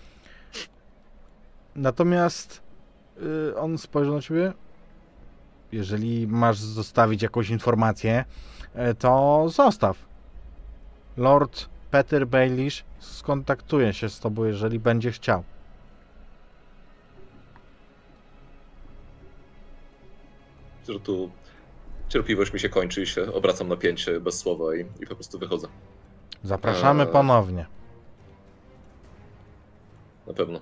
Natomiast on spojrzał na ciebie. Jeżeli masz zostawić jakąś informację, to zostaw. Lord Peter Baelish skontaktuje się z tobą, jeżeli będzie chciał. Że tu cierpliwość mi się kończy i się obracam na pięcie bez słowa i po prostu wychodzę. Zapraszamy ponownie. na pewno.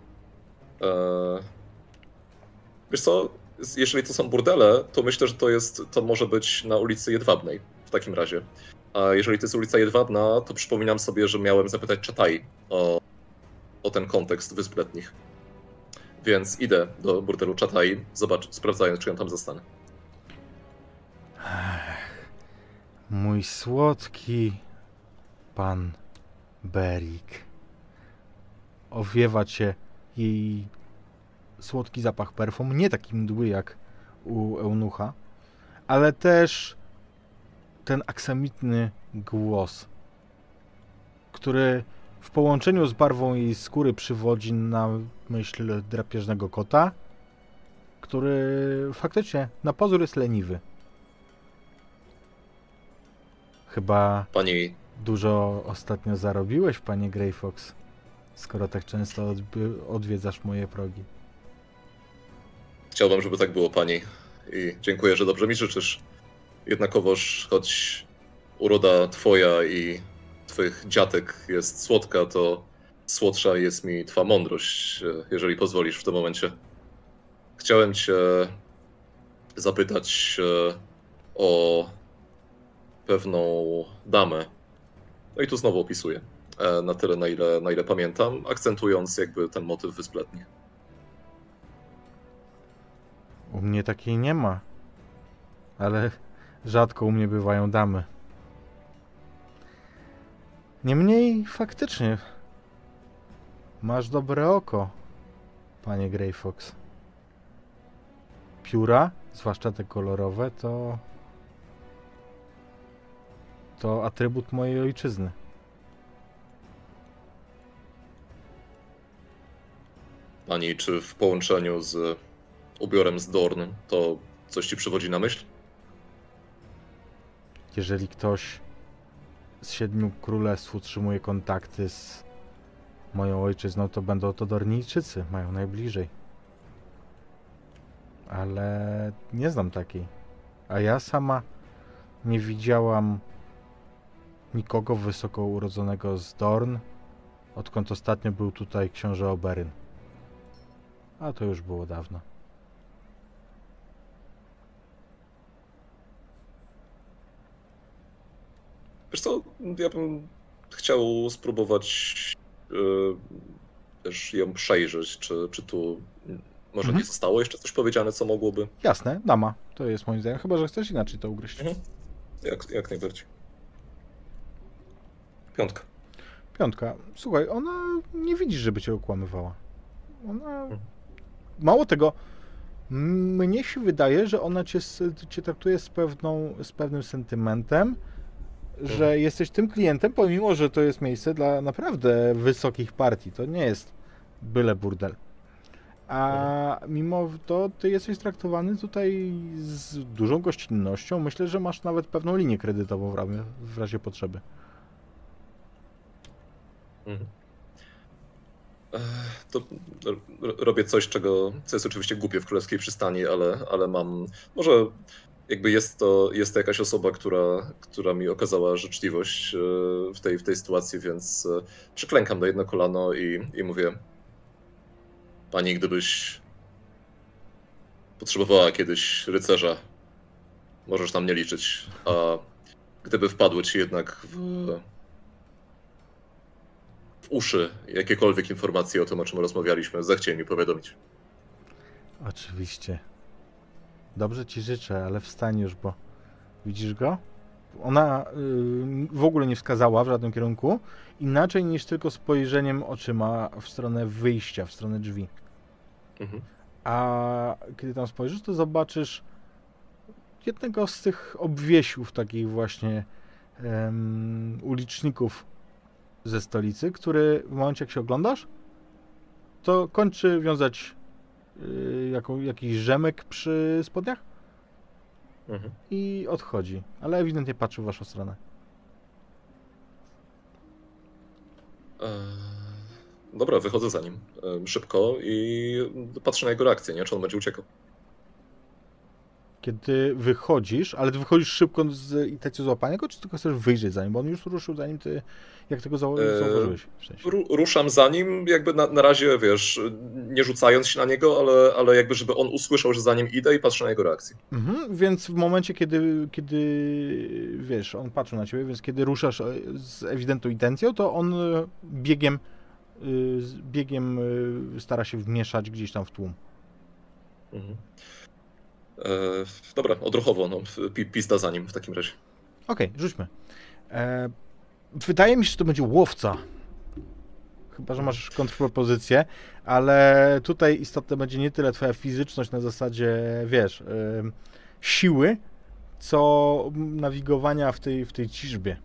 Wiesz co, jeżeli to są burdele, to myślę, że to może być na ulicy Jedwabnej w takim razie. A jeżeli to jest ulica Jedwabna, to przypominam sobie, że miałem zapytać Czatai o ten kontekst Wysp Letnich. Więc idę do burdelu Czatai, sprawdzając, czy ją tam zastanę. Mój słodki pan Berik. Owiewa cię jej słodki zapach perfum, nie taki mdły jak u eunucha, ale też ten aksamitny głos, który w połączeniu z barwą jej skóry przywodzi na myśl drapieżnego kota, który faktycznie na pozór jest leniwy. Chyba Pani, dużo ostatnio zarobiłeś, panie Grey Fox, skoro tak często odwiedzasz moje progi. chciałbym, żeby tak było, pani. I dziękuję, że dobrze mi życzysz. Jednakowoż, choć uroda twoja i twoich dziatek jest słodka, to słodsza jest mi twa mądrość, jeżeli pozwolisz w tym momencie. Chciałem cię zapytać o pewną damę. No i tu znowu opisuję. Na tyle, na ile pamiętam, akcentując jakby ten motyw Wysp Letnich. U mnie takiej nie ma, ale rzadko u mnie bywają damy. Niemniej faktycznie masz dobre oko, panie Grey Fox. Pióra, zwłaszcza te kolorowe, to atrybut mojej ojczyzny. Pani, czy w połączeniu z ubiorem z Dorn to coś ci przywodzi na myśl? Jeżeli ktoś z 7 królestw utrzymuje kontakty z moją ojczyzną, to będą to Dornijczycy, mają najbliżej. Ale nie znam takiej. A ja sama nie widziałam nikogo wysoko urodzonego z Dorn, odkąd ostatnio był tutaj książę Oberyn. A to już było dawno. Wiesz co, ja bym chciał spróbować też ją przejrzeć, czy tu może nie zostało jeszcze coś powiedziane, co mogłoby... Jasne, dama. To jest moim zdaniem. Chyba że chcesz inaczej to ugryźć. Jak najbardziej. 5. 5. Słuchaj, ona nie widzisz, żeby cię okłamywała. Ona... Mało tego, mnie się wydaje, że ona cię traktuje z pewnym sentymentem, że jesteś tym klientem, pomimo że to jest miejsce dla naprawdę wysokich partii. To nie jest byle burdel. A mimo to ty jesteś traktowany tutaj z dużą gościnnością. Myślę, że masz nawet pewną linię kredytową w razie potrzeby. To robię coś, co jest oczywiście głupie w Królewskiej Przystani, ale mam... Może jakby jest to jakaś osoba, która mi okazała życzliwość w tej sytuacji, więc przyklękam na jedno kolano i mówię: Pani, gdybyś potrzebowała kiedyś rycerza, możesz na mnie liczyć. A gdyby wpadły ci jednak w uszy jakiekolwiek informacje o tym, o czym rozmawialiśmy, zechciej mi powiadomić. Oczywiście. Dobrze ci życzę, ale wstań już, bo widzisz go? Ona w ogóle nie wskazała w żadnym kierunku, inaczej niż tylko spojrzeniem oczyma w stronę wyjścia, w stronę drzwi. A kiedy tam spojrzysz, to zobaczysz jednego z tych obwiesiów takich właśnie uliczników ze stolicy, który w momencie, jak się oglądasz, to kończy wiązać jakiś rzemek przy spodniach i odchodzi, ale ewidentnie patrzy w waszą stronę. Dobra, wychodzę za nim szybko i patrzę na jego reakcję, nie? Czy on będzie uciekał. kiedy wychodzisz, ale ty wychodzisz szybko z intencją złapania go, czy tylko chcesz wyjrzeć za nim, bo on już ruszył zanim ty, jak tego zauważyłeś w sensie. Ruszam za nim, jakby na razie, wiesz, nie rzucając się na niego, ale jakby, żeby on usłyszał, że za nim idę i patrzę na jego reakcję. Więc w momencie, kiedy wiesz, on patrzy na ciebie, więc kiedy ruszasz z ewidentną intencją, to on biegiem stara się wmieszać gdzieś tam w tłum. Dobra, odruchowo, no, pizda za nim w takim razie. Okej, rzućmy. Wydaje mi się, że to będzie łowca. Chyba że masz kontrpropozycję, ale tutaj istotne będzie nie tyle twoja fizyczność na zasadzie, wiesz, siły, co nawigowania w tej ciżbie.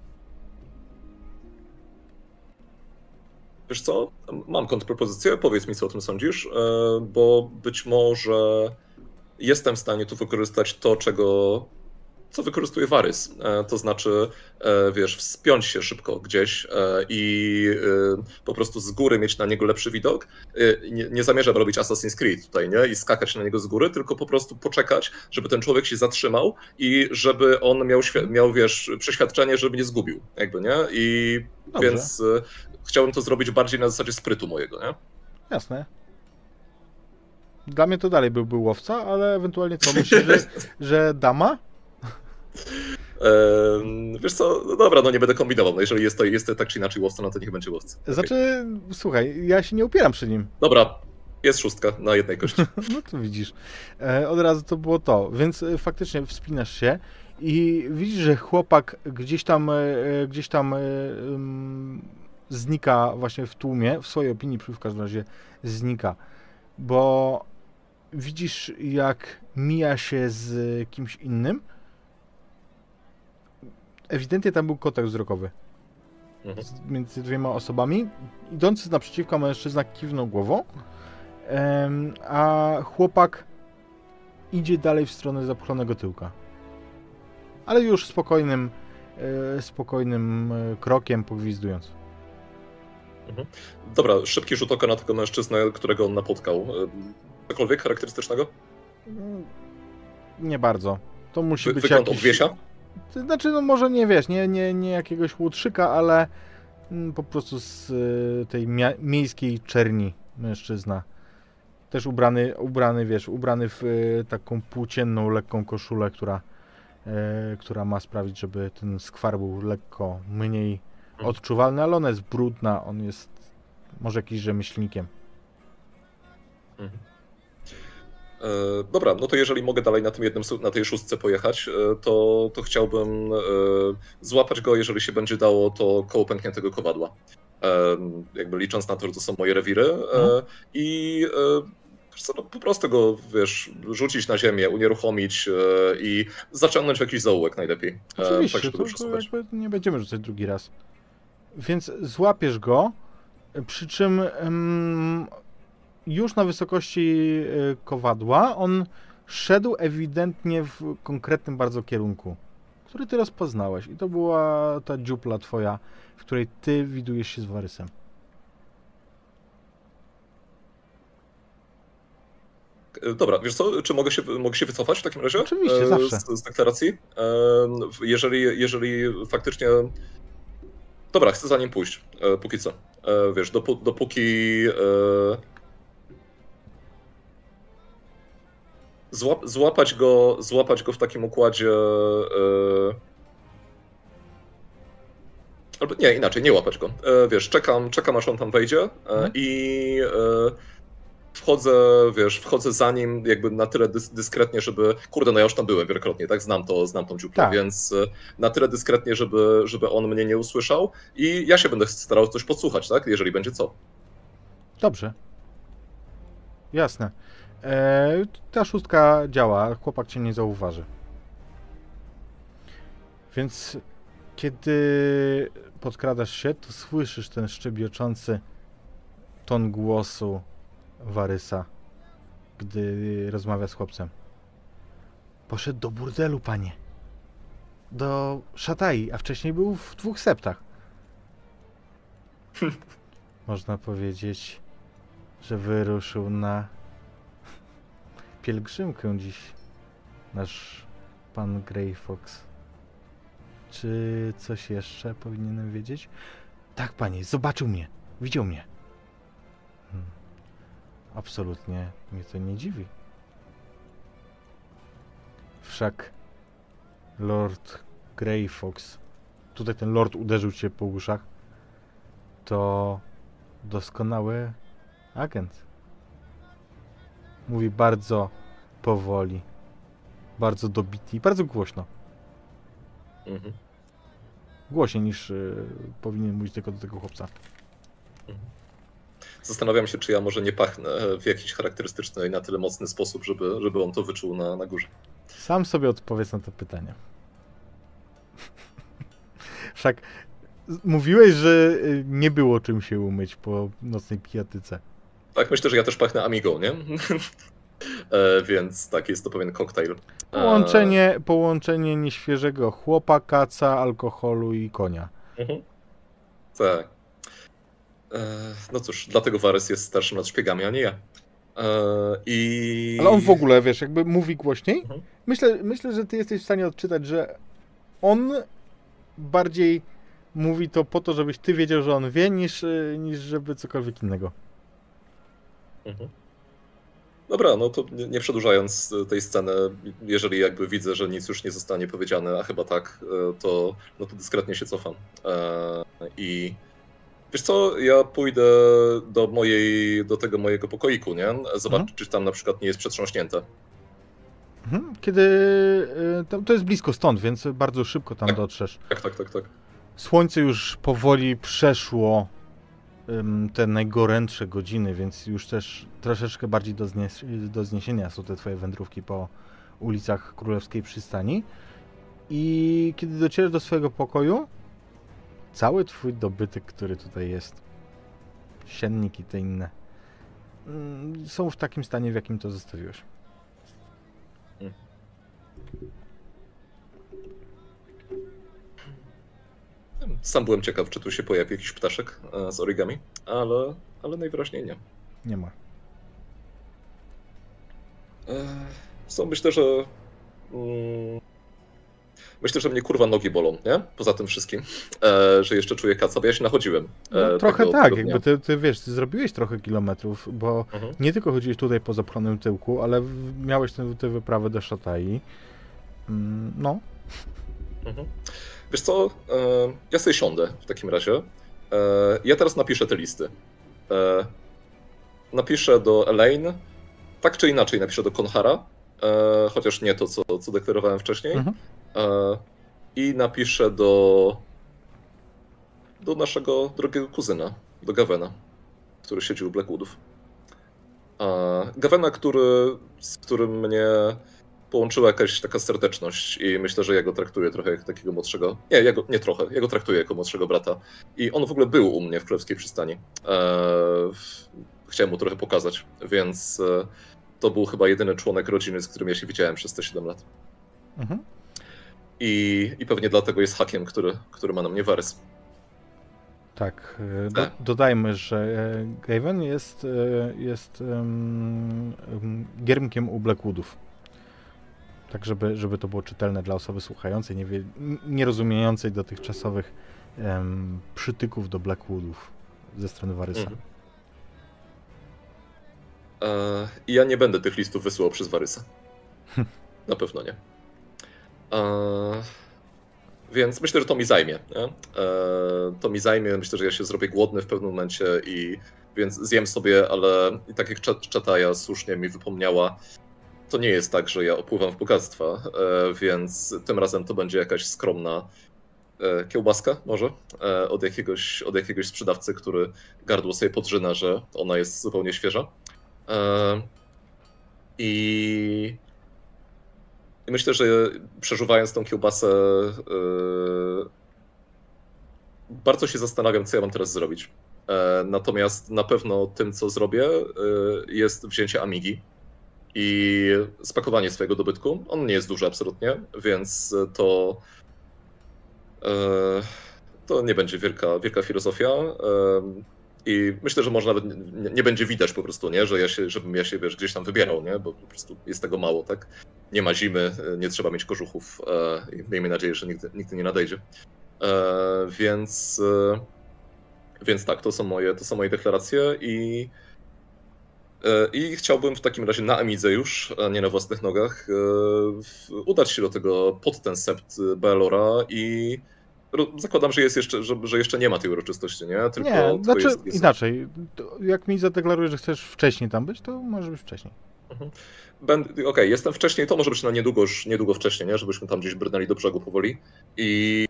Wiesz co, mam kontrpropozycję, powiedz mi, co o tym sądzisz, bo być może jestem w stanie tu wykorzystać to, co wykorzystuje Varys. To znaczy, wiesz, wspiąć się szybko gdzieś i po prostu z góry mieć na niego lepszy widok. Nie zamierzam robić Assassin's Creed tutaj, nie? I skakać na niego z góry, tylko po prostu poczekać, żeby ten człowiek się zatrzymał i żeby on miał wiesz, przeświadczenie, żeby nie zgubił, jakby, nie? I Dobrze. więc chciałbym to zrobić bardziej na zasadzie sprytu mojego, nie? Jasne. Dla mnie to dalej byłby łowca, ale ewentualnie co, myślisz, że dama? Wiesz co, no dobra, no nie będę kombinował. No jeżeli jest to tak czy inaczej łowca, no to niech będzie łowca. Znaczy, słuchaj, ja się nie upieram przy nim. Dobra, jest 6 na jednej kości. No to widzisz. Od razu to było to. Więc faktycznie wspinasz się i widzisz, że chłopak gdzieś tam znika właśnie w tłumie. W swojej opinii w każdym razie znika. Bo widzisz, jak mija się z kimś innym. Ewidentnie tam był kontakt wzrokowy między dwiema osobami. Idący naprzeciwka mężczyzna kiwnął głową, a chłopak idzie dalej w stronę zapchlonego tyłka. Ale już spokojnym krokiem, pogwizdując. Dobra, szybki rzut oka na tego mężczyznę, którego on napotkał. Cokolwiek charakterystycznego? Nie bardzo. To musi być wygląd jakiś... obwiesia? Znaczy, no może nie wiesz, nie jakiegoś łutrzyka, ale po prostu z tej miejskiej czerni mężczyzna. Też ubrany w taką płócienną, lekką koszulę, która ma sprawić, żeby ten skwar był lekko mniej odczuwalny, ale ona jest brudna, on jest może jakimś rzemieślnikiem. Dobra, no to jeżeli mogę dalej na tej 6 pojechać, to chciałbym złapać go, jeżeli się będzie dało, to koło pękniętego kowadła. Jakby licząc na to, że to są moje rewiry i no, po prostu go, wiesz, rzucić na ziemię, unieruchomić i zaciągnąć w jakiś zaułek najlepiej. Oczywiście, tak, żeby to jakby nie będziemy rzucać drugi raz. Więc złapiesz go, przy czym już na wysokości kowadła on szedł ewidentnie w konkretnym bardzo kierunku, który ty rozpoznałeś. I to była ta dziupla twoja, w której ty widujesz się z Varysem. Dobra, wiesz co, czy mogę się wycofać w takim razie? Oczywiście, zawsze. Z deklaracji? Jeżeli faktycznie... Dobra, chcę za nim pójść, póki co. Wiesz, dopóki... Złapać go w takim układzie... Albo nie, inaczej, nie łapać go. Wiesz, czekam aż on tam wejdzie i wchodzę za nim jakby na tyle dyskretnie, żeby... Kurde, no ja już tam byłem wielokrotnie, tak? Znam tą dziuplę, Tak. więc na tyle dyskretnie, żeby on mnie nie usłyszał i ja się będę starał coś podsłuchać, tak? Jeżeli będzie co. Dobrze. Jasne. Ta 6 działa, chłopak cię nie zauważy. Więc kiedy podkradasz się, to słyszysz ten szczebioczący ton głosu Varysa, gdy rozmawia z chłopcem. Poszedł do burdelu, panie. Do Szatai, a wcześniej był w 2 septach. Można powiedzieć, że wyruszył na pielgrzymkę dziś. nasz pan Grey Fox. Czy coś jeszcze powinienem wiedzieć? Tak, panie, zobaczył mnie. Widział mnie. Absolutnie mnie to nie dziwi. Wszak Lord Grey Fox, tutaj ten lord uderzył cię po uszach, to doskonały agent. Mówi bardzo powoli, bardzo dobitnie, bardzo głośno. Mhm. Głośniej niż powinien mówić tylko do tego chłopca. Zastanawiam się, czy ja może nie pachnę w jakiś charakterystyczny i na tyle mocny sposób, żeby on to wyczuł na górze. Sam sobie odpowiedz na to pytanie. Wszak mówiłeś, że nie było czym się umyć po nocnej pijatyce. Tak, myślę, że ja też pachnę Amigą, nie? Więc tak, jest to pewien koktajl. Połączenie nieświeżego chłopa, kaca, alkoholu i konia. Mhm. Tak. No cóż, dlatego Varys jest starszym nad szpiegami, a nie ja. Ale on w ogóle, wiesz, jakby mówi głośniej. Mhm. Myślę, że ty jesteś w stanie odczytać, że on bardziej mówi to po to, żebyś ty wiedział, że on wie, niż żeby cokolwiek innego. Mhm. Dobra, no to nie przedłużając tej sceny, jeżeli jakby widzę, że nic już nie zostanie powiedziane, a chyba tak, to dyskretnie się cofam. I wiesz co, ja pójdę do tego mojego pokoiku, nie? Zobaczyć, czy tam na przykład nie jest przetrząśnięte. To jest blisko stąd, więc bardzo szybko tam dotrzesz. Tak. Słońce już powoli przeszło te najgorętsze godziny, więc już też troszeczkę bardziej do zniesienia są te twoje wędrówki po ulicach Królewskiej Przystani. I kiedy docierasz do swojego pokoju, cały twój dobytek, który tutaj jest, siennik i te inne, są w takim stanie, w jakim to zostawiłeś. Sam byłem ciekaw, czy tu się pojawi jakiś ptaszek z origami, ale najwyraźniej nie. Nie ma. Myślę, że mnie kurwa nogi bolą, nie? Poza tym wszystkim, że jeszcze czuję kaca, bo ja się nachodziłem. No, trochę tak, jakby ty wiesz, ty zrobiłeś trochę kilometrów, bo nie tylko chodziłeś tutaj po zapchlonym tyłku, ale miałeś tę wyprawę do Szatai. No. Wiesz co, ja sobie siądę w takim razie. Ja teraz napiszę te listy. Napiszę do Elaine, tak czy inaczej napiszę do Konhara, chociaż nie to, co deklarowałem wcześniej. I napiszę do naszego drogiego kuzyna, do Gavena, który siedzi u Blackwoodów. Gavena, z którym mnie połączyła jakaś taka serdeczność i myślę, że ja go traktuję trochę jak takiego młodszego... Ja go traktuję jako młodszego brata. I on w ogóle był u mnie w Królewskiej Przystani. Chciałem mu trochę pokazać, więc to był chyba jedyny członek rodziny, z którym ja się widziałem przez te 7 lat. I pewnie dlatego jest hakiem, który ma na mnie Varys. Tak. Dodajmy, że Gaven jest giermkiem u Blackwoodów. Tak, żeby to było czytelne dla osoby słuchającej, nie rozumiejącej dotychczasowych przytyków do Blackwoodów ze strony Varysa. I ja nie będę tych listów wysyłał przez Varysa. Na pewno nie. Więc myślę, że to mi zajmie. To mi zajmie, myślę, że ja się zrobię głodny w pewnym momencie więc zjem sobie, ale i tak jak Czataja słusznie mi wypomniała, to nie jest tak, że ja opływam w bogactwa, więc tym razem to będzie jakaś skromna kiełbaska może od jakiegoś sprzedawcy, który gardło sobie podrzyna, że ona jest zupełnie świeża. I myślę, że przeżuwając tą kiełbasę, bardzo się zastanawiam, co ja mam teraz zrobić. Natomiast na pewno tym, co zrobię, jest wzięcie Amigi i spakowanie swojego dobytku. On nie jest duży absolutnie, więc to nie będzie wielka filozofia. I myślę, że może nawet nie będzie widać po prostu, nie? Żebym ja się, wiesz, gdzieś tam wybierał, nie? Bo po prostu jest tego mało, tak? Nie ma zimy, nie trzeba mieć kożuchów i miejmy nadzieję, że nigdy nie nadejdzie. Więc tak, to są moje deklaracje i chciałbym w takim razie na Amidze już, a nie na własnych nogach, udać się pod ten sept Belora i zakładam, że jest jeszcze, że jeszcze nie ma tej uroczystości, nie? Nie, Tylko znaczy jest... inaczej. Jak mi zadeklarujesz, że chcesz wcześniej tam być, to może być wcześniej. Okej, jestem wcześniej, to może być na niedługo wcześniej, nie? Żebyśmy tam gdzieś brnęli do brzegu powoli. I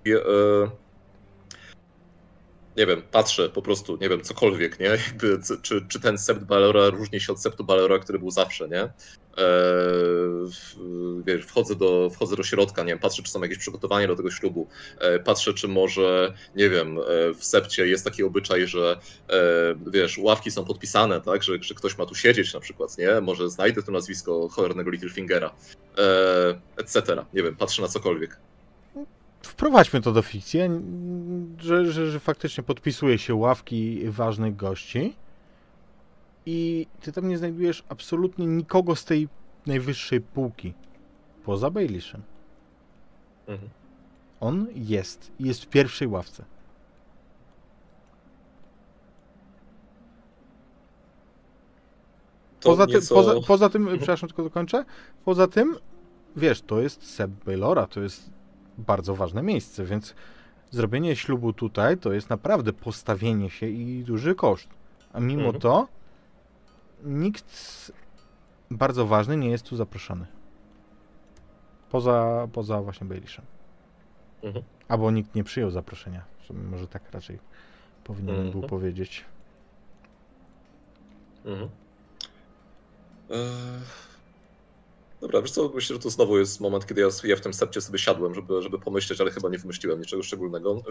nie wiem, patrzę po prostu, nie wiem, cokolwiek, nie? Jakby, czy ten sept Balora różni się od septu Balora, który był zawsze, nie? Wiesz, wchodzę do środka, nie wiem, patrzę, czy są jakieś przygotowania do tego ślubu. Patrzę, czy może, nie wiem, w sepcie jest taki obyczaj, że wiesz, ławki są podpisane, tak? Że ktoś ma tu siedzieć na przykład, nie? Może znajdę tu nazwisko cholernego Littlefingera, etc. Nie wiem, patrzę na cokolwiek. Wprowadźmy to do fikcji, że faktycznie podpisuje się ławki ważnych gości i ty tam nie znajdujesz absolutnie nikogo z tej najwyższej półki, poza Bailishem. Mhm. On jest w pierwszej ławce. Poza tym, przepraszam, tylko dokończę. Poza tym, wiesz, to jest sept Baelora, to jest bardzo ważne miejsce, więc zrobienie ślubu tutaj to jest naprawdę postawienie się i duży koszt. A mimo to nikt bardzo ważny nie jest tu zaproszony. Poza właśnie Bailishem. Albo nikt nie przyjął zaproszenia. Może tak raczej powinienem był powiedzieć. Dobra, wiesz co, myślę, że to znowu jest moment, kiedy ja w tym sepcie sobie siadłem, żeby pomyśleć, ale chyba nie wymyśliłem niczego szczególnego,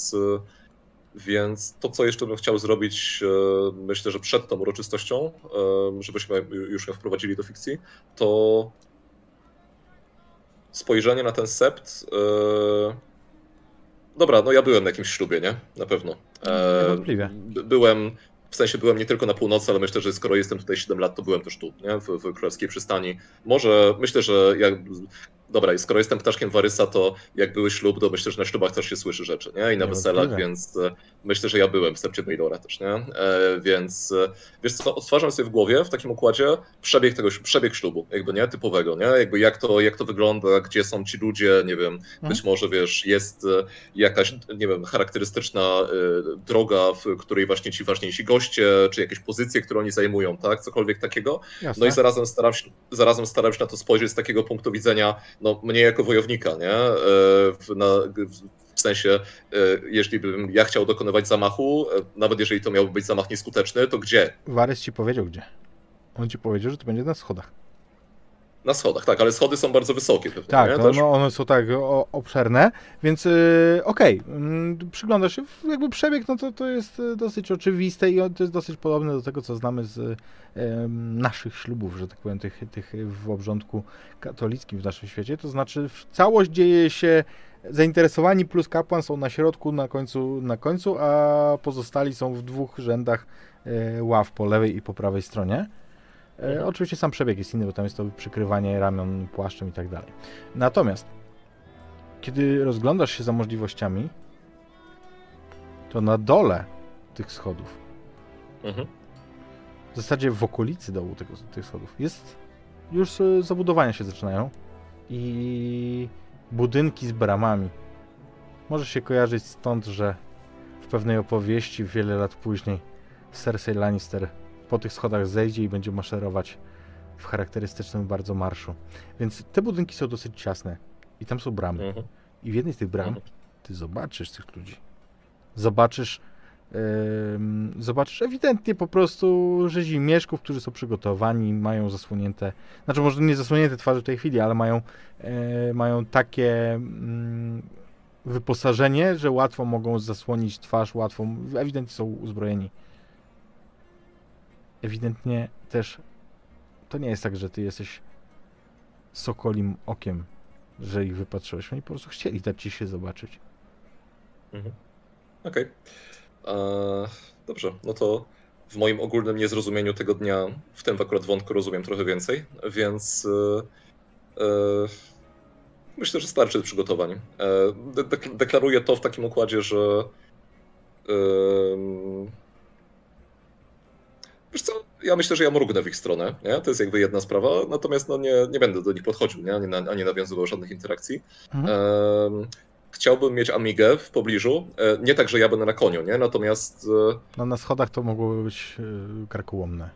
więc to, co jeszcze bym chciał zrobić, myślę, że przed tą uroczystością, żebyśmy już ją wprowadzili do fikcji, to spojrzenie na ten sept. Dobra, no ja byłem na jakimś ślubie, nie? Na pewno. Niewątpliwie. Byłem nie tylko na północy, ale myślę, że skoro jestem tutaj 7 lat, to byłem też tu, nie? W Królewskiej Przystani. Może myślę, że dobra, i skoro jestem ptaszkiem Warysa, to jak były ślub, to myślę, że na ślubach też się słyszy rzeczy, nie? I na weselach, więc myślę, że ja byłem w sepcie Baelora też, nie? Więc wiesz co, odtwarzam sobie w głowie w takim układzie przebieg ślubu, jakby nie, typowego, nie? Jakby jak to wygląda, gdzie są ci ludzie, nie wiem, być może wiesz, jest jakaś, nie wiem, charakterystyczna droga, w której właśnie ci ważniejsi goście, czy jakieś pozycje, które oni zajmują, tak? Cokolwiek takiego. Jasne. No i zarazem staram się na to spojrzeć z takiego punktu widzenia, no mnie jako wojownika, nie? W sensie, jeśli bym ja chciał dokonywać zamachu, nawet jeżeli to miałby być zamach nieskuteczny, to gdzie? Warys ci powiedział gdzie. On ci powiedział, że to będzie na schodach. Na schodach, tak, ale schody są bardzo wysokie. Pewnie, tak, nie? One są tak obszerne, więc okej, przyglądasz się, jakby przebieg, no to jest dosyć oczywiste i to jest dosyć podobne do tego, co znamy z naszych ślubów, że tak powiem, tych w obrządku katolickim w naszym świecie, to znaczy całość dzieje się, zainteresowani plus kapłan są na środku, na końcu, a pozostali są w dwóch rzędach ław po lewej i po prawej stronie. Oczywiście sam przebieg jest inny, bo tam jest to przykrywanie ramion płaszczem i tak dalej. Natomiast, kiedy rozglądasz się za możliwościami, to na dole tych schodów, w zasadzie w okolicy dołu tych schodów, już zabudowania się zaczynają i budynki z bramami. Może się kojarzyć stąd, że w pewnej opowieści wiele lat później Cersei Lannister po tych schodach zejdzie i będzie maszerować w charakterystycznym bardzo marszu. Więc te budynki są dosyć ciasne i tam są bramy. I w jednej z tych bram ty zobaczysz tych ludzi. Zobaczysz ewidentnie po prostu rzezimieszków, którzy są przygotowani, mają zasłonięte, znaczy może nie zasłonięte twarze w tej chwili, ale mają takie wyposażenie, że łatwo mogą zasłonić twarz, ewidentnie są uzbrojeni. Ewidentnie też to nie jest tak, że ty jesteś sokolim okiem, że ich wypatrzyłeś. Oni po prostu chcieli dać ci się zobaczyć. Okej. Dobrze, no to w moim ogólnym niezrozumieniu tego dnia, w tym akurat wątku rozumiem trochę więcej, więc myślę, że starczy przygotowań. Deklaruję to w takim układzie, że wiesz co, ja myślę, że ja mrugnę w ich stronę, nie? To jest jakby jedna sprawa, natomiast no nie będę do nich podchodził, nie? Ani nawiązywał żadnych interakcji. Chciałbym mieć Amigę w pobliżu, nie tak, że ja będę na koniu, nie? Natomiast... No na schodach to mogłoby być karkołomne.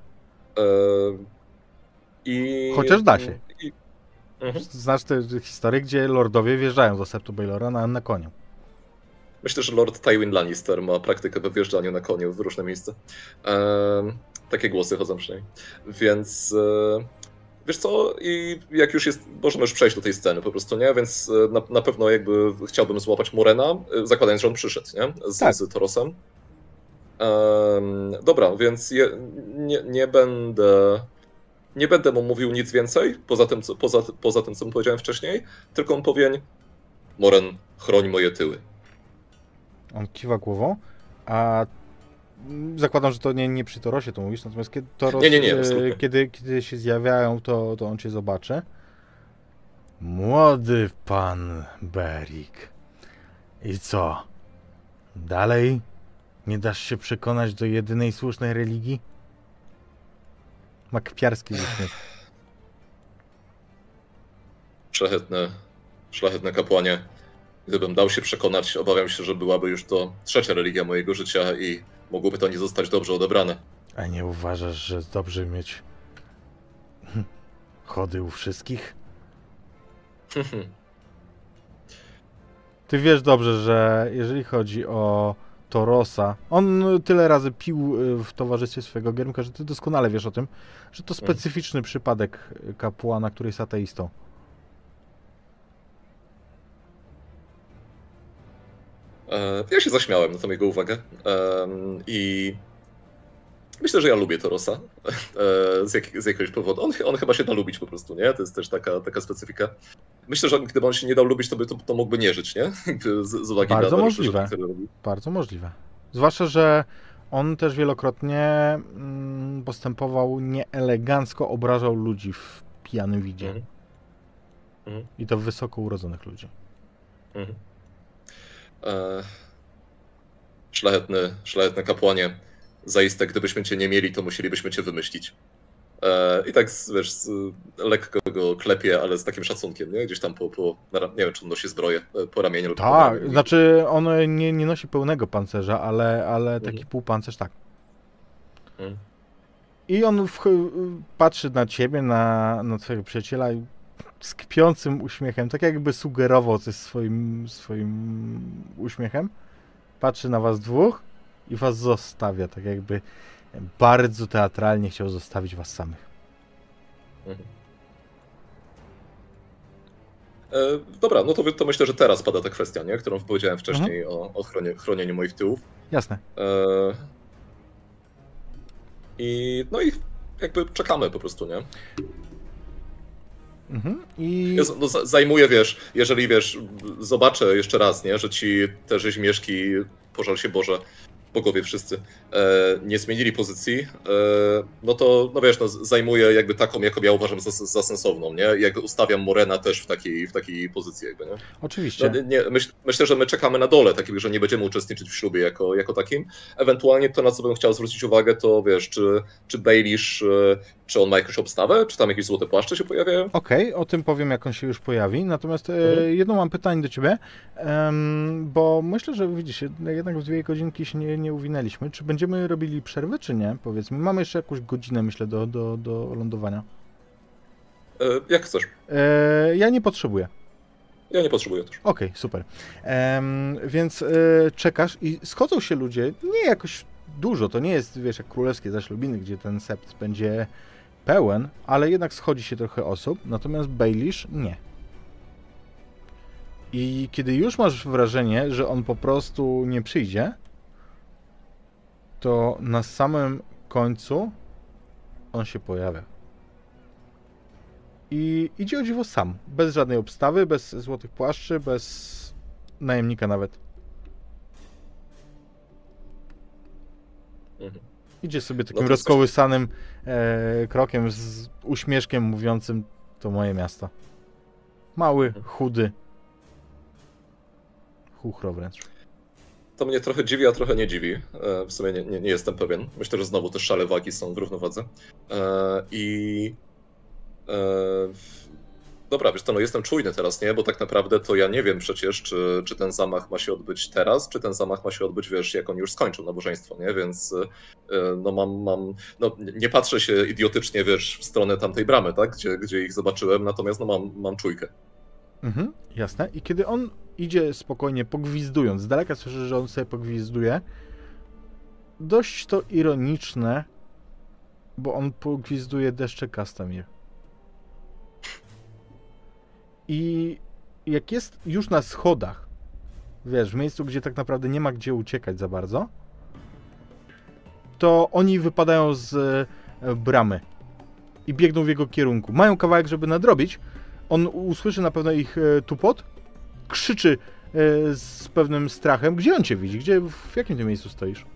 Chociaż da się. Znasz tę historię, gdzie lordowie wjeżdżają do Septu Baelora na koniu. Myślę, że Lord Tywin Lannister ma praktykę we wjeżdżaniu na koniu w różne miejsca. Takie głosy chodzą przynajmniej. Więc wiesz co, i jak już jest, możemy już przejść do tej sceny po prostu, nie? Więc na pewno jakby chciałbym złapać Morena, zakładając, że on przyszedł, nie? Z Torosem. Dobra, więc nie będę mu mówił nic więcej, poza tym, co mu powiedziałem wcześniej, tylko on powie: Moren, chroń moje tyły. On kiwa głową, a zakładam, że to nie przy Torosie to mówisz, natomiast kiedy Toros, kiedy się zjawiają, to on cię zobaczy. Młody pan Beric. I co? Dalej nie dasz się przekonać do jedynej słusznej religii? Ma kpiarski uśmiech. Szlachetne kapłanie. Gdybym dał się przekonać, obawiam się, że byłaby już to trzecia religia mojego życia i mogłoby to nie zostać dobrze odebrane. A nie uważasz, że dobrze mieć chody u wszystkich? Ty wiesz dobrze, że jeżeli chodzi o Torosa, on tyle razy pił w towarzystwie swojego giermka, że ty doskonale wiesz o tym, że to specyficzny przypadek kapłana, który jest ateistą. Ja się zaśmiałem na tą jego uwagę i myślę, że ja lubię Torosa z jakiegoś powodu. On chyba się da lubić po prostu, nie? To jest też taka specyfika. Myślę, że gdyby on się nie dał lubić, to mógłby nie żyć, nie? Z uwagi Bardzo na możliwe. rzeczy, które robi. Bardzo możliwe. Zwłaszcza, że on też wielokrotnie postępował nieelegancko, obrażał ludzi w pijanym widzie. I to wysoko urodzonych ludzi. Szlachetne kapłanie. Zaiste, gdybyśmy cię nie mieli, to musielibyśmy cię wymyślić. I tak, wiesz, lekko go klepie, ale z takim szacunkiem, nie? Gdzieś tam nie wiem, czy on nosi zbroję po ramieniu lub po ramieniu. Znaczy on nie nosi pełnego pancerza, ale taki półpancerz tak. I on patrzy na ciebie, na twojego przyjaciela i z kpiącym uśmiechem, tak jakby sugerował coś swoim uśmiechem. Patrzy na was dwóch i was zostawia, tak jakby bardzo teatralnie chciał zostawić was samych. Dobra, no to myślę, że teraz pada ta kwestia, nie? Którą powiedziałem wcześniej o chronieniu moich tyłów. Jasne. I jakby czekamy po prostu, nie? Zajmuje, wiesz, jeżeli zobaczę jeszcze raz, nie, że ci te rzeźmieszki, pożal się Boże, bogowie wszyscy, nie zmienili pozycji, no to, zajmuję jakby taką, jaką ja uważam za sensowną, nie? Jakby ustawiam Morena też w takiej pozycji jakby, nie? Oczywiście. Myślę, że my czekamy na dole, takim, że nie będziemy uczestniczyć w ślubie jako takim. Ewentualnie to, na co bym chciał zwrócić uwagę, to wiesz, czy Baelish, czy on ma jakąś obstawę, czy tam jakieś złote płaszcze się pojawiają? Okej, o tym powiem, jak on się już pojawi. Natomiast jedno mam pytanie do ciebie, bo myślę, że widzisz, jednak w 2 godzinki się nie uwinęliśmy. Czy będziemy robili przerwę, czy nie? Powiedzmy, mamy jeszcze jakąś godzinę, myślę, do lądowania. Jak chcesz. Ja nie potrzebuję. Ja nie potrzebuję też. Okej, super. Więc czekasz i schodzą się ludzie, nie jakoś dużo, to nie jest, wiesz, jak królewskie zaślubiny, gdzie ten sept będzie pełen, ale jednak schodzi się trochę osób, natomiast Baelish nie. I kiedy już masz wrażenie, że on po prostu nie przyjdzie, to na samym końcu on się pojawia. I idzie o dziwo sam, bez żadnej obstawy, bez złotych płaszczy, bez najemnika nawet. Idzie sobie takim rozkołysanym krokiem z uśmieszkiem mówiącym, to moje miasto. Mały, chudy. Chuchro wręcz. To mnie trochę dziwi, a trochę nie dziwi. W sumie nie jestem pewien. Myślę, że znowu te szale wagi są w równowadze. Dobra, wiesz co, no jestem czujny teraz, nie? Bo tak naprawdę to ja nie wiem przecież, czy ten zamach ma się odbyć teraz, czy ten zamach ma się odbyć, wiesz, jak on już skończył nabożeństwo, nie? Więc no nie patrzę się idiotycznie, wiesz, w stronę tamtej bramy, tak? Gdzie ich zobaczyłem, natomiast no mam czujkę. Jasne. I kiedy on idzie spokojnie, pogwizdując, z daleka słyszę, że on sobie pogwizduje, dość to ironiczne, bo on pogwizduje deszcze Castamir. I jak jest już na schodach, wiesz, w miejscu, gdzie tak naprawdę nie ma gdzie uciekać za bardzo, to oni wypadają z bramy i biegną w jego kierunku. Mają kawałek, żeby nadrobić. On usłyszy na pewno ich tupot, krzyczy z pewnym strachem. Gdzie on cię widzi? W jakim ty miejscu stoisz?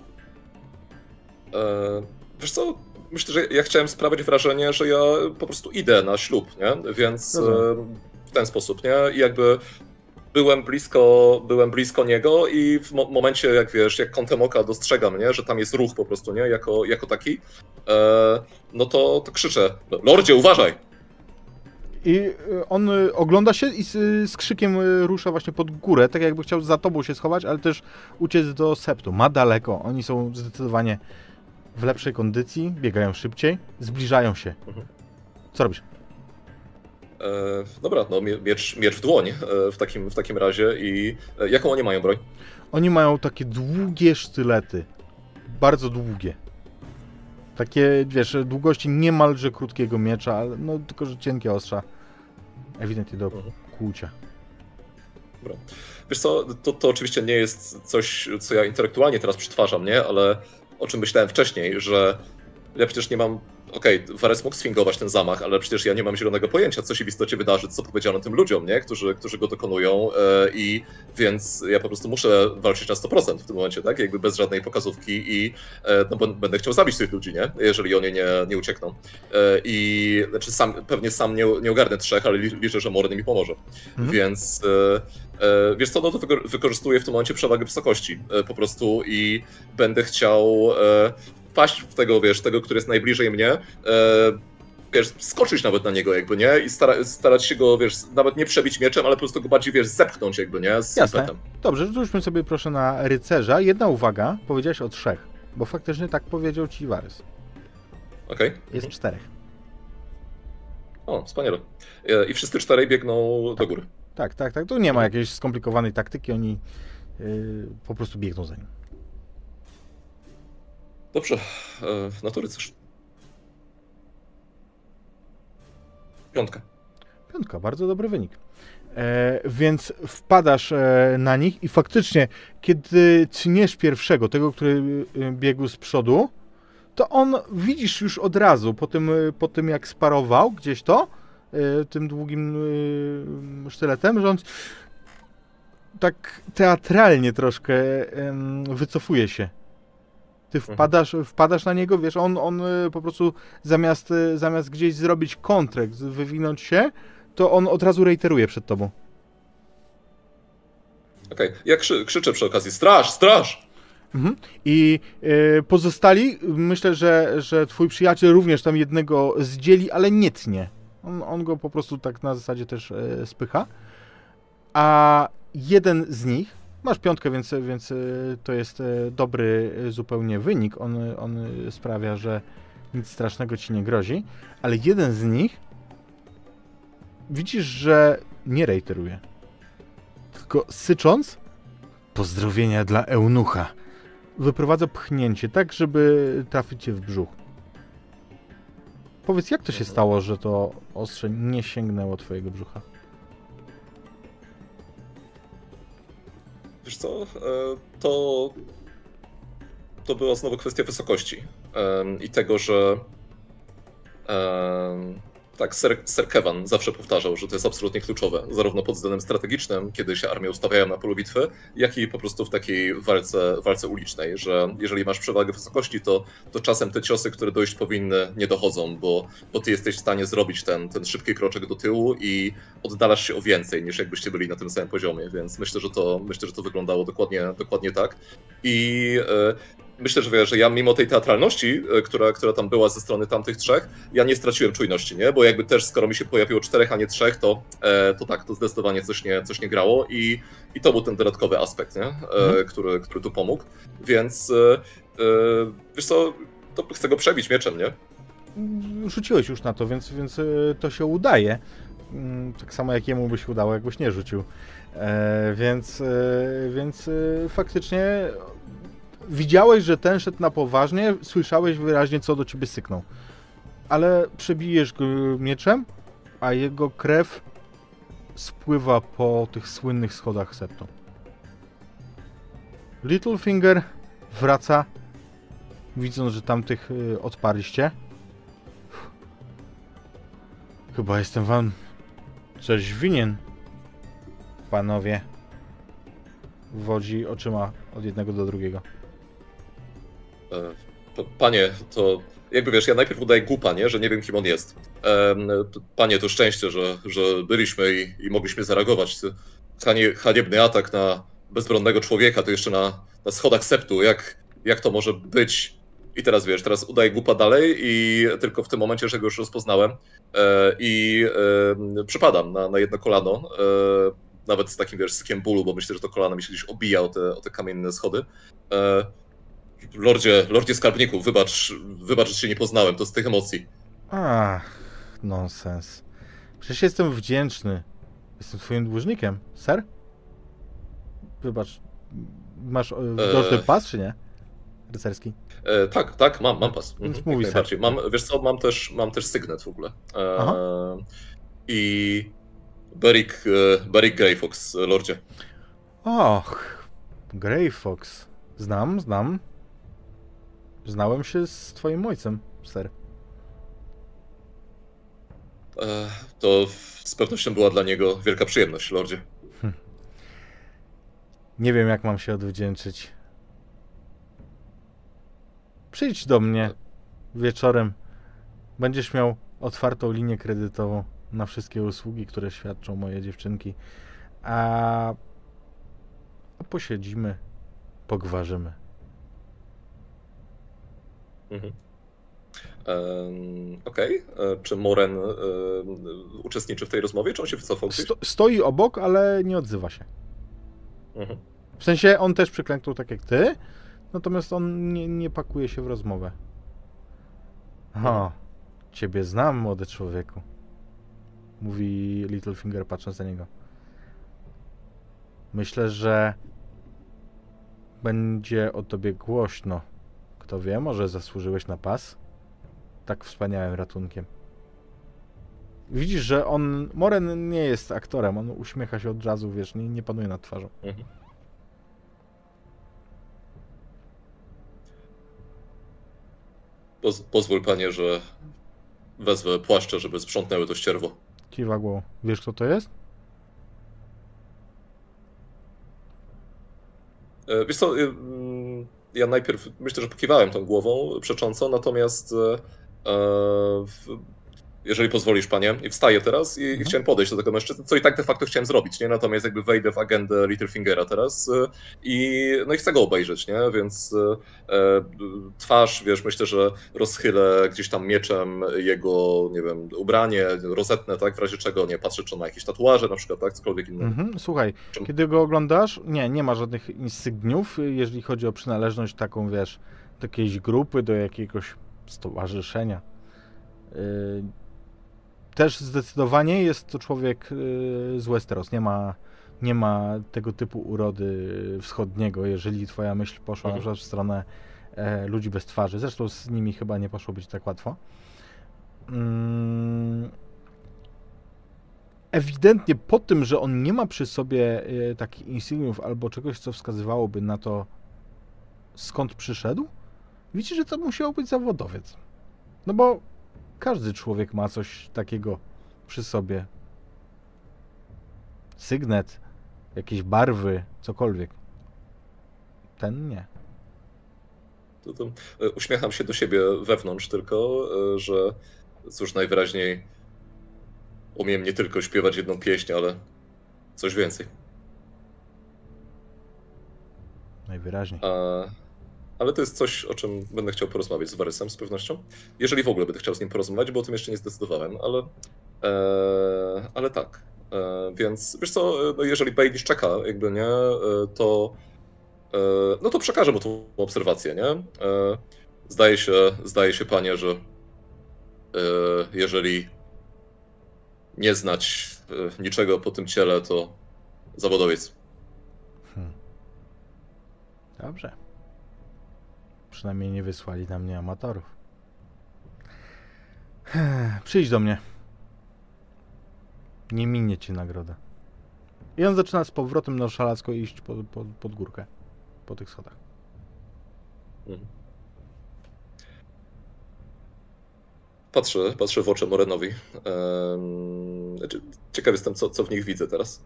Wiesz co? Myślę, że ja chciałem sprawić wrażenie, że ja po prostu idę na ślub, nie? Więc w ten sposób, nie? I jakby byłem blisko niego i w momencie, jak wiesz, jak kątem oka dostrzegam, nie? Że tam jest ruch po prostu, nie? Jako taki, no to krzyczę, Lordzie, uważaj! I on ogląda się i z krzykiem rusza właśnie pod górę, tak jakby chciał za tobą się schować, ale też uciec do septu. Ma daleko, oni są zdecydowanie w lepszej kondycji, biegają szybciej, zbliżają się. Co robisz? Dobra, no miecz w dłoń w takim razie. I jaką oni mają broń? Oni mają takie długie sztylety. Bardzo długie. Takie, wiesz, długości niemalże krótkiego miecza, ale no tylko, że cienkie ostrza. Ewidentnie do kłucia. Dobra. Wiesz co, to oczywiście nie jest coś, co ja intelektualnie teraz przetwarzam, nie? Ale o czym myślałem wcześniej, że ja przecież nie mam... Okej, Varys mógł sfingować ten zamach, ale przecież ja nie mam zielonego pojęcia, co się w istocie wydarzy, co powiedziano tym ludziom, nie? Którzy go dokonują, i więc ja po prostu muszę walczyć na 100% w tym momencie, tak? Jakby bez żadnej pokazówki i no, będę chciał zabić tych ludzi, nie? Jeżeli oni nie uciekną. I znaczy pewnie sam nie ogarnę 3, ale liczę, że Morny mi pomoże. Więc wiesz co, no to wykorzystuję w tym momencie przewagę wysokości po prostu i będę chciał wpaść w tego, wiesz, tego, który jest najbliżej mnie, wiesz, skoczyć nawet na niego jakby, nie? I starać się go, wiesz, nawet nie przebić mieczem, ale po prostu go bardziej, wiesz, zepchnąć jakby, nie? Z impetem. Dobrze, rzućmy sobie proszę na rycerza. Jedna uwaga, powiedziałeś o 3, bo faktycznie tak powiedział ci Varys. Okej. Jest 4. O, wspaniale. I wszyscy 4 biegną do góry. Tak. Tu nie ma jakiejś skomplikowanej taktyki, oni po prostu biegną za nim. Dobrze, no to rycerz. 5. 5, bardzo dobry wynik. Więc wpadasz na nich i faktycznie, kiedy tniesz pierwszego, tego, który biegł z przodu, to on widzisz już od razu, po tym jak sparował gdzieś to, tym długim sztyletem, że on tak teatralnie troszkę wycofuje się. Ty wpadasz na niego, wiesz, on po prostu zamiast gdzieś zrobić kontrę, wywinąć się, to on od razu reiteruje przed tobą. Okej. Ja krzyczę przy okazji, straż, straż! I pozostali, myślę, że twój przyjaciel również tam jednego zdzieli, ale nie tnie. On go po prostu tak na zasadzie też spycha. A jeden z nich, masz 5, więc to jest dobry zupełnie wynik. On sprawia, że nic strasznego ci nie grozi. Ale jeden z nich widzisz, że nie reiteruje. Tylko sycząc, pozdrowienia dla eunucha. Wyprowadza pchnięcie, tak żeby trafić cię w brzuch. Powiedz, jak to się stało, że to ostrze nie sięgnęło twojego brzucha? Wiesz co, to była znowu kwestia wysokości i tego, że Tak, Sir Kevan zawsze powtarzał, że to jest absolutnie kluczowe, zarówno pod względem strategicznym, kiedy się armie ustawiają na polu bitwy, jak i po prostu w takiej walce ulicznej, że jeżeli masz przewagę wysokości, to czasem te ciosy, które dojść powinny, nie dochodzą, bo ty jesteś w stanie zrobić ten szybki kroczek do tyłu i oddalasz się o więcej, niż jakbyście byli na tym samym poziomie, więc myślę, że to wyglądało dokładnie tak. I myślę, że wiesz, że ja mimo tej teatralności, która tam była ze strony tamtych trzech, ja nie straciłem czujności, nie? Bo jakby też, skoro mi się pojawiło 4, a nie 3, to tak, to zdecydowanie coś nie grało i to był ten dodatkowy aspekt, nie? Który tu pomógł. Więc wiesz co, to chcę go przebić mieczem, nie? Rzuciłeś już na to, więc to się udaje. Tak samo jak jemu by się udało, jakbyś nie rzucił. Więc faktycznie widziałeś, że ten szedł na poważnie, słyszałeś wyraźnie, co do ciebie syknął. Ale przebijesz go mieczem, a jego krew spływa po tych słynnych schodach septu. Littlefinger wraca, widząc, że tamtych odparliście. Chyba jestem wam coś winien, panowie. Wodzi oczyma od jednego do drugiego. Panie, to jakby wiesz, ja najpierw udaję głupa, nie? Że nie wiem, kim on jest. Panie, to szczęście, że byliśmy i mogliśmy zareagować. Haniebny atak na bezbronnego człowieka, to jeszcze na schodach septu. Jak to może być? I teraz wiesz, teraz udaję głupa dalej i tylko w tym momencie, że go już rozpoznałem i przypadam na jedno kolano. Nawet z takim, wiesz, sykiem bólu, bo myślę, że to kolano mi się gdzieś obija o te kamienne schody. Lordzie skarbniku, wybacz, że się nie poznałem, to z tych emocji. Ach, nonsens. Przecież jestem wdzięczny. Jestem twoim dłużnikiem, ser? Wybacz, masz dożny pas, czy nie? Rycerski. Tak, mam pas. Więc mówi najbardziej. Wiesz co, mam też sygnet w ogóle. I Beric Greyfox, lordzie. Och, Greyfox. Znam. Znałem się z twoim ojcem, ser. To z pewnością była dla niego wielka przyjemność, lordzie. Nie wiem, jak mam się odwdzięczyć. Przyjdź do mnie wieczorem. Będziesz miał otwartą linię kredytową na wszystkie usługi, które świadczą moje dziewczynki. A posiedzimy, pogwarzymy. Okej. Czy Moren uczestniczy w tej rozmowie, czy on się wycofał gdzieś? Stoi obok, ale nie odzywa się. W sensie on też przyklęknął tak jak ty, natomiast on nie pakuje się w rozmowę. Ciebie znam, młody człowieku. Mówi Littlefinger, patrząc na niego. Myślę, że będzie o tobie głośno. Kto wie, może zasłużyłeś na pas? Tak wspaniałym ratunkiem. Widzisz, że Moren nie jest aktorem, on uśmiecha się od razu, wiesz, nie panuje nad twarzą. Pozwól, panie, że wezwę płaszcze, żeby sprzątnęły to ścierwo. Kiwa głową. Wiesz, kto to jest? Wiesz co, ja najpierw myślę, że pokiwałem tą głową przecząco, natomiast jeżeli pozwolisz, panie, i wstaję teraz i chciałem podejść do tego mężczyzny, co i tak de facto chciałem zrobić, nie? Natomiast jakby wejdę w agendę Littlefingera teraz i chcę go obejrzeć, nie? Więc twarz, wiesz, myślę, że rozchylę gdzieś tam mieczem jego, nie wiem, ubranie, rozetnę, tak? W razie czego, nie, patrzę, czy on ma jakieś tatuaże na przykład, tak? Cokolwiek innego. Słuchaj, kiedy go oglądasz, nie ma żadnych insygniów, jeżeli chodzi o przynależność taką, wiesz, do jakiejś grupy, do jakiegoś stowarzyszenia. Też zdecydowanie jest to człowiek z Westeros. Nie ma tego typu urody wschodniego, jeżeli twoja myśl poszła na przykład w stronę ludzi bez twarzy. Zresztą z nimi chyba nie poszło być tak łatwo. Ewidentnie po tym, że on nie ma przy sobie takich insygniów albo czegoś, co wskazywałoby na to, skąd przyszedł, widzisz, że to musiał być zawodowiec. No bo Każdy człowiek ma coś takiego przy sobie. Sygnet, jakieś barwy, cokolwiek. Ten nie. To uśmiecham się do siebie wewnątrz tylko, że cóż, najwyraźniej umiem nie tylko śpiewać jedną pieśń, ale coś więcej. Najwyraźniej. Ale to jest coś, o czym będę chciał porozmawiać z Varysem z pewnością. Jeżeli w ogóle będę chciał z nim porozmawiać, bo o tym jeszcze nie zdecydowałem, ale tak. Więc wiesz co, no jeżeli Baelish czeka, jakby nie, to no to przekażę mu tą obserwację, nie? Zdaje się, panie, że jeżeli nie znać niczego po tym ciele, to zawodowiec. Dobrze. Przynajmniej nie wysłali na mnie amatorów. Przyjdź do mnie. Nie minie ci nagroda. I on zaczyna z powrotem nonszalancko iść pod górkę. Po tych schodach. Patrzę w oczy Morenowi. Ciekaw jestem, co w nich widzę teraz.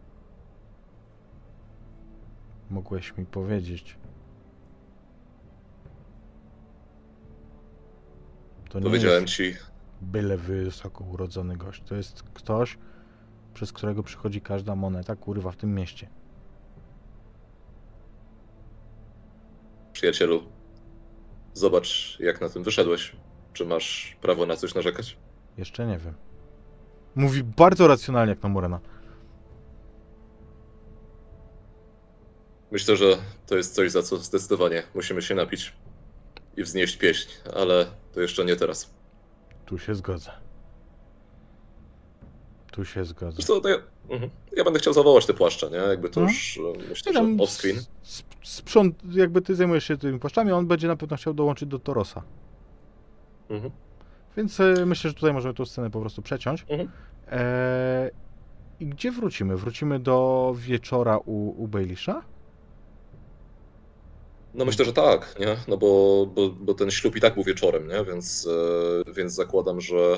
Mogłeś mi powiedzieć. To nie Powiedziałem jest ci. byle wysoko urodzony gość. To jest ktoś, przez którego przychodzi każda moneta, kurwa, w tym mieście. Przyjacielu, zobacz, jak na tym wyszedłeś. Czy masz prawo na coś narzekać? Jeszcze nie wiem. Mówi bardzo racjonalnie jak na Morena. Myślę, że to jest coś, za co zdecydowanie musimy się napić i wznieść pieśń, ale to jeszcze nie teraz. Tu się zgodzę. Tu się zgodzę. Zresztą to ja będę chciał zawołać te płaszcze, nie? Jakby to już myślę, że off-screen. Sprząt, jakby ty zajmujesz się tymi płaszczami, on będzie na pewno chciał dołączyć do Torosa. Więc myślę, że tutaj możemy tę scenę po prostu przeciąć. I gdzie wrócimy? Wrócimy do wieczora u Baelisha? No myślę, że tak, nie? No bo ten ślub i tak był wieczorem, nie? Więc zakładam, że...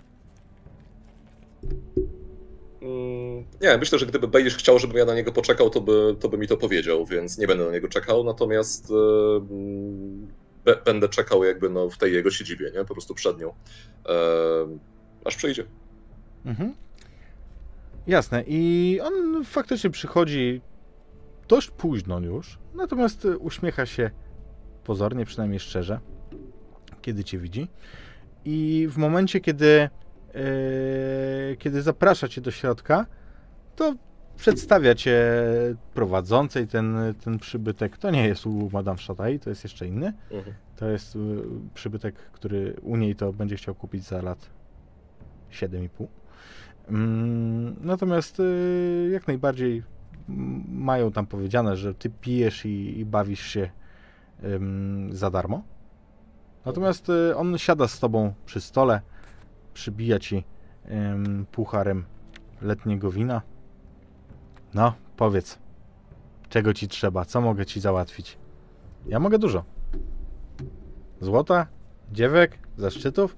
Nie, myślę, że gdyby Baelish chciał, żebym ja na niego poczekał, to by mi to powiedział, więc nie będę na niego czekał, natomiast będę czekał jakby no w tej jego siedzibie, nie? Po prostu przed nią. Aż przyjdzie. Jasne. I on faktycznie przychodzi dość późno już, natomiast uśmiecha się pozornie, przynajmniej szczerze, kiedy cię widzi. I w momencie, kiedy zaprasza cię do środka, to przedstawia cię prowadzącej ten przybytek. To nie jest u Madame Chataille, to jest jeszcze inny. To jest przybytek, który u niej to będzie chciał kupić za lat 7,5. Natomiast jak najbardziej mają tam powiedziane, że ty pijesz i bawisz się za darmo. Natomiast on siada z tobą przy stole, przybija ci pucharem letniego wina. No, powiedz, czego ci trzeba, co mogę ci załatwić? Ja mogę dużo. Złota, dziewek, zaszczytów.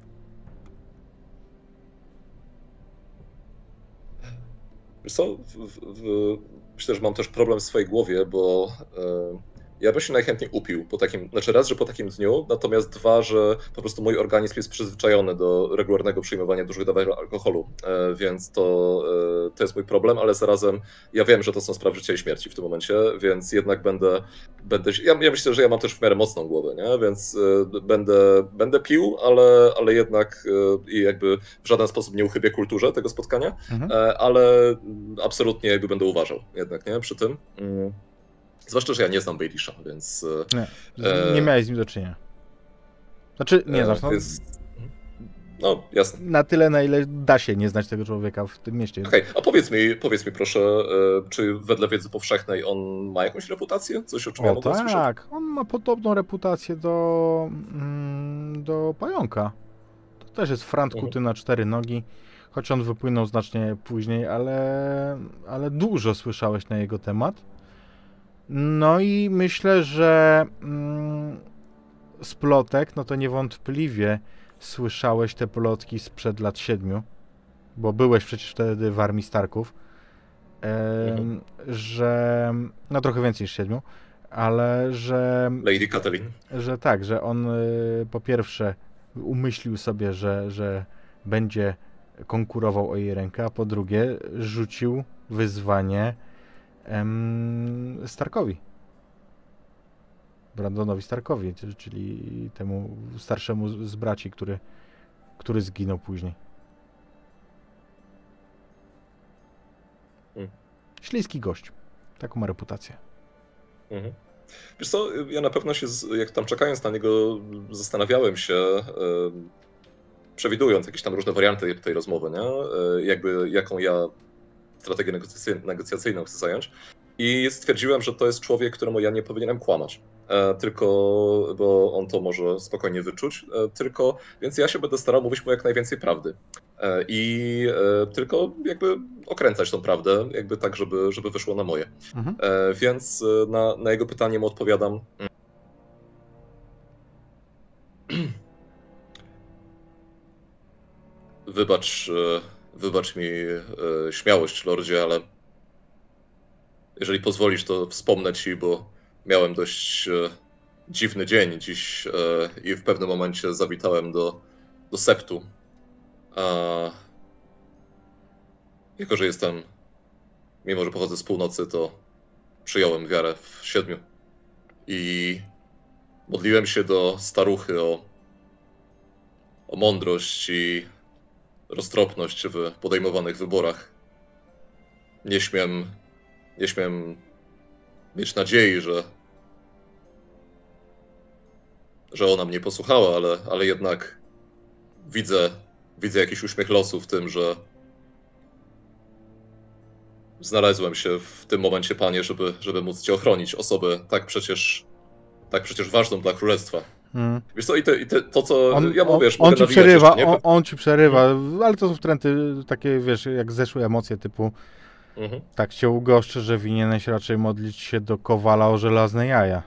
Wiesz co, myślę, że mam też problem w swojej głowie, bo ja bym się najchętniej upił po takim, znaczy raz, że po takim dniu, natomiast dwa, że po prostu mój organizm jest przyzwyczajony do regularnego przyjmowania dużych dawek alkoholu, więc to jest mój problem, ale zarazem ja wiem, że to są sprawy życia i śmierci w tym momencie, więc jednak ja myślę, że ja mam też w miarę mocną głowę, nie? Więc będę pił, ale jednak i jakby w żaden sposób nie uchybię kulturze tego spotkania, ale absolutnie jakby będę uważał jednak, nie? Przy tym. Zwłaszcza, że ja nie znam Baelisha, więc... Nie miałeś z nim do czynienia. Znaczy, nie znasz, no, no jasne. Na tyle, na ile da się nie znać tego człowieka w tym mieście. Okej, a powiedz mi proszę, czy wedle wiedzy powszechnej on ma jakąś reputację? Coś, o czym ja mogę słyszeć? Tak, on ma podobną reputację do Pająka. To też jest frant kuty na 4 nogi, choć on wypłynął znacznie później, ale dużo słyszałeś na jego temat. No i myślę, że z plotek, no to niewątpliwie słyszałeś te plotki sprzed lat 7, bo byłeś przecież wtedy w armii Starków, że, no trochę więcej niż 7, ale że... Lady Catelyn. Że tak, że on po pierwsze umyślił sobie, że będzie konkurował o jej rękę, a po drugie rzucił wyzwanie Starkowi. Brandonowi Starkowi, czyli temu starszemu z braci, który zginął później. Śliski gość. Taką ma reputację. Wiesz co, ja na pewno się, jak tam czekając na niego, zastanawiałem się, przewidując jakieś tam różne warianty tej rozmowy, nie? Jakby jaką ja strategię negocjacyjną chcę zająć. I stwierdziłem, że to jest człowiek, któremu ja nie powinienem kłamać. Tylko, bo on to może spokojnie wyczuć, więc ja się będę starał mówić mu jak najwięcej prawdy. I tylko jakby okręcać tą prawdę, jakby tak, żeby wyszło na moje. Więc na jego pytanie mu odpowiadam. Wybacz mi śmiałość, lordzie, ale jeżeli pozwolisz, to wspomnę ci, bo miałem dość dziwny dzień dziś i w pewnym momencie zawitałem do septu. Jako że mimo że pochodzę z północy, to przyjąłem wiarę w 7 i modliłem się do staruchy o mądrość i roztropność w podejmowanych wyborach. Nie śmiem mieć nadziei, że ona mnie posłuchała, ale jednak widzę jakiś uśmiech losu w tym, że znalazłem się w tym momencie, Panie, żeby móc Cię ochronić, osobę tak przecież ważną dla królestwa. Wiesz co, to co ja mówię, on ci przerywa, ale to są wtręty takie, wiesz, jak zeszłe emocje typu tak cię ugoszczę, że winieneś raczej modlić się do Kowala o żelazne jaja.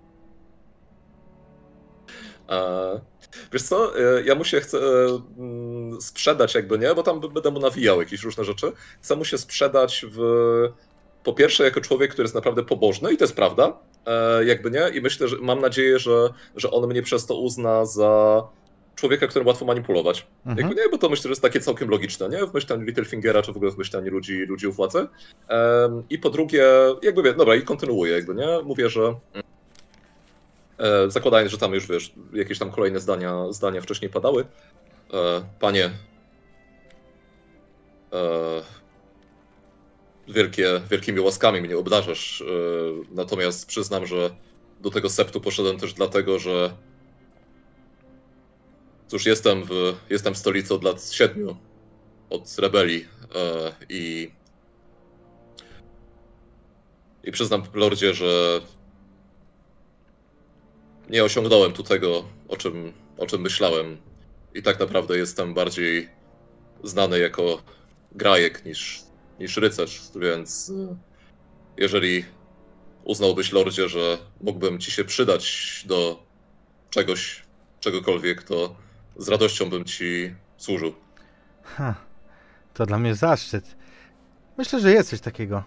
Wiesz co, ja mu się chcę sprzedać jakby, nie? Bo tam będę mu nawijał jakieś różne rzeczy. Chcę mu się sprzedać po pierwsze jako człowiek, który jest naprawdę pobożny i to jest prawda, jakby nie? I myślę, że mam nadzieję, że on mnie przez to uzna za człowieka, którym łatwo manipulować. Jakby nie, bo to myślę, że jest takie całkiem logiczne, nie? W myśleniu Littlefingera, czy w ogóle w myśleniu ludzi u władzy. I po drugie, jakby wie, dobra, i kontynuuję, jakby nie? Mówię, że zakładając, że tam już wiesz, jakieś tam kolejne zdania wcześniej padały. Panie, wielkimi łaskami mnie obdarzasz, natomiast przyznam, że do tego septu poszedłem też dlatego, że cóż, jestem w stolicy od lat 7, od rebelii i przyznam, lordzie, że nie osiągnąłem tu tego, o czym myślałem. I tak naprawdę jestem bardziej znany jako grajek niż rycerz, więc jeżeli uznałbyś, lordzie, że mógłbym ci się przydać do czegokolwiek, to z radością bym ci służył. To dla mnie zaszczyt. Myślę, że jest coś takiego.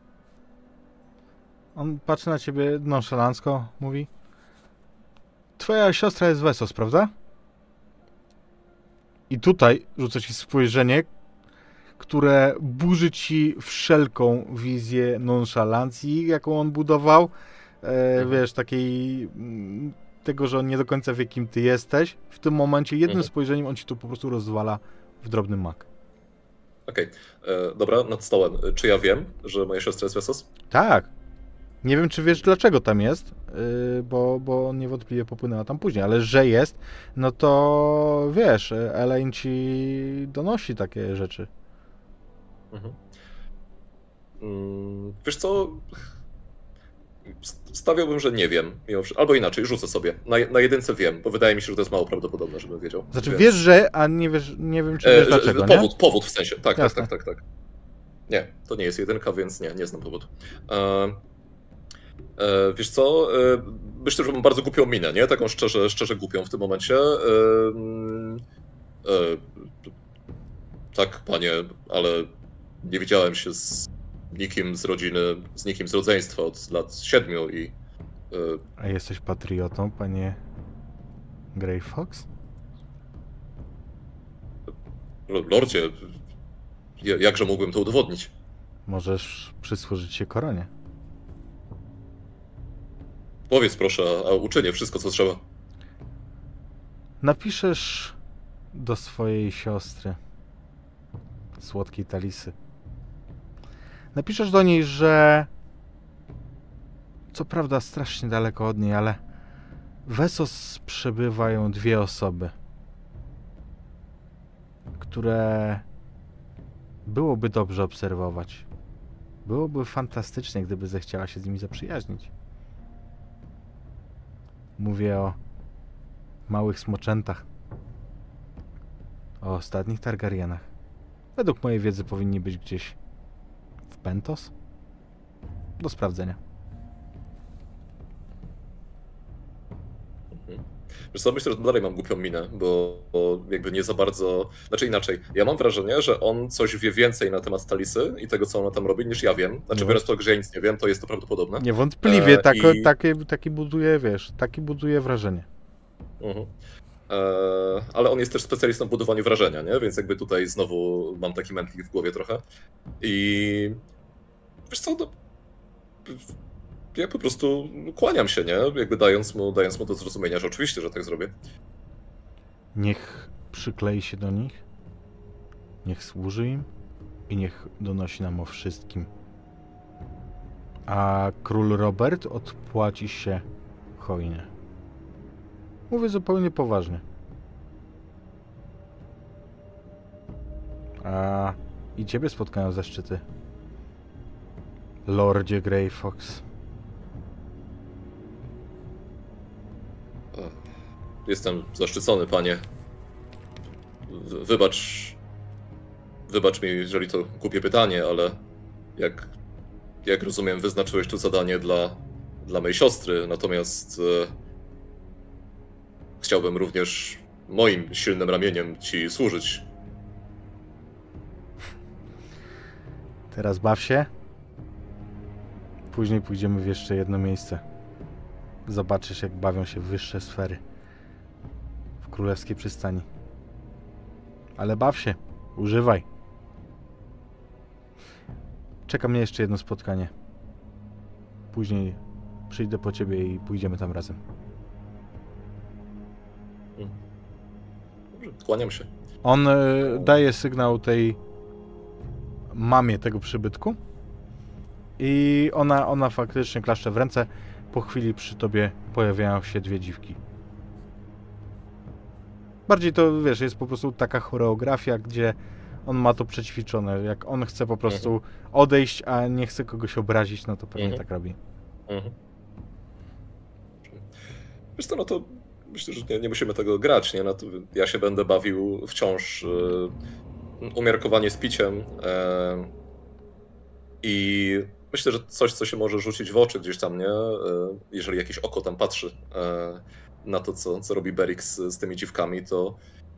On patrzy na ciebie nonszalancko, mówi: twoja siostra jest Wessos, prawda? I tutaj rzucę ci spojrzenie, które burzy ci wszelką wizję nonszalancji, jaką on budował. Wiesz, takiej tego, że on nie do końca wie, kim ty jesteś. W tym momencie jednym spojrzeniem on ci to po prostu rozwala w drobny mak. Okej. Dobra, nad stołem. Czy ja wiem, że moja siostra jest Wessos? Tak. Nie wiem, czy wiesz, dlaczego tam jest, bo niewątpliwie popłynęła tam później, ale że jest, no to wiesz, Elaine ci donosi takie rzeczy. Wiesz co? Stawiałbym, że nie wiem. Albo inaczej, rzucę sobie. Na jedynce wiem, bo wydaje mi się, że to jest mało prawdopodobne, żebym wiedział. Znaczy wiesz, że, a nie wiem, czy wiesz dlaczego, powód w sensie. Tak. Nie, to nie jest jedynka, więc nie znam powodu. Wiesz co, myślę, że mam bardzo głupią minę, nie? Taką szczerze głupią w tym momencie. Tak, panie, ale nie widziałem się z nikim z rodziny, z nikim z rodzeństwa od lat 7 i... A jesteś patriotą, panie Grey Fox? Lordzie, jakże mógłbym to udowodnić? Możesz przysłużyć się koronie. Powiedz proszę, a uczynię wszystko, co trzeba. Napiszesz do swojej siostry, słodkiej Talisy. Napiszesz do niej, że co prawda strasznie daleko od niej, ale w Essos przebywają 2 osoby, które byłoby dobrze obserwować. Byłoby fantastycznie, gdyby zechciała się z nimi zaprzyjaźnić. Mówię o małych smoczętach. O ostatnich Targaryenach. Według mojej wiedzy powinni być gdzieś w Pentos? Do sprawdzenia. Wiesz co, myślę, że dalej mam głupią minę, bo jakby nie za bardzo... Znaczy inaczej, ja mam wrażenie, że on coś wie więcej na temat Talisy i tego, co ona tam robi, niż ja wiem. Znaczy biorąc to, że ja nic nie wiem, to jest to prawdopodobne. Niewątpliwie, taki buduje, wiesz, taki buduje wrażenie. Ale on jest też specjalistą w budowaniu wrażenia, nie? Więc jakby tutaj znowu mam taki mętlik w głowie trochę. I wiesz co, no, ja po prostu kłaniam się, nie? Jakby dając mu do zrozumienia, że oczywiście, że tak zrobię. Niech przyklei się do nich, niech służy im i niech donosi nam o wszystkim. A król Robert odpłaci się hojnie. Mówię zupełnie poważnie. A i ciebie spotkają zaszczyty, Lordzie Grey Fox. Jestem zaszczycony, panie. Wybacz mi, jeżeli to głupie pytanie, ale jak rozumiem, wyznaczyłeś tu zadanie dla mej siostry, natomiast chciałbym również moim silnym ramieniem ci służyć. Teraz baw się. Później pójdziemy w jeszcze jedno miejsce. Zobaczysz, jak bawią się wyższe sfery w królewskiej przystani. Ale baw się. Używaj. Czeka mnie jeszcze jedno spotkanie. Później przyjdę po ciebie i pójdziemy tam razem. Dobrze, kłaniam się. On daje sygnał tej mamie tego przybytku i ona faktycznie klaszcze w ręce. Po chwili przy tobie pojawiają się 2 dziwki. Bardziej to, wiesz, jest po prostu taka choreografia, gdzie on ma to przećwiczone. Jak on chce po prostu odejść, a nie chce kogoś obrazić, no to pewnie tak robi. Wiesz co, no to myślę, że nie musimy tego grać, nie? No to ja się będę bawił wciąż umiarkowanie z piciem i myślę, że coś, co się może rzucić w oczy gdzieś tam, nie? Jeżeli jakieś oko tam patrzy na to, co robi Beric z tymi dziwkami, to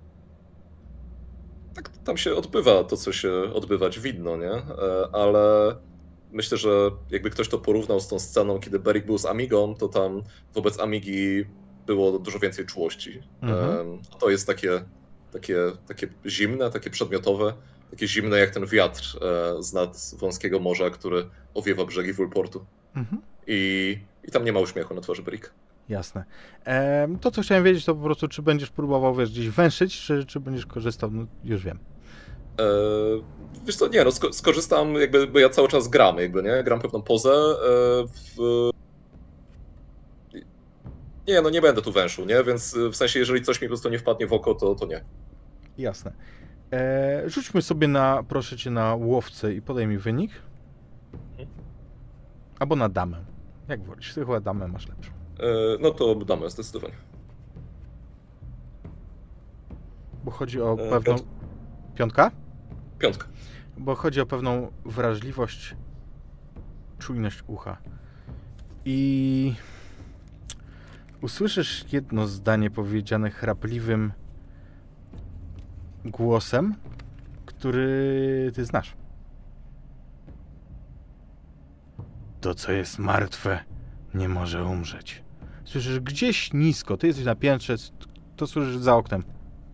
tak tam się odbywa to, co się odbywać winno, nie? Ale myślę, że jakby ktoś to porównał z tą sceną, kiedy Beric był z Amigą, to tam wobec Amigi było dużo więcej czułości. To jest takie zimne, takie przedmiotowe, takie zimne jak ten wiatr z nad wąskiego morza, który owiewa brzegi Vulportu. I tam nie ma uśmiechu na twarzy Beric. Jasne. To, co chciałem wiedzieć, to po prostu, czy będziesz próbował, wiesz, gdzieś węszyć, czy będziesz korzystał, no już wiem. Wiesz co, nie, no skorzystam jakby, bo ja cały czas gram, jakby, nie? Gram pewną pozę Nie, no nie będę tu węszył, nie? Więc w sensie, jeżeli coś mi po prostu nie wpadnie w oko, to nie. Jasne. Rzućmy sobie proszę cię, na łowcę i podaj mi wynik. Albo na damę. Jak wolisz, ty chyba damę masz lepszą. No to damę, zdecydowanie. Bo chodzi o pewną... Piątka? Piątka. Bo chodzi o pewną wrażliwość, czujność ucha. I Usłyszysz jedno zdanie powiedziane chrapliwym głosem, który ty znasz. To, co jest martwe, nie może umrzeć. Słyszysz gdzieś nisko, ty jesteś na piętrze, to słyszysz za oknem.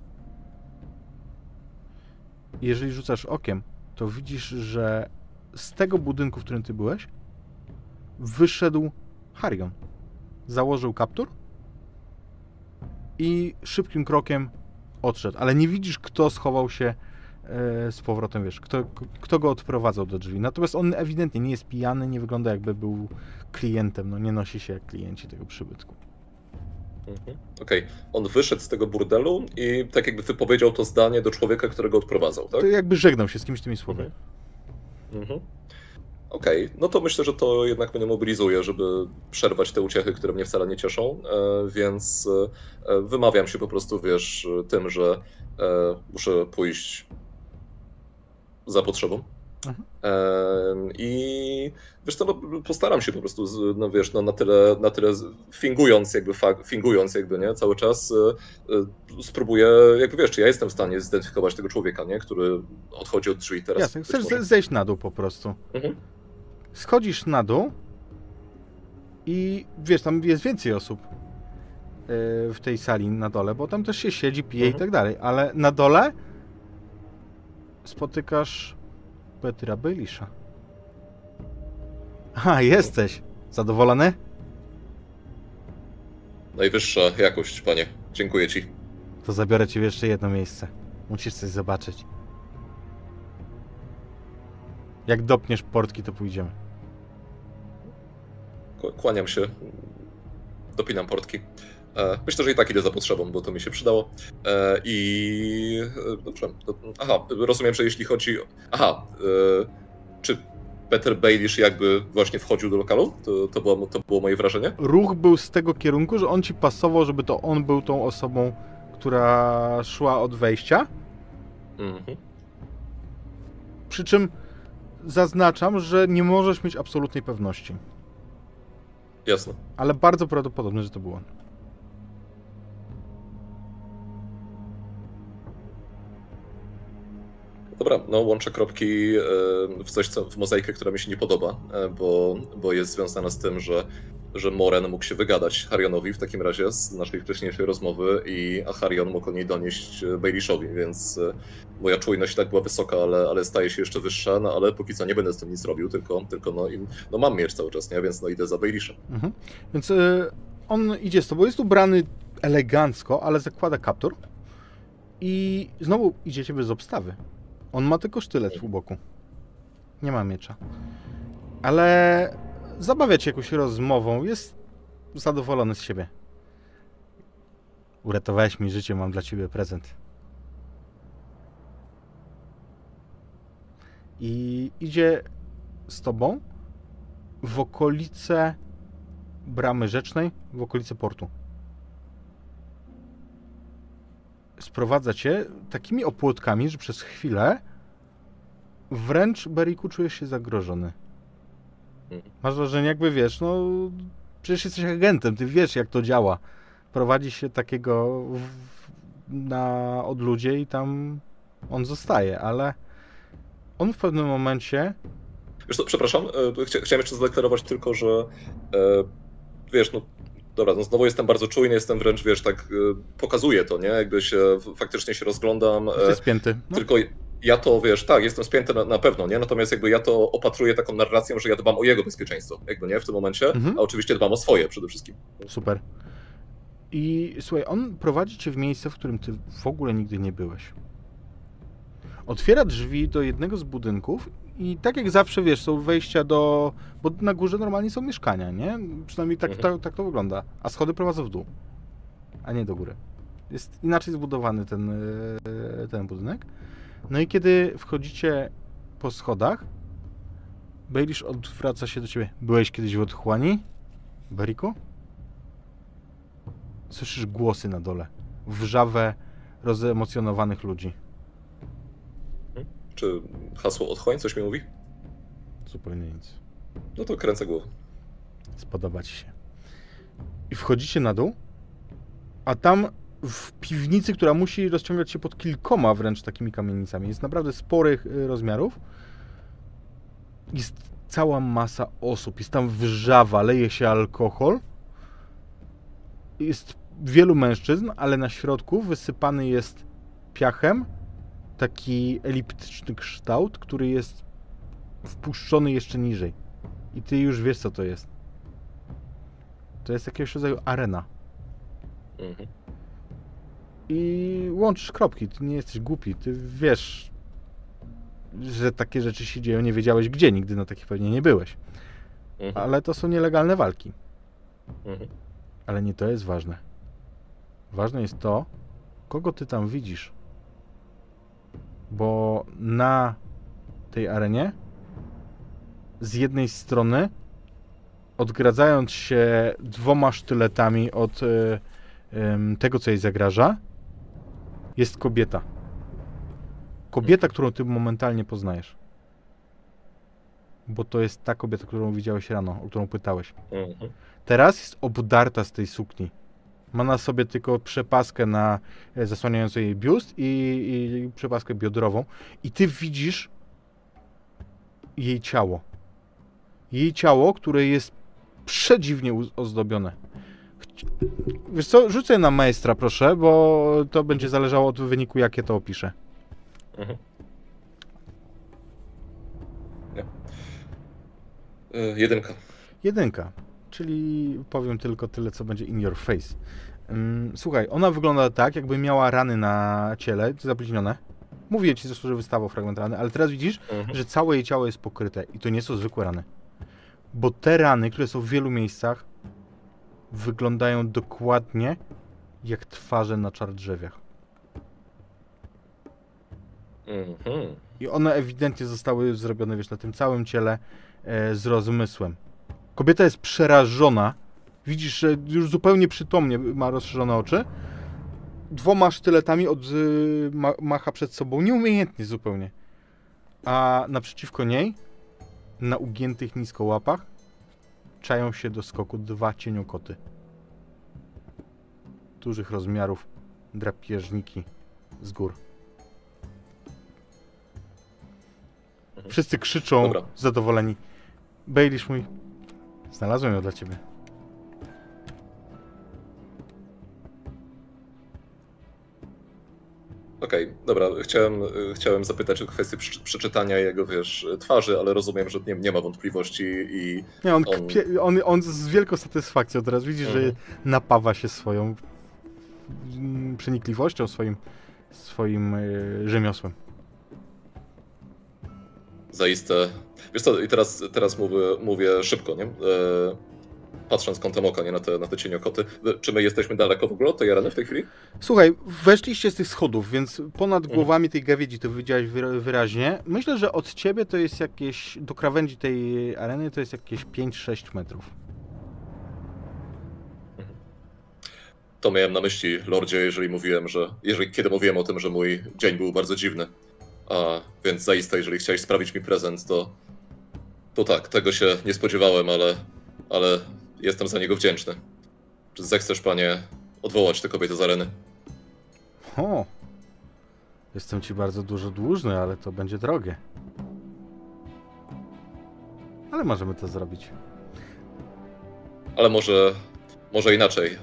Jeżeli rzucasz okiem, to widzisz, że z tego budynku, w którym ty byłeś, wyszedł Harion. Założył kaptur i szybkim krokiem odszedł. Ale nie widzisz, kto schował się z powrotem, wiesz, kto go odprowadzał do drzwi. Natomiast on ewidentnie nie jest pijany, nie wygląda jakby był klientem, no nie nosi się jak klienci tego przybytku. Okej. On wyszedł z tego burdelu i tak jakby wypowiedział to zdanie do człowieka, którego odprowadzał, tak? To jakby żegnał się z kimś tymi słowy. Okej, no to myślę, że to jednak mnie mobilizuje, żeby przerwać te uciechy, które mnie wcale nie cieszą, więc wymawiam się po prostu, wiesz, tym, że muszę pójść za potrzebą. I wiesz co, no, postaram się po prostu, no wiesz, no, na tyle fingując jakby, nie, cały czas spróbuję, jakby wiesz, czy ja jestem w stanie zidentyfikować tego człowieka, nie, który odchodzi od drzwi teraz. Jasne, chcesz zejść na dół po prostu. Schodzisz na dół i wiesz, tam jest więcej osób w tej sali na dole, bo tam też się siedzi, pije i tak dalej, ale na dole spotykasz Petra Bailisha. Aha, jesteś. Zadowolony? Najwyższa jakość, panie. Dziękuję ci. To zabiorę ci w jeszcze jedno miejsce. Musisz coś zobaczyć. Jak dopniesz portki, to pójdziemy. Kłaniam się. Dopinam portki. Myślę, że i tak idę za potrzebą, bo to mi się przydało. I dobrze. Aha, rozumiem, że jeśli chodzi... czy Peter Baelish jakby właśnie wchodził do lokalu? To było moje wrażenie? Ruch był z tego kierunku, że on ci pasował, żeby to on był tą osobą, która szła od wejścia. Przy czym zaznaczam, że nie możesz mieć absolutnej pewności. Jasne. Ale bardzo prawdopodobne, że to był on. Dobra, no łączę kropki w coś, w mozaikę, która mi się nie podoba, bo jest związana z tym, że Moren mógł się wygadać Harionowi w takim razie z naszej wcześniejszej rozmowy a Harion mógł o niej donieść Bailishowi, więc moja czujność tak była wysoka, ale staje się jeszcze wyższa, no ale póki co nie będę z tym nic robił, tylko no mam miecz cały czas, nie? Więc no idę za Bailishem. Więc on idzie z tobą, jest ubrany elegancko, ale zakłada kaptur i znowu idziecie bez obstawy. On ma tylko sztylet u boku. Nie ma miecza. Ale zabawia cię jakąś rozmową. Jest zadowolony z siebie. Uratowałeś mi życie, mam dla ciebie prezent. I idzie z tobą w okolice Bramy Rzecznej, w okolice portu. Sprowadza cię takimi opłotkami, że przez chwilę wręcz, Beriku, czujesz się zagrożony. Masz wrażenie, jakby wiesz, no przecież jesteś agentem, ty wiesz, jak to działa. Prowadzi się takiego na odludzie i tam on zostaje, ale on w pewnym momencie... Wiesz co, przepraszam, chciałem jeszcze zadeklarować tylko, że wiesz, no dobra, no znowu jestem bardzo czujny, jestem wręcz, wiesz, tak pokazuję to, nie? Jakby faktycznie się rozglądam. Jesteś spięty. No. Tylko ja to, wiesz, tak, jestem spięty na pewno, nie? Natomiast jakby ja to opatruję taką narracją, że ja dbam o jego bezpieczeństwo, jakby, nie? W tym momencie, a oczywiście dbam o swoje przede wszystkim. Super. I słuchaj, on prowadzi cię w miejsce, w którym ty w ogóle nigdy nie byłeś. Otwiera drzwi do jednego z budynków i tak jak zawsze, wiesz, są wejścia do... Bo na górze normalnie są mieszkania, nie? Przynajmniej tak to wygląda. A schody prowadzą w dół, a nie do góry. Jest inaczej zbudowany ten budynek. No i kiedy wchodzicie po schodach, Baelish odwraca się do ciebie. Byłeś kiedyś w otchłani, Beriku? Słyszysz głosy na dole. Wrzawę rozemocjonowanych ludzi. Czy hasło otchłań coś mi mówi? Zupełnie nic. No to kręcę głową. Spodoba ci się. I wchodzicie na dół, a tam w piwnicy, która musi rozciągać się pod kilkoma wręcz takimi kamienicami, jest naprawdę sporych rozmiarów, jest cała masa osób, jest tam wrzawa, leje się alkohol, jest wielu mężczyzn, ale na środku wysypany jest piachem taki eliptyczny kształt, który jest wpuszczony jeszcze niżej. I ty już wiesz, co to jest. To jest jakiegoś rodzaju arena. Mhm. I łączysz kropki, ty nie jesteś głupi, ty wiesz, że takie rzeczy się dzieją, nie wiedziałeś gdzie, nigdy na takich pewnie nie byłeś. Ale to są nielegalne walki. Ale nie to jest ważne. Ważne jest to, kogo ty tam widzisz. Bo na tej arenie z jednej strony, odgradzając się 2 sztyletami od tego, co jej zagraża, jest kobieta. Kobieta, którą ty momentalnie poznajesz. Bo to jest ta kobieta, którą widziałeś rano, o którą pytałeś. Teraz jest obdarta z tej sukni. Ma na sobie tylko przepaskę zasłaniającą jej biust i przepaskę biodrową. I ty widzisz jej ciało. Jej ciało, które jest przedziwnie ozdobione. Wiesz co, rzucę na maestra, proszę, bo to będzie zależało od wyniku, jakie to opiszę. Nie. 1. 1, czyli powiem tylko tyle, co będzie in your face. Słuchaj, ona wygląda tak, jakby miała rany na ciele, zabliźnione. Mówię ci zresztą, że wystawał fragment rany, ale teraz widzisz, że całe jej ciało jest pokryte i to nie są zwykłe rany. Bo te rany, które są w wielu miejscach, wyglądają dokładnie jak twarze na czardrzewiach. I one ewidentnie zostały zrobione, wiesz, na tym całym ciele z rozmysłem. Kobieta jest przerażona. Widzisz, że już zupełnie przytomnie ma rozszerzone oczy. 2 sztyletami macha przed sobą, nieumiejętnie zupełnie. A naprzeciwko niej, na ugiętych nisko łapach, czają się do skoku 2 cieniokoty. Dużych rozmiarów drapieżniki z gór. Wszyscy krzyczą, Dobra. zadowoleni. Baelish mój, znalazłem ją dla ciebie. Okej, dobra. Chciałem zapytać o kwestię przeczytania jego, wiesz, twarzy, ale rozumiem, że nie ma wątpliwości i Nie, on z wielką satysfakcją teraz widzi, że napawa się swoją przenikliwością, swoim rzemiosłem. zaiste... Wiesz co, i teraz mówię szybko, nie? Patrząc kątem oka, nie, na te cieniokoty. Czy my jesteśmy daleko w ogóle od tej areny w tej chwili? Słuchaj, weszliście z tych schodów, więc ponad głowami tej gawiedzi to widziałeś wyraźnie. Myślę, że od ciebie to jest jakieś, do krawędzi tej areny to jest jakieś 5-6 metrów. To miałem na myśli, Lordzie, kiedy mówiłem o tym, że mój dzień był bardzo dziwny. Więc zaiste, jeżeli chciałeś sprawić mi prezent, to tak, tego się nie spodziewałem, ale jestem za niego wdzięczny. Czy zechcesz, panie, odwołać tę kobietę z areny? O, jestem ci bardzo dużo dłużny, ale to będzie drogie. Ale możemy to zrobić. Ale może inaczej.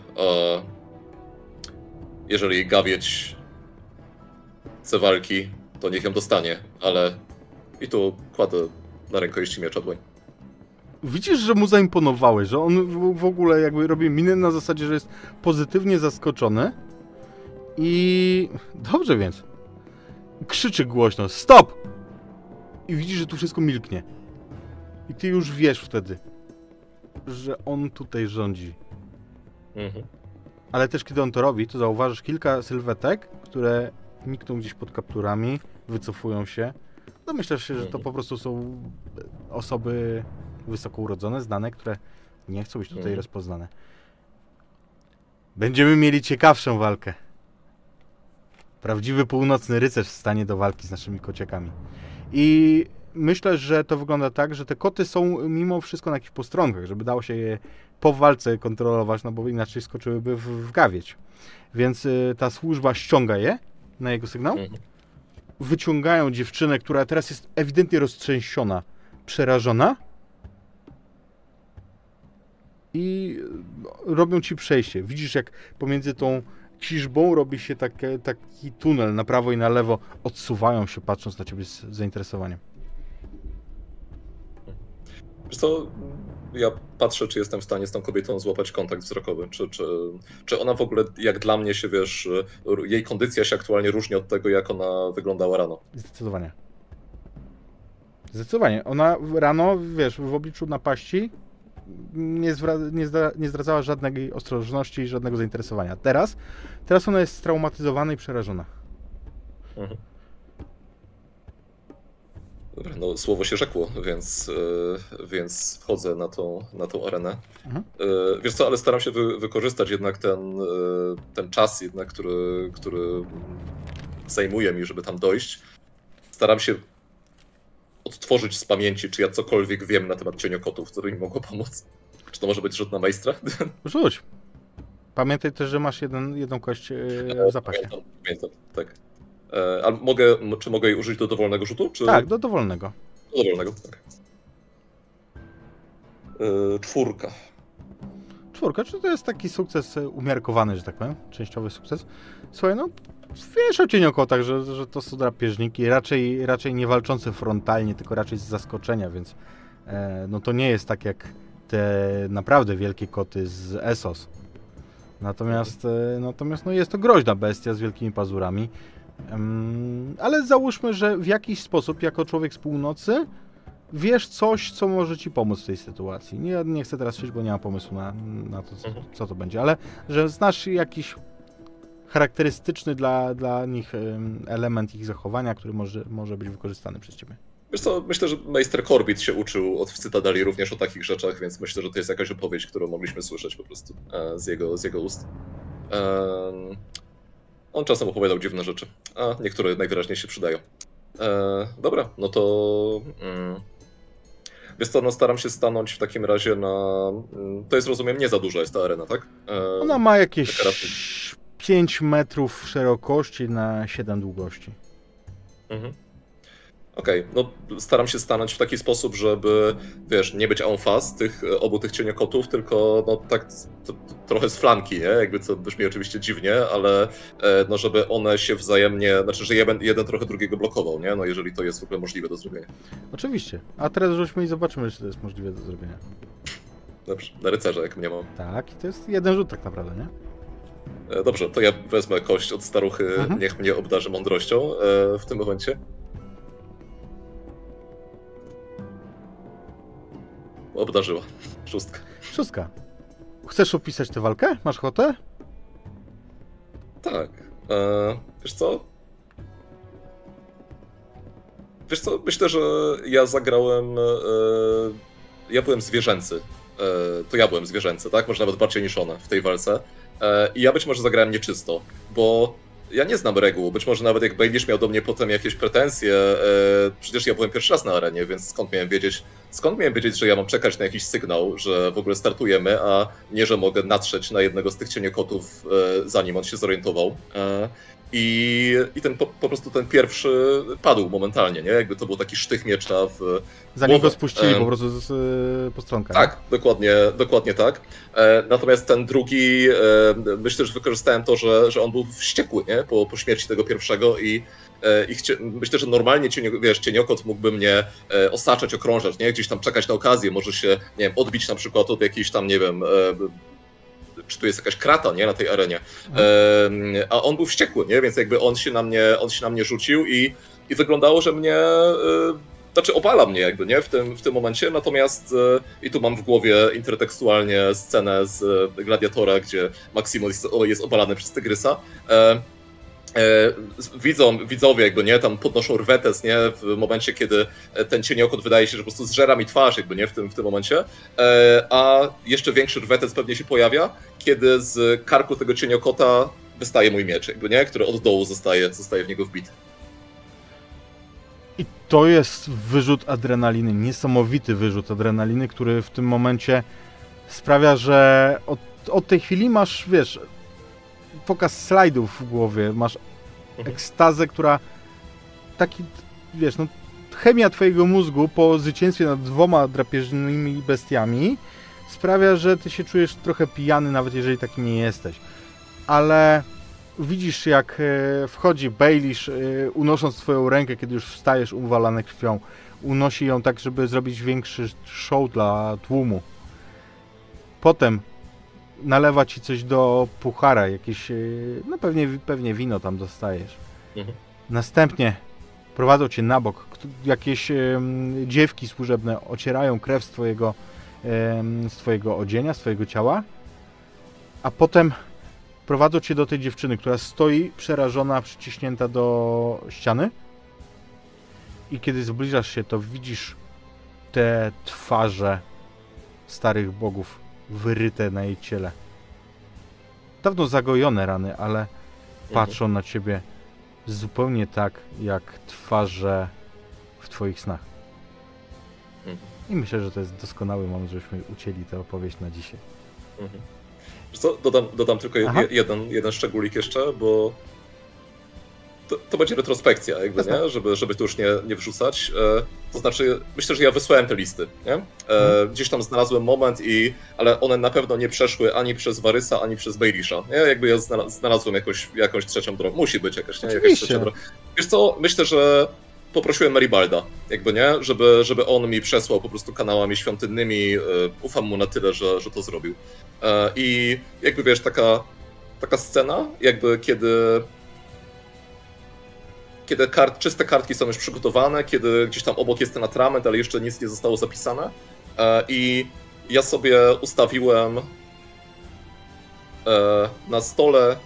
Jeżeli gawieć chce walki, to niech ją dostanie, ale... I tu kładę na rękojeści miecza dłoń. Widzisz, że mu zaimponowałeś, że on w ogóle jakby robi minę na zasadzie, że jest pozytywnie zaskoczony. I... Dobrze więc. Krzyczy głośno, stop! I widzisz, że tu wszystko milknie. I ty już wiesz wtedy, że on tutaj rządzi. Ale też kiedy on to robi, to zauważysz kilka sylwetek, które nikną gdzieś pod kapturami, wycofują się. Domyślasz się, że to po prostu są osoby wysoko urodzone, znane, które nie chcą być tutaj rozpoznane. Będziemy mieli ciekawszą walkę. Prawdziwy północny rycerz stanie do walki z naszymi kociakami. I myślę, że to wygląda tak, że te koty są mimo wszystko na jakichś postronkach, żeby dało się je po walce kontrolować, no bo inaczej skoczyłyby w gawieć. Więc ta służba ściąga je na jego sygnał, wyciągają dziewczynę, która teraz jest ewidentnie roztrzęsiona, przerażona i robią ci przejście. Widzisz, jak pomiędzy tą ciżbą robi się taki tunel na prawo i na lewo, odsuwają się, patrząc na ciebie z zainteresowaniem. Wiesz co, ja patrzę, czy jestem w stanie z tą kobietą złapać kontakt wzrokowy, czy ona w ogóle, jak dla mnie się, wiesz, jej kondycja się aktualnie różni od tego, jak ona wyglądała rano. Zdecydowanie. Zdecydowanie. Ona rano, wiesz, w obliczu napaści nie zdradzała żadnej ostrożności i żadnego zainteresowania. Teraz ona jest straumatyzowana i przerażona. Mhm. Dobra, no słowo się rzekło, więc wchodzę na tą arenę. Mhm. Wiesz co, ale staram się wykorzystać jednak ten czas, jednak, który zajmuje mi, żeby tam dojść. Staram się odtworzyć z pamięci, czy ja cokolwiek wiem na temat cieniokotów, co by mi mogło pomóc. Czy to może być rzut na majstra? Rzuć. Pamiętaj też, że masz jedną kość w zapasie. Pamiętam, tak. Ale czy mogę jej użyć do dowolnego rzutu? Czy... Tak, do dowolnego. Do dowolnego, tak. 4. 4, czy to jest taki sukces umiarkowany, że tak powiem? Częściowy sukces. Słuchaj, no wiesz o cieniokotach, że to są drapieżniki, raczej nie walczące frontalnie, tylko raczej z zaskoczenia, więc no to nie jest tak jak te naprawdę wielkie koty z Essos. Natomiast no jest to groźna bestia z wielkimi pazurami. Ale załóżmy, że w jakiś sposób, jako człowiek z północy, wiesz coś, co może ci pomóc w tej sytuacji. Nie chcę teraz szyć, bo nie mam pomysłu na to, co to będzie, ale że znasz jakiś charakterystyczny dla nich element ich zachowania, który może być wykorzystany przez ciebie. Wiesz co, myślę, że Meister Corbett się uczył w Cytadeli również o takich rzeczach, więc myślę, że to jest jakaś opowieść, którą mogliśmy słyszeć po prostu z jego ust. On czasem opowiadał dziwne rzeczy, a niektóre najwyraźniej się przydają. Dobra, no to... Wiesz co, no staram się stanąć w takim razie na... To jest, rozumiem, nie za duża jest ta arena, tak? Ona ma jakieś 5 metrów szerokości na 7 długości. Mhm. Okej, no staram się stanąć w taki sposób, żeby, wiesz, nie być en face obu tych cieniokotów, tylko no tak trochę z flanki, nie? Jakby co brzmi oczywiście dziwnie, ale no żeby one się wzajemnie, znaczy, że jeden trochę drugiego blokował, nie? No jeżeli to jest w ogóle możliwe do zrobienia. Oczywiście. A teraz rzućmy i zobaczymy, czy to jest możliwe do zrobienia. Dobrze, na rycerza jak mnie mam. Tak, i to jest jeden rzut tak naprawdę, nie? Dobrze, to ja wezmę kość od staruchy, niech mnie obdarzy mądrością w tym momencie. Obdarzyła. 6. 6. Chcesz opisać tę walkę? Masz ochotę? Tak. Wiesz co? Myślę, że ja zagrałem... Ja byłem zwierzęcy. To ja byłem zwierzęcy, tak? Może nawet bardziej niż ona w tej walce. I ja być może zagrałem nieczysto, bo ja nie znam reguł. Być może nawet jak Baelish miał do mnie potem jakieś pretensje, przecież ja byłem pierwszy raz na arenie, więc skąd miałem wiedzieć, że ja mam czekać na jakiś sygnał, że w ogóle startujemy, a nie, że mogę natrzeć na jednego z tych cieniokotów, zanim on się zorientował. I po prostu ten pierwszy padł momentalnie, nie? Jakby to był taki sztych miecza w Zanim go spuścili po prostu z postronka. Tak, dokładnie tak. Natomiast ten drugi, myślę, że wykorzystałem to, że on był wściekły, nie? Po śmierci tego pierwszego i myślę, że normalnie cieniokot mógłby mnie osaczać, okrążać, nie? Gdzieś tam czekać na okazję, może się, nie wiem, odbić na przykład od jakiejś tam, nie wiem, czy tu jest jakaś krata, nie, na tej arenie. A on był wściekły, nie? Więc jakby on się na mnie rzucił i wyglądało, że mnie... Znaczy opala mnie jakby, nie? W tym momencie, natomiast i tu mam w głowie intertekstualnie scenę z Gladiatora, gdzie Maximus jest opalany przez Tygrysa. Widzowie jakby, nie? Tam podnoszą rwetes, nie? W momencie, kiedy ten cieniokot wydaje się, że po prostu zżera mi twarz jakby, nie? W tym momencie. A jeszcze większy rwetes pewnie się pojawia, kiedy z karku tego cieniokota wystaje mój miecz jakby, nie? Który od dołu zostaje w niego wbity. I to jest wyrzut adrenaliny, niesamowity wyrzut adrenaliny, który w tym momencie sprawia, że od tej chwili masz, wiesz, pokaz slajdów w głowie, masz ekstazę, która taki, wiesz, no chemia twojego mózgu po zwycięstwie nad 2 drapieżnymi bestiami sprawia, że ty się czujesz trochę pijany, nawet jeżeli taki nie jesteś. Ale widzisz, jak wchodzi Baelish, unosząc twoją rękę, kiedy już wstajesz uwalany krwią. Unosi ją tak, żeby zrobić większy show dla tłumu. Potem nalewa ci coś do puchara, jakieś, no pewnie wino tam dostajesz. Następnie prowadzą cię na bok. Jakieś dziewki służebne ocierają krew z twojego odzienia, z twojego ciała. A potem prowadzą cię do tej dziewczyny, która stoi przerażona, przyciśnięta do ściany. I kiedy zbliżasz się, to widzisz te twarze starych bogów wyryte na jej ciele. Dawno zagojone rany, ale patrzą na ciebie zupełnie tak, jak twarze w twoich snach. I myślę, że to jest doskonały moment, żebyśmy ucięli tę opowieść na dzisiaj. Wiesz co, dodam tylko jeden szczególik jeszcze, bo to będzie retrospekcja, jakby, nie? Żeby tu już nie wrzucać. To znaczy, myślę, że ja wysłałem te listy, nie? Gdzieś tam znalazłem moment, ale one na pewno nie przeszły ani przez Warysa, ani przez Baelisha. Nie? Jakby ja znalazłem jakąś trzecią drogę. Musi być jakaś trzecia droga. Wiesz co, myślę, że poprosiłem Meribalda, jakby, nie? Żeby on mi przesłał po prostu kanałami świątynnymi. Ufam mu na tyle, że to zrobił. I jakby, wiesz, taka scena, jakby kiedy czyste kartki są już przygotowane, kiedy gdzieś tam obok jest ten atrament, ale jeszcze nic nie zostało zapisane. I ja sobie ustawiłem na stole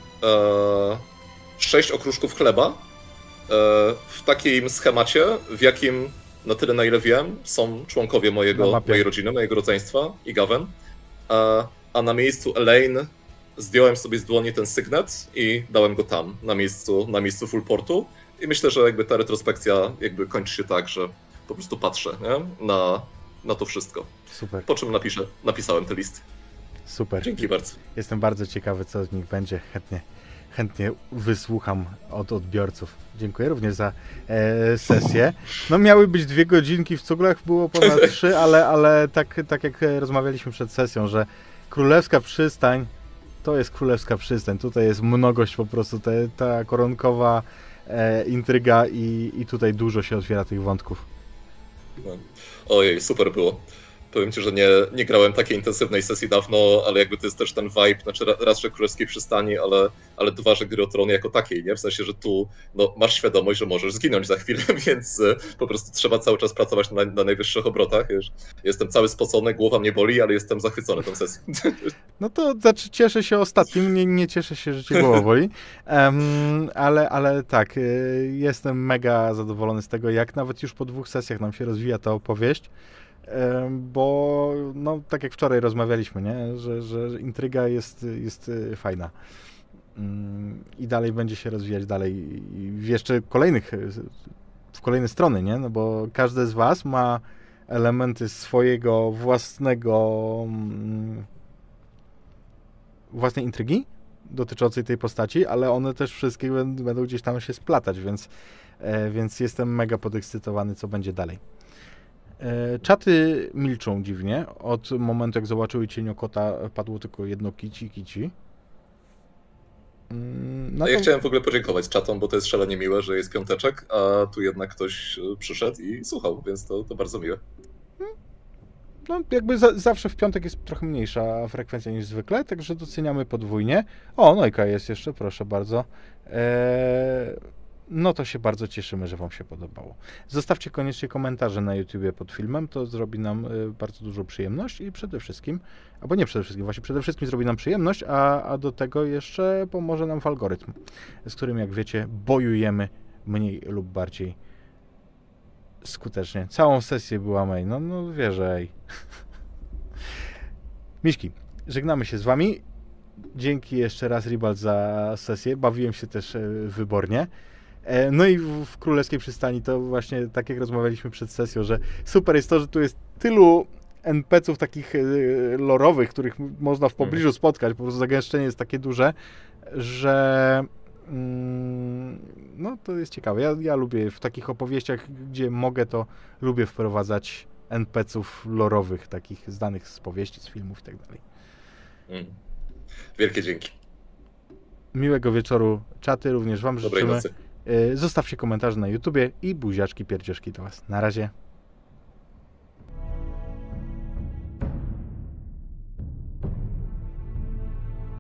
6 okruszków chleba w takim schemacie, w jakim, na tyle na ile wiem, są członkowie mojej rodziny, mojego rodzeństwa i Gawen. A na miejscu Elaine zdjąłem sobie z dłoni ten sygnet i dałem go tam, na miejscu Fullportu. I myślę, że jakby ta retrospekcja jakby kończy się tak, że po prostu patrzę, nie? Na to wszystko. Super. Po czym napisałem te listy. Super. Dzięki bardzo. Jestem bardzo ciekawy, co z nich będzie. Chętnie wysłucham od odbiorców. Dziękuję również za sesję. No miały być 2 godzinki, w cuglach było ponad 3, ale tak jak rozmawialiśmy przed sesją, że Królewska Przystań to jest Królewska Przystań. Tutaj jest mnogość po prostu, ta koronkowa intryga i tutaj dużo się otwiera tych wątków. No. Ojej, super było. Powiem ci, że nie grałem takiej intensywnej sesji dawno, ale jakby to jest też ten vibe, znaczy raz, że Królewskiej Przystani, ale 2, że Gry o Tron jako takiej, nie? W sensie, że tu masz świadomość, że możesz zginąć za chwilę, więc po prostu trzeba cały czas pracować na najwyższych obrotach. Wiesz? Jestem cały spocony, głowa mnie boli, ale jestem zachwycony tą sesją. No to znaczy cieszę się ostatnim, nie cieszę się, że cię głowa boli, ale tak, jestem mega zadowolony z tego, jak nawet już po 2 sesjach nam się rozwija ta opowieść. Bo no, tak jak wczoraj rozmawialiśmy, nie? Że intryga jest fajna i dalej będzie się rozwijać dalej i jeszcze w kolejne strony, nie? No bo każdy z was ma elementy swojej własnej intrygi dotyczącej tej postaci, ale one też wszystkie będą gdzieś tam się splatać, więc jestem mega podekscytowany, co będzie dalej. Czaty milczą dziwnie. Od momentu, jak zobaczyły cieniokota, padło tylko jedno kici. Ja chciałem w ogóle podziękować czatom, bo to jest szalenie miłe, że jest piąteczek, a tu jednak ktoś przyszedł i słuchał, więc to bardzo miłe. No, jakby zawsze w piątek jest trochę mniejsza frekwencja niż zwykle, także doceniamy podwójnie. O, Nojka jest jeszcze, proszę bardzo. No to się bardzo cieszymy, że wam się podobało. Zostawcie koniecznie komentarze na YouTubie pod filmem, to zrobi nam bardzo dużo przyjemność i przede wszystkim zrobi nam przyjemność, a do tego jeszcze pomoże nam w algorytm, z którym, jak wiecie, bojujemy mniej lub bardziej skutecznie. Całą sesję była May, no wierzę, ej. Miśki, żegnamy się z wami. Dzięki jeszcze raz, Ribald, za sesję. Bawiłem się też wybornie. No i w Królewskiej Przystani to właśnie tak jak rozmawialiśmy przed sesją, że super jest to, że tu jest tylu NPC-ów takich lorowych, których można w pobliżu spotkać, po prostu zagęszczenie jest takie duże, że no to jest ciekawe. Ja lubię w takich opowieściach, gdzie mogę, to lubię wprowadzać NPC-ów lorowych, takich znanych z powieści, z filmów i tak dalej. Wielkie dzięki. Miłego wieczoru, czaty, również wam Dobrej życzymy. nocy. Zostawcie komentarze na YouTubie i buziaczki, pierdzieszki do was. Na razie.